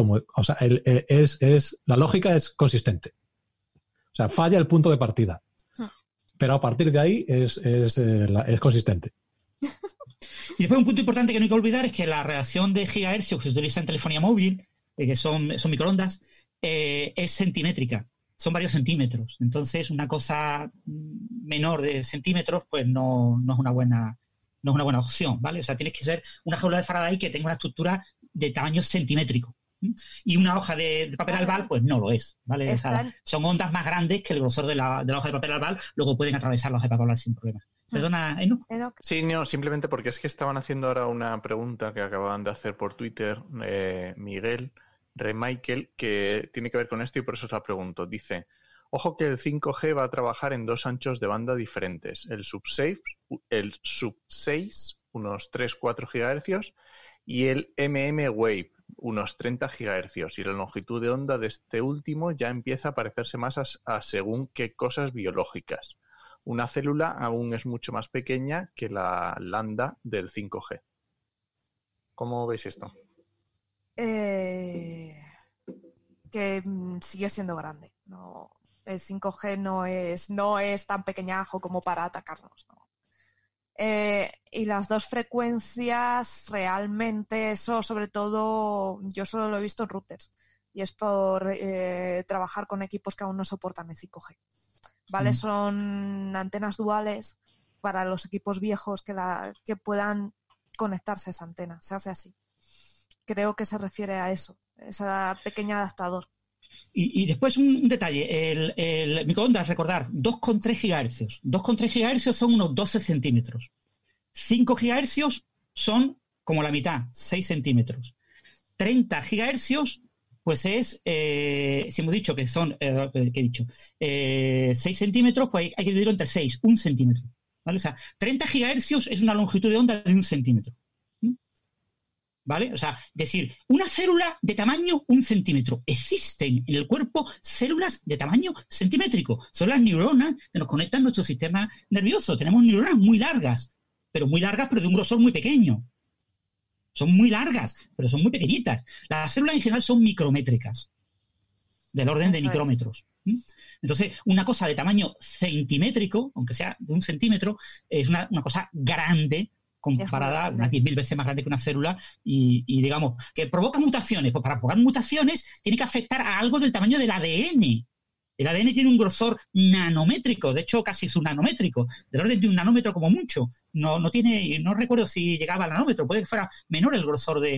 la lógica es consistente. O sea, falla el punto de partida. Pero a partir de ahí es consistente. Y después un punto importante que no hay que olvidar es que la radiación de gigahercios que se utiliza en telefonía móvil, que son microondas, es centimétrica. Son varios centímetros. Entonces, una cosa menor de centímetros, pues no es una buena opción, ¿vale? O sea, tienes que ser una jaula de Faraday que tenga una estructura de tamaño centimétrico. Y una hoja de papel albal, pues no lo es, ¿vale? O sea, son ondas más grandes que el grosor de la hoja de papel albal, luego pueden atravesar la hoja de papel albal sin problema. Perdona, Enoch. Sí, no, simplemente porque es que estaban haciendo ahora una pregunta que acababan de hacer por Twitter, Miguel Remichael, que tiene que ver con esto y por eso os la pregunto. Dice, ojo que el 5G va a trabajar en 2 anchos de banda diferentes, el sub-6, unos 3-4 GHz, y el MM-Wave, unos 30 GHz, y la longitud de onda de este último ya empieza a parecerse más a según qué cosas biológicas. Una célula aún es mucho más pequeña que la lambda del 5G. ¿Cómo veis esto? Que sigue siendo grande. No, el 5G no es tan pequeñajo como para atacarnos, ¿no? Y las dos frecuencias, realmente eso, sobre todo, yo solo lo he visto en routers. Y es por trabajar con equipos que aún no soportan el 5G. ¿Vale? Son antenas duales para los equipos viejos que puedan conectarse a esa antena. Se hace así. Creo que se refiere a eso, ese pequeño adaptador. Y después un detalle, el microondas, recordar, 2,3 GHz. 2,3 GHz son unos 12 centímetros. 5 GHz son como la mitad, 6 centímetros. 30 GHz, pues es, si hemos dicho que son, ¿qué he dicho? 6 centímetros, pues hay que dividirlo entre 6, 1 centímetro. ¿Vale? O sea, 30 GHz es una longitud de onda de 1 centímetro. ¿Vale? O sea, decir, una célula de tamaño 1 centímetro. Existen en el cuerpo células de tamaño centimétrico. Son las neuronas que nos conectan a nuestro sistema nervioso. Tenemos neuronas muy largas, pero de un grosor muy pequeño. Son muy largas, pero son muy pequeñitas. Las células en general son micrométricas, del orden de micrómetros. Entonces, una cosa de tamaño centimétrico, aunque sea de 1 centímetro, es una cosa grande, comparada, unas 10.000 veces más grande que una célula, y digamos, que provoca mutaciones. Pues para provocar mutaciones tiene que afectar a algo del tamaño del ADN. El ADN tiene un grosor nanométrico, de hecho casi subnanométrico, del orden de 1 nanómetro como mucho. No recuerdo si llegaba al nanómetro, puede que fuera menor el grosor de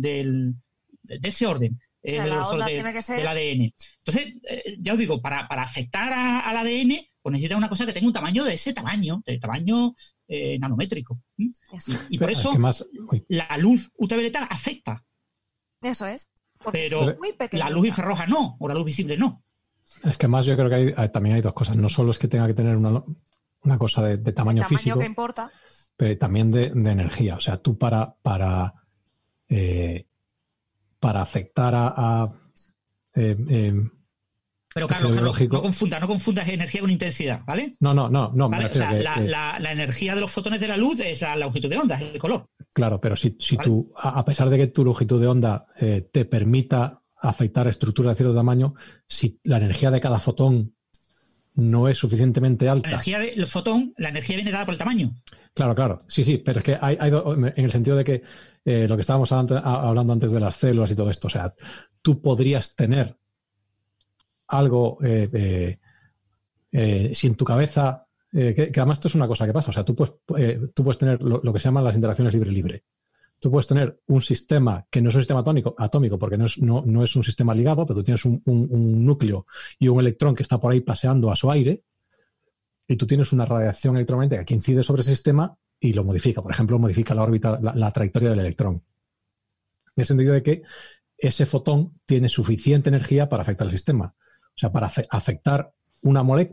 ese orden. O sea, el grosor del ADN. Entonces, ya os digo, para afectar al ADN, pues necesita una cosa que tenga un tamaño de ese tamaño, de tamaño nanométrico. Y por eso la luz ultravioleta afecta. Eso es. Pero es muy pequeñita. La luz infrarroja no, o la luz visible no. Es que más yo creo que también hay dos cosas. No solo es que tenga que tener una cosa de tamaño físico, que importa, pero también de energía. O sea, tú para afectar a pero Carlos, no confundas energía con intensidad, ¿vale? No. ¿Vale? O sea, la energía de los fotones de la luz es la longitud de onda, es el color. Claro, pero si ¿vale? tú, a pesar de que tu longitud de onda te permita afectar estructuras de cierto tamaño, si la energía de cada fotón no es suficientemente alta. La energía del fotón, la energía viene dada por el tamaño. Claro. Sí, pero es que hay en el sentido de que lo que estábamos hablando antes de las células y todo esto, o sea, tú podrías tener algo si en tu cabeza, que además esto es una cosa que pasa, o sea, tú puedes tener lo que se llaman las interacciones libre-libre. Tú puedes tener un sistema que no es un sistema atómico porque no es un sistema ligado, pero tú tienes un núcleo y un electrón que está por ahí paseando a su aire, y tú tienes una radiación electromagnética que incide sobre ese sistema y lo modifica. Por ejemplo, modifica la órbita, la trayectoria del electrón. En el sentido de que ese fotón tiene suficiente energía para afectar el sistema. O sea, para afectar una molécula,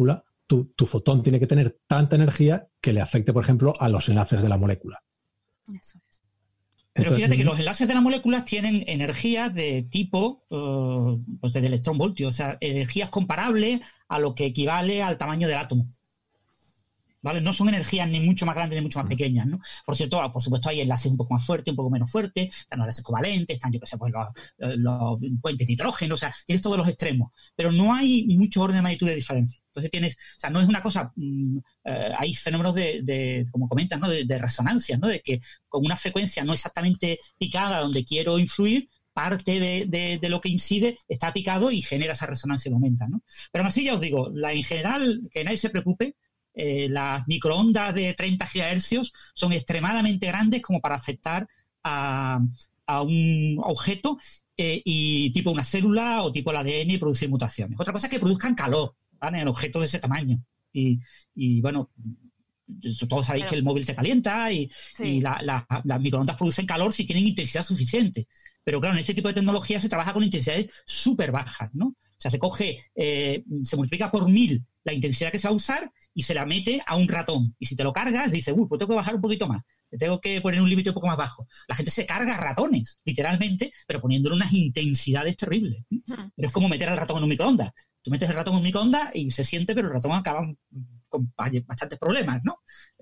tu fotón tiene que tener tanta energía que le afecte, por ejemplo, a los enlaces de la molécula. Eso es. Pero Entonces, fíjate que los enlaces de las moléculas tienen energías de tipo pues de electronvoltio, o sea, energías comparables a lo que equivale al tamaño del átomo. ¿Vale? No son energías ni mucho más grandes ni mucho más pequeñas, ¿no? Por cierto, por supuesto, hay enlaces un poco más fuertes, un poco menos fuertes, están los enlaces covalentes, están, yo qué sé, pues los puentes de hidrógeno, o sea, tienes todos los extremos, pero no hay mucho orden de magnitud de diferencia. Entonces tienes, o sea, no es una cosa, hay fenómenos como comentas, ¿no? De resonancia, ¿no? De que con una frecuencia no exactamente picada donde quiero influir, parte de lo que incide está picado y genera esa resonancia que aumenta, ¿no? Pero aún así, ya os digo, en general, que nadie se preocupe, las microondas de 30 GHz son extremadamente grandes como para afectar a un objeto y tipo una célula o tipo el ADN y producir mutaciones. Otra cosa es que produzcan calor, ¿vale? En objetos de ese tamaño. Y bueno, todos sabéis que el móvil se calienta y las microondas producen calor si tienen intensidad suficiente. Pero claro, en este tipo de tecnología se trabaja con intensidades súper bajas, ¿no? O sea, se coge, se multiplica por 1000 la intensidad que se va a usar y se la mete a un ratón. Y si te lo cargas, dice, pues tengo que bajar un poquito más, tengo que poner un límite un poco más bajo. La gente se carga ratones, literalmente, pero poniéndole unas intensidades terribles. Pero es como meter al ratón en un microondas. Tú metes el ratón en un microondas y se siente, pero el ratón acaba con bastantes problemas, ¿no?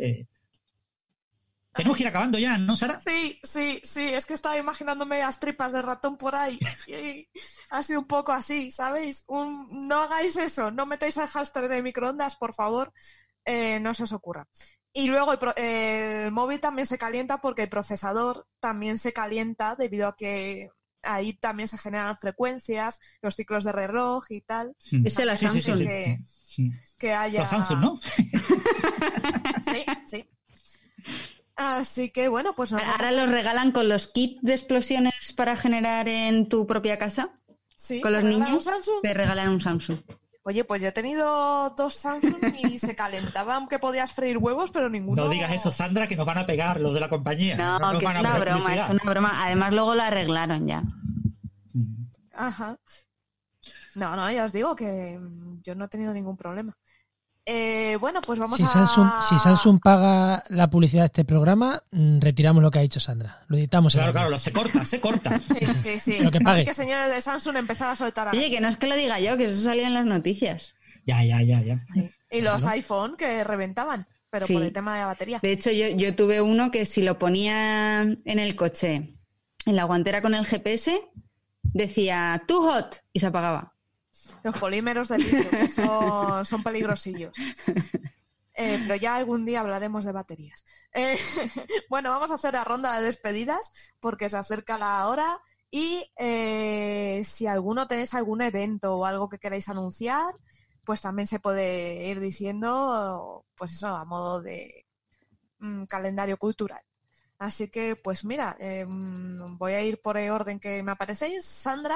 Tenemos que ir acabando ya, ¿no, Sara? Sí, es que estaba imaginándome las tripas de ratón por ahí y ha sido un poco así, ¿sabéis? No hagáis eso, no metáis al hámster en el microondas, por favor, no se os ocurra. Y luego el móvil también se calienta porque el procesador también se calienta debido a que ahí también se generan frecuencias, los ciclos de reloj y tal. Es la Samsung. Que haya... La Samsung, ¿no? Sí. Así que bueno, pues... Ahora los regalan con los kits de explosiones para generar en tu propia casa. Sí, con los niños te regalan un Samsung. Oye, pues yo he tenido 2 Samsung y se calentaban que podías freír huevos, pero ninguno... No digas eso, Sandra, que nos van a pegar los de la compañía. No, que es una broma. Además luego lo arreglaron ya. Ajá. No, ya os digo que yo no he tenido ningún problema. Bueno, pues vamos Si Samsung paga la publicidad de este programa, retiramos lo que ha dicho Sandra. Lo editamos. Claro, se corta. Sí. Lo que pague. Así que, señores de Samsung, empezar a soltar a... Oye, que no es que lo diga yo, que eso salía en las noticias. Ya. Sí. Y los iPhone que reventaban, pero por el tema de la batería. De hecho, yo tuve uno que si lo ponía en el coche, en la guantera con el GPS, decía too hot y se apagaba. Los polímeros de litio, que son peligrosillos. Pero ya algún día hablaremos de baterías. Bueno, vamos a hacer la ronda de despedidas porque se acerca la hora y si alguno tenéis algún evento o algo que queráis anunciar, pues también se puede ir diciendo, pues eso, a modo de calendario cultural. Así que, pues mira, voy a ir por el orden que me aparecéis. Sandra,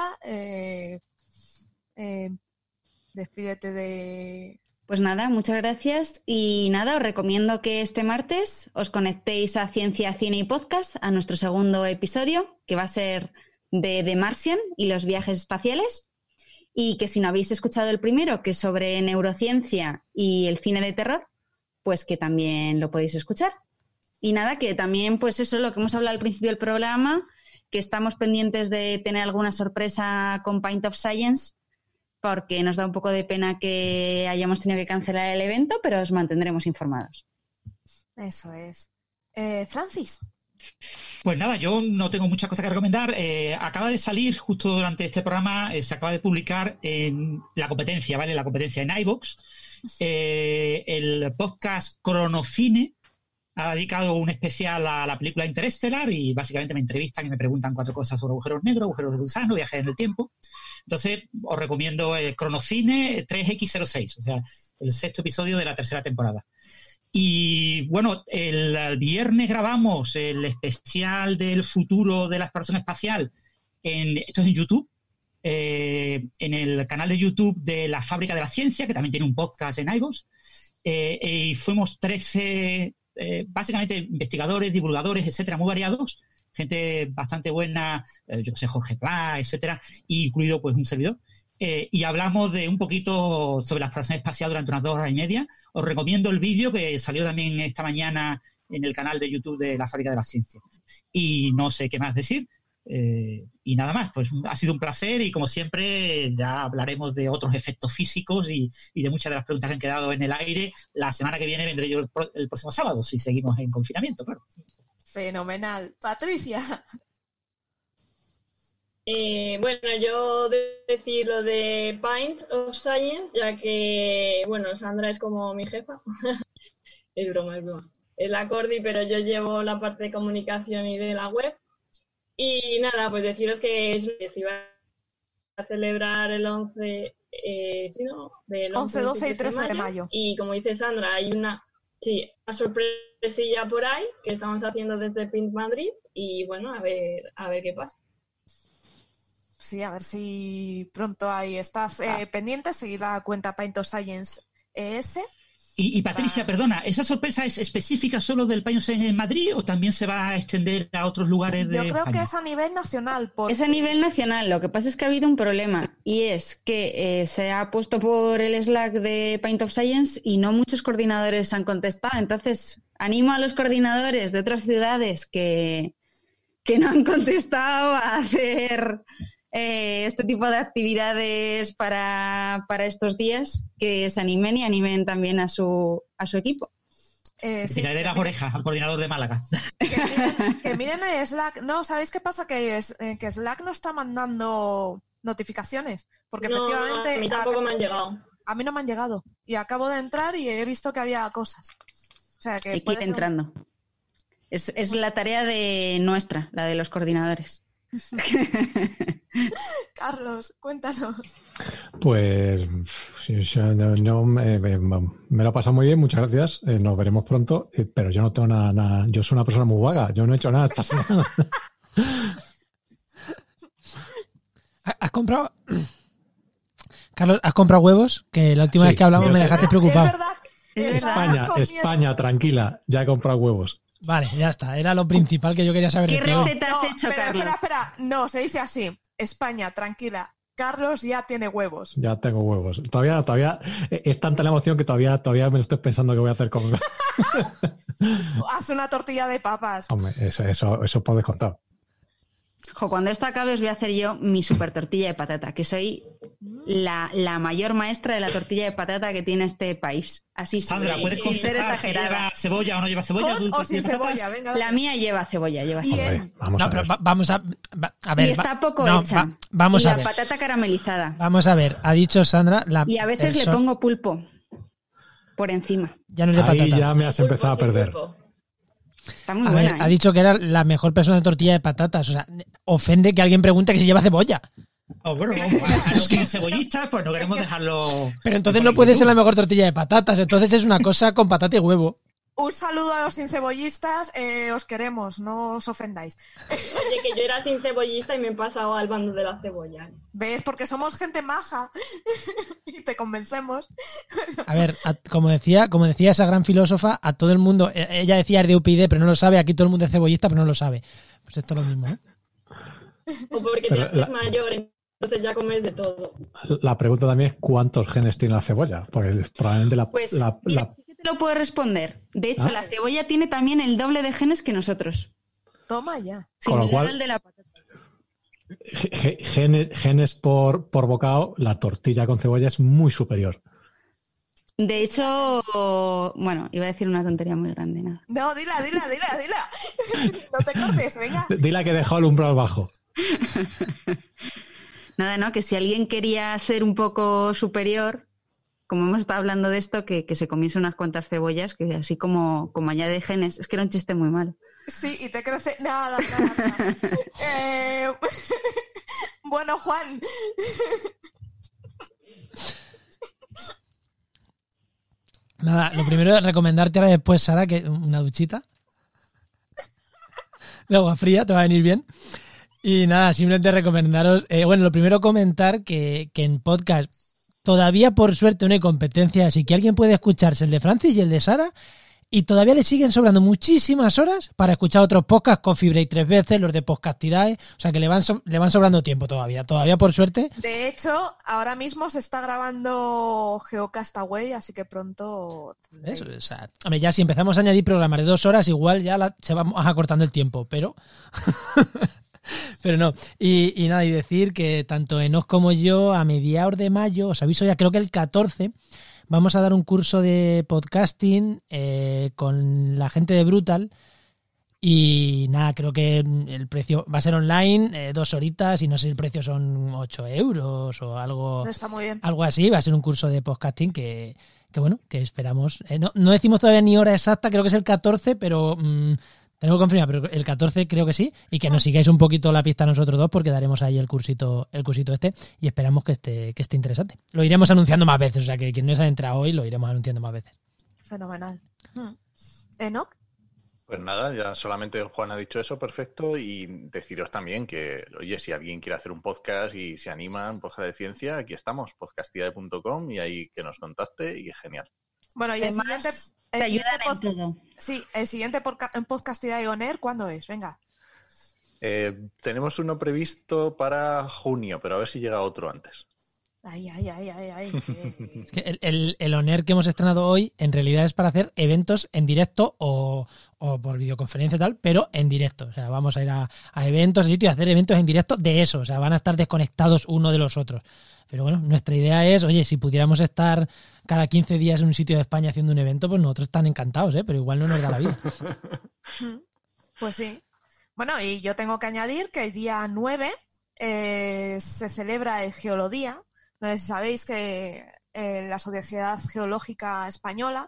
despídete de... Pues nada, muchas gracias y nada, os recomiendo que este martes os conectéis a Ciencia, Cine y Podcast, a nuestro segundo episodio, que va a ser de The Martian y los viajes espaciales, y que si no habéis escuchado el primero, que es sobre neurociencia y el cine de terror, pues que también lo podéis escuchar. Y nada, que también, pues eso, lo que hemos hablado al principio del programa, que estamos pendientes de tener alguna sorpresa con Pint of Science, porque nos da un poco de pena que hayamos tenido que cancelar el evento, pero os mantendremos informados. Eso es. Francis. Pues nada, yo no tengo muchas cosas que recomendar. Acaba de salir, justo durante este programa, se acaba de publicar en la competencia, ¿vale? La competencia en iVoox. El podcast Cronocine ha dedicado un especial a la película Interestelar y básicamente me entrevistan y me preguntan 4 cosas sobre agujeros negros, agujeros de gusano, viajes en el tiempo. Entonces, os recomiendo Cronocine 3X06, o sea, el 6º episodio de la 3ª temporada. Y bueno, el viernes grabamos el especial del futuro de la exploración espacial. Esto es en YouTube, en el canal de YouTube de La Fábrica de la Ciencia, que también tiene un podcast en iVoox. Y fuimos 13, básicamente investigadores, divulgadores, etcétera, muy variados. Gente bastante buena, yo que sé, Jorge Pla, etcétera, incluido pues un servidor. y hablamos de un poquito sobre la exploración espacial durante unas 2 horas y media. Os recomiendo el vídeo que salió también esta mañana en el canal de YouTube de la Fábrica de la Ciencia. Y no sé qué más decir. Y nada más, pues ha sido un placer y como siempre ya hablaremos de otros efectos físicos y de muchas de las preguntas que han quedado en el aire. La semana que viene vendré yo el próximo sábado, si seguimos en confinamiento, claro. Fenomenal. Patricia. Bueno, yo decir lo de Paint of Science, ya que, bueno, Sandra es como mi jefa. Es broma. Es la Cordi, pero yo llevo la parte de comunicación y de la web. Y nada, pues deciros que se iba a celebrar el 11, del 11, 12 y 13 de mayo. Y como dice Sandra, hay una sorpresilla por ahí que estamos haciendo desde Paint Madrid y bueno, a ver qué pasa. Sí, a ver si pronto ahí estás pendiente, seguid la cuenta Paint of Science ES. Y Patricia, perdona, ¿esa sorpresa es específica solo del Paint of Science en Madrid o también se va a extender a otros lugares de Yo creo España? que es a nivel nacional. Es a nivel nacional, lo que pasa es que ha habido un problema y es que se ha puesto por el Slack de Paint of Science y no muchos coordinadores han contestado, entonces animo a los coordinadores de otras ciudades que no han contestado a hacer este tipo de actividades para estos días, que se animen y animen también a su equipo. Sí, Tiraré las orejas al coordinador de Málaga. Que miren el Slack. No, ¿sabéis qué pasa? Que Slack no está mandando notificaciones. Porque efectivamente... A mí tampoco me han llegado. A mí no me han llegado. Y acabo de entrar y he visto que había cosas. O sea, que hay que ir entrando. Es la tarea de nuestra, la de los coordinadores. Carlos, cuéntanos. Pues me lo he pasado muy bien, muchas gracias. Nos veremos pronto, pero yo no tengo nada. Yo soy una persona muy vaga, yo no he hecho nada esta semana. ¿Has comprado? Carlos, ¿has comprado huevos? Que la última vez que hablamos me dejaste preocupado. Es verdad. España, tranquila, ya he comprado huevos. Vale, ya está. Era lo principal que yo quería saber. ¿Qué receta has hecho, Carlos? Espera. No, se dice así. España, tranquila. Carlos ya tiene huevos. Ya tengo huevos. Todavía es tanta la emoción que todavía me lo estoy pensando que voy a hacer con... Haz una tortilla de papas. Hombre, eso por descontado. Cuando esto acabe os voy a hacer yo mi super tortilla de patata, que soy la mayor maestra de la tortilla de patata que tiene este país. Así Sandra, ¿puedes confesar si lleva cebolla o no lleva cebolla? ¿Con o sin cebolla? Venga. La mía lleva cebolla. Bien. Vamos a ver. Vamos a ver. Y está poco hecha. Vamos y a la ver. patata caramelizada. Vamos a ver. Ha dicho Sandra... Y a veces le pongo pulpo por encima. Ya no es de Ahí patata. ya me has empezado a perder. Está muy buena. Ha dicho que era la mejor persona de tortilla de patatas. O sea, ofende que alguien pregunte que si lleva cebolla. Bueno, a los que son cebollistas, pues no queremos dejarlo... Pero entonces no puede ser la mejor tortilla de patatas. Entonces es una cosa con patata y huevo. Un saludo a los incebollistas. Os queremos, no os ofendáis. Oye, que yo era sin cebollista y me he pasado al bando de la cebolla. ¿Ves? Porque somos gente maja y te convencemos. A ver, como decía esa gran filósofa, a todo el mundo, ella decía es de UPyD, pero no lo sabe, aquí todo el mundo es cebollista, pero no lo sabe. Pues esto es lo mismo, ¿eh? O porque te haces mayor, entonces ya comes de todo. La pregunta también es ¿cuántos genes tiene la cebolla? Porque probablemente mira, ¿qué te lo puedo responder? De hecho, la cebolla tiene también el doble de genes que nosotros. Toma ya. Con lo cual, al de la patata. Genes por bocado, la tortilla con cebolla es muy superior. De hecho, bueno, iba a decir una tontería muy grande. Nada. No, dila. No te cortes, venga. Dila que he dejado el umbral bajo. Nada, ¿no? Que si alguien quería ser un poco superior, como hemos estado hablando de esto, que se comiese unas cuantas cebollas, que así como añade genes, es que era un chiste muy malo. Sí, y te crece... Nada. Bueno, Juan. Nada, lo primero es recomendarte ahora después, Sara, que una duchita de agua fría, te va a venir bien. Y nada, simplemente recomendaros... lo primero comentar que en podcast todavía por suerte no hay competencia, así que alguien puede escucharse el de Francis y el de Sara y todavía le siguen sobrando muchísimas horas para escuchar otros podcasts, Coffee Break 3 veces, los de Podcastidae, o sea que le van sobrando tiempo todavía por suerte. De hecho, ahora mismo se está grabando Geocastaway, así que pronto tendréis. Eso, o sea, hombre, ya si empezamos a añadir programas de 2 horas, igual ya se va acortando el tiempo, pero... Pero no, y nada, y decir que tanto Enoch como yo a mediados de mayo, os aviso ya, creo que el 14, vamos a dar un curso de podcasting con la gente de Brutal y nada, creo que el precio va a ser online, 2 horitas y no sé si el precio son 8 euros o algo, No está muy bien. algo así, va a ser un curso de podcasting que bueno, que esperamos, no decimos todavía ni hora exacta, creo que es el 14, pero... tengo que confirmar, pero el 14 creo que sí, y que nos sigáis un poquito la pista a nosotros dos porque daremos ahí el cursito este y esperamos que esté interesante. Lo iremos anunciando más veces, o sea que quien no se ha entrado hoy lo iremos anunciando más veces. Fenomenal. ¿Enoch? Pues nada, ya solamente Juan ha dicho eso, perfecto, y deciros también que, oye, si alguien quiere hacer un podcast y se anima en podcast de ciencia, aquí estamos, podcastidae.com, y ahí que nos contacte y genial. Bueno, y Además, te ayudan en todo. Sí, el siguiente Podcastidae On Air, ¿cuándo es? Venga. Tenemos uno previsto para junio, pero a ver si llega otro antes. Ay. Es que el On-Air que hemos estrenado hoy en realidad es para hacer eventos en directo o por videoconferencia y tal, pero en directo. O sea, vamos a ir a eventos, a sitios y hacer eventos en directo de eso. O sea, van a estar desconectados uno de los otros. Pero bueno, nuestra idea es, oye, si pudiéramos estar cada 15 días en un sitio de España haciendo un evento, pues nosotros están encantados, pero igual no nos da la vida. Pues sí. Bueno, y yo tengo que añadir que el día 9 se celebra el Geolodía. No sé si sabéis que la Sociedad Geológica Española,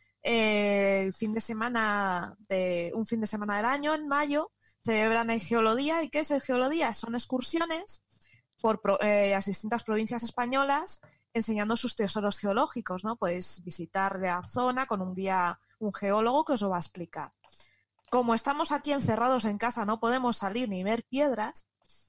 un fin de semana del año, en mayo, celebran el Geolodía. ¿Y qué es el Geolodía? Son excursiones por las distintas provincias españolas enseñando sus tesoros geológicos, ¿no? Podéis visitar la zona con un guía, un geólogo que os lo va a explicar. Como estamos aquí encerrados en casa, no podemos salir ni ver piedras,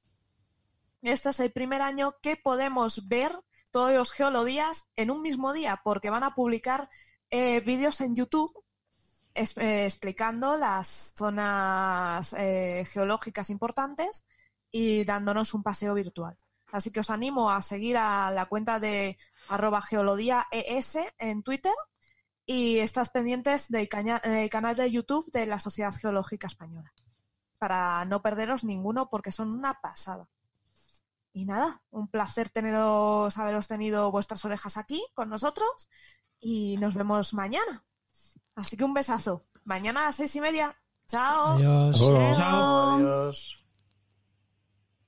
este es el primer año que podemos ver todos los geolodías en un mismo día, porque van a publicar vídeos en YouTube explicando las zonas geológicas importantes y dándonos un paseo virtual. Así que os animo a seguir a la cuenta de @geolodíaes en Twitter y estás pendientes del canal de YouTube de la Sociedad Geológica Española para no perderos ninguno porque son una pasada. Y nada, un placer haberos tenido vuestras orejas aquí con nosotros y nos vemos mañana. Así que un besazo. Mañana a las 6:30. Chao. Adiós. Chao. Adiós.